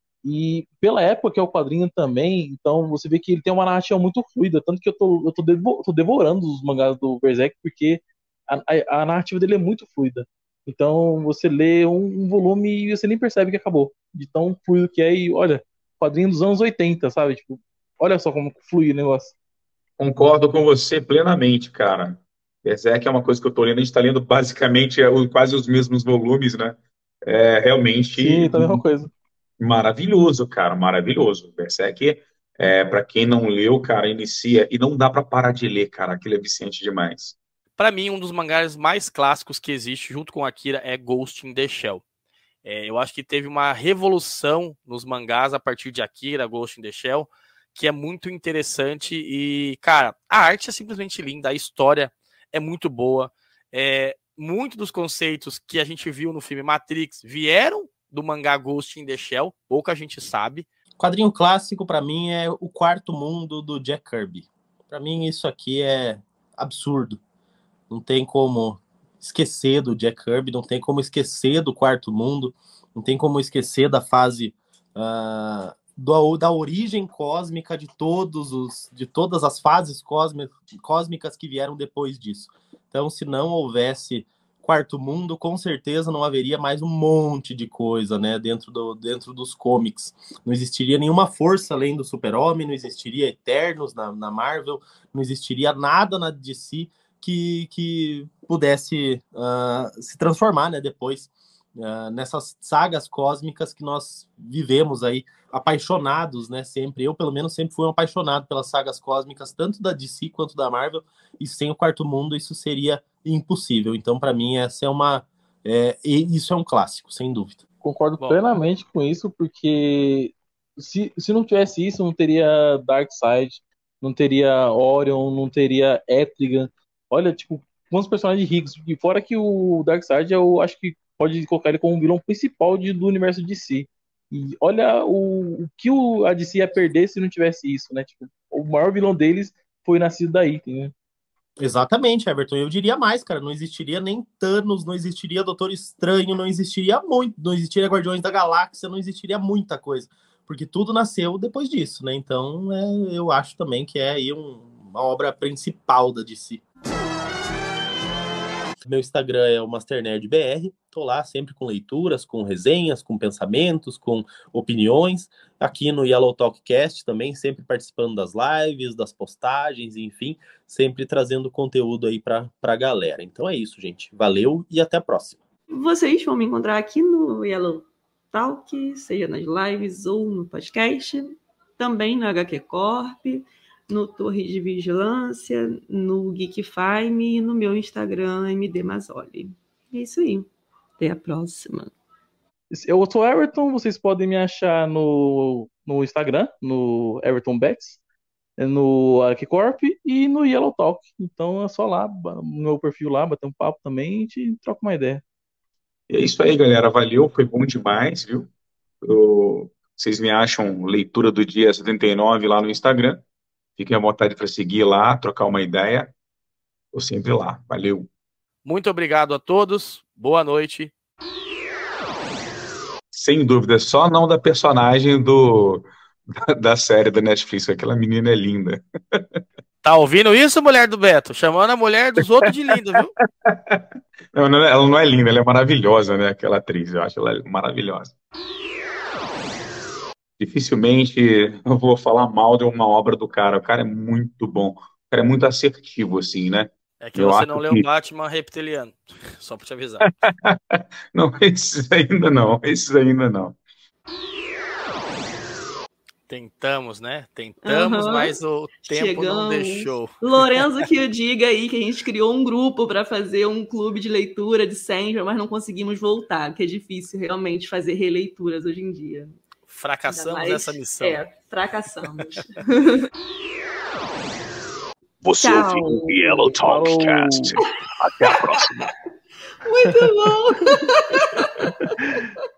E pela época que é o quadrinho também, então você vê que ele tem uma narrativa muito fluida, tanto que eu tô, eu tô, devo, tô devorando os mangás do Berserk, porque a, a, a narrativa dele é muito fluida. Então você lê um, um volume e você nem percebe que acabou, de tão fluido que é, e olha, quadrinho dos anos oitenta, sabe? Tipo, olha só como flui o negócio. Concordo com você plenamente, cara. Berserk é uma coisa que eu tô lendo, a gente tá lendo basicamente é, quase os mesmos volumes, né? É realmente Sim, tá a mesma coisa. maravilhoso, cara, maravilhoso. Berserk, é, para quem não leu, cara, inicia e não dá para parar de ler, cara, aquilo é viciante demais. Para mim, um dos mangás mais clássicos que existe, junto com Akira, é Ghost in the Shell. É, eu acho que teve uma revolução nos mangás a partir de Akira, Ghost in the Shell, que é muito interessante e, cara, a arte é simplesmente linda, a história é muito boa, é, muito dos conceitos que a gente viu no filme Matrix vieram do mangá Ghost in the Shell, pouca gente sabe. Quadrinho clássico, para mim, é O Quarto Mundo, do Jack Kirby. Para mim, isso aqui é absurdo. Não tem como esquecer do Jack Kirby, não tem como esquecer do Quarto Mundo, não tem como esquecer da fase... Uh... Do, da origem cósmica de todos os de todas as fases cósmicas, cósmicas que vieram depois disso. Então, se não houvesse Quarto Mundo, com certeza não haveria mais um monte de coisa, né, dentro, do, dentro dos comics. Não existiria nenhuma força além do Super-Homem, não existiria Eternos na, na Marvel, não existiria nada na D C que, que pudesse uh, se transformar, né, depois uh, nessas sagas cósmicas que nós vivemos aí, apaixonados, né, sempre. Eu, pelo menos, sempre fui um apaixonado pelas sagas cósmicas, tanto da D C quanto da Marvel, e sem o Quarto Mundo isso seria impossível. Então, para mim, essa é uma... É, isso é um clássico, sem dúvida. Concordo Bom. plenamente com isso, porque se, se não tivesse isso, não teria Darkseid, não teria Orion, não teria Etrigan. Olha, tipo, quantos personagens ricos. E fora que o Darkseid, eu acho que pode colocar ele como um vilão principal de, do universo D C. E olha o, o que o, a D C ia perder se não tivesse isso, né? Tipo, o maior vilão deles foi nascido daí, né? Exatamente, Everton. Eu diria mais, cara. Não existiria nem Thanos, não existiria Doutor Estranho, não existiria muito, não existiria Guardiões da Galáxia, não existiria muita coisa. Porque tudo nasceu depois disso, né? Então, é, eu acho também que é aí um, uma obra principal da D C. Meu Instagram é o MasterNerdBR. Tô lá sempre com leituras, com resenhas, com pensamentos, com opiniões. Aqui no Yellow Talk Cast também, sempre participando das lives, das postagens, enfim, sempre trazendo conteúdo aí pra, pra galera. Então é isso, gente. Valeu e até a próxima. Vocês vão me encontrar aqui no Yellow Talk, seja nas lives ou no podcast, também no H Q Corp, no Torre de Vigilância, no Geekfime e no meu Instagram, M D Mazzoli. É isso aí. Até a próxima. Eu sou Everton, vocês podem me achar no, no Instagram, no Everton Betts, no Arquicorp e no Yellow Talk. Então é só lá, no meu perfil lá, bater um papo também e a gente troca uma ideia. É isso aí, galera. Valeu, foi bom demais, viu? Eu- Vocês me acham Leitura do Dia setenta e nove lá no Instagram. Fiquem à vontade para seguir lá, trocar uma ideia. Estou sempre lá. Valeu. Muito obrigado a todos. Boa noite. Sem dúvida, só não da personagem do, da, da série da Netflix. Aquela menina é linda. Tá ouvindo isso, mulher do Beto? Chamando a mulher dos outros de linda, viu? Não, não, ela não é linda, ela é maravilhosa, né? Aquela atriz, eu acho ela maravilhosa. Dificilmente eu vou falar mal de uma obra do cara. O cara é muito bom. O cara é muito assertivo, assim, né? É que Eu você acho não leu que- Batman Reptiliano. Só pra te avisar. Não, esses ainda não. Esses ainda não. Tentamos, né? Tentamos, Aham. mas o tempo não Chegamos. deixou. Lorenzo que o diga aí que a gente criou um grupo para fazer um clube de leitura de Sandra, mas não conseguimos voltar, que é difícil realmente fazer releituras hoje em dia. Fracassamos Ainda mais- essa missão. É, fracassamos. Você Tchau. ouviu o Yellow Talkcast. Até a próxima. Muito bom!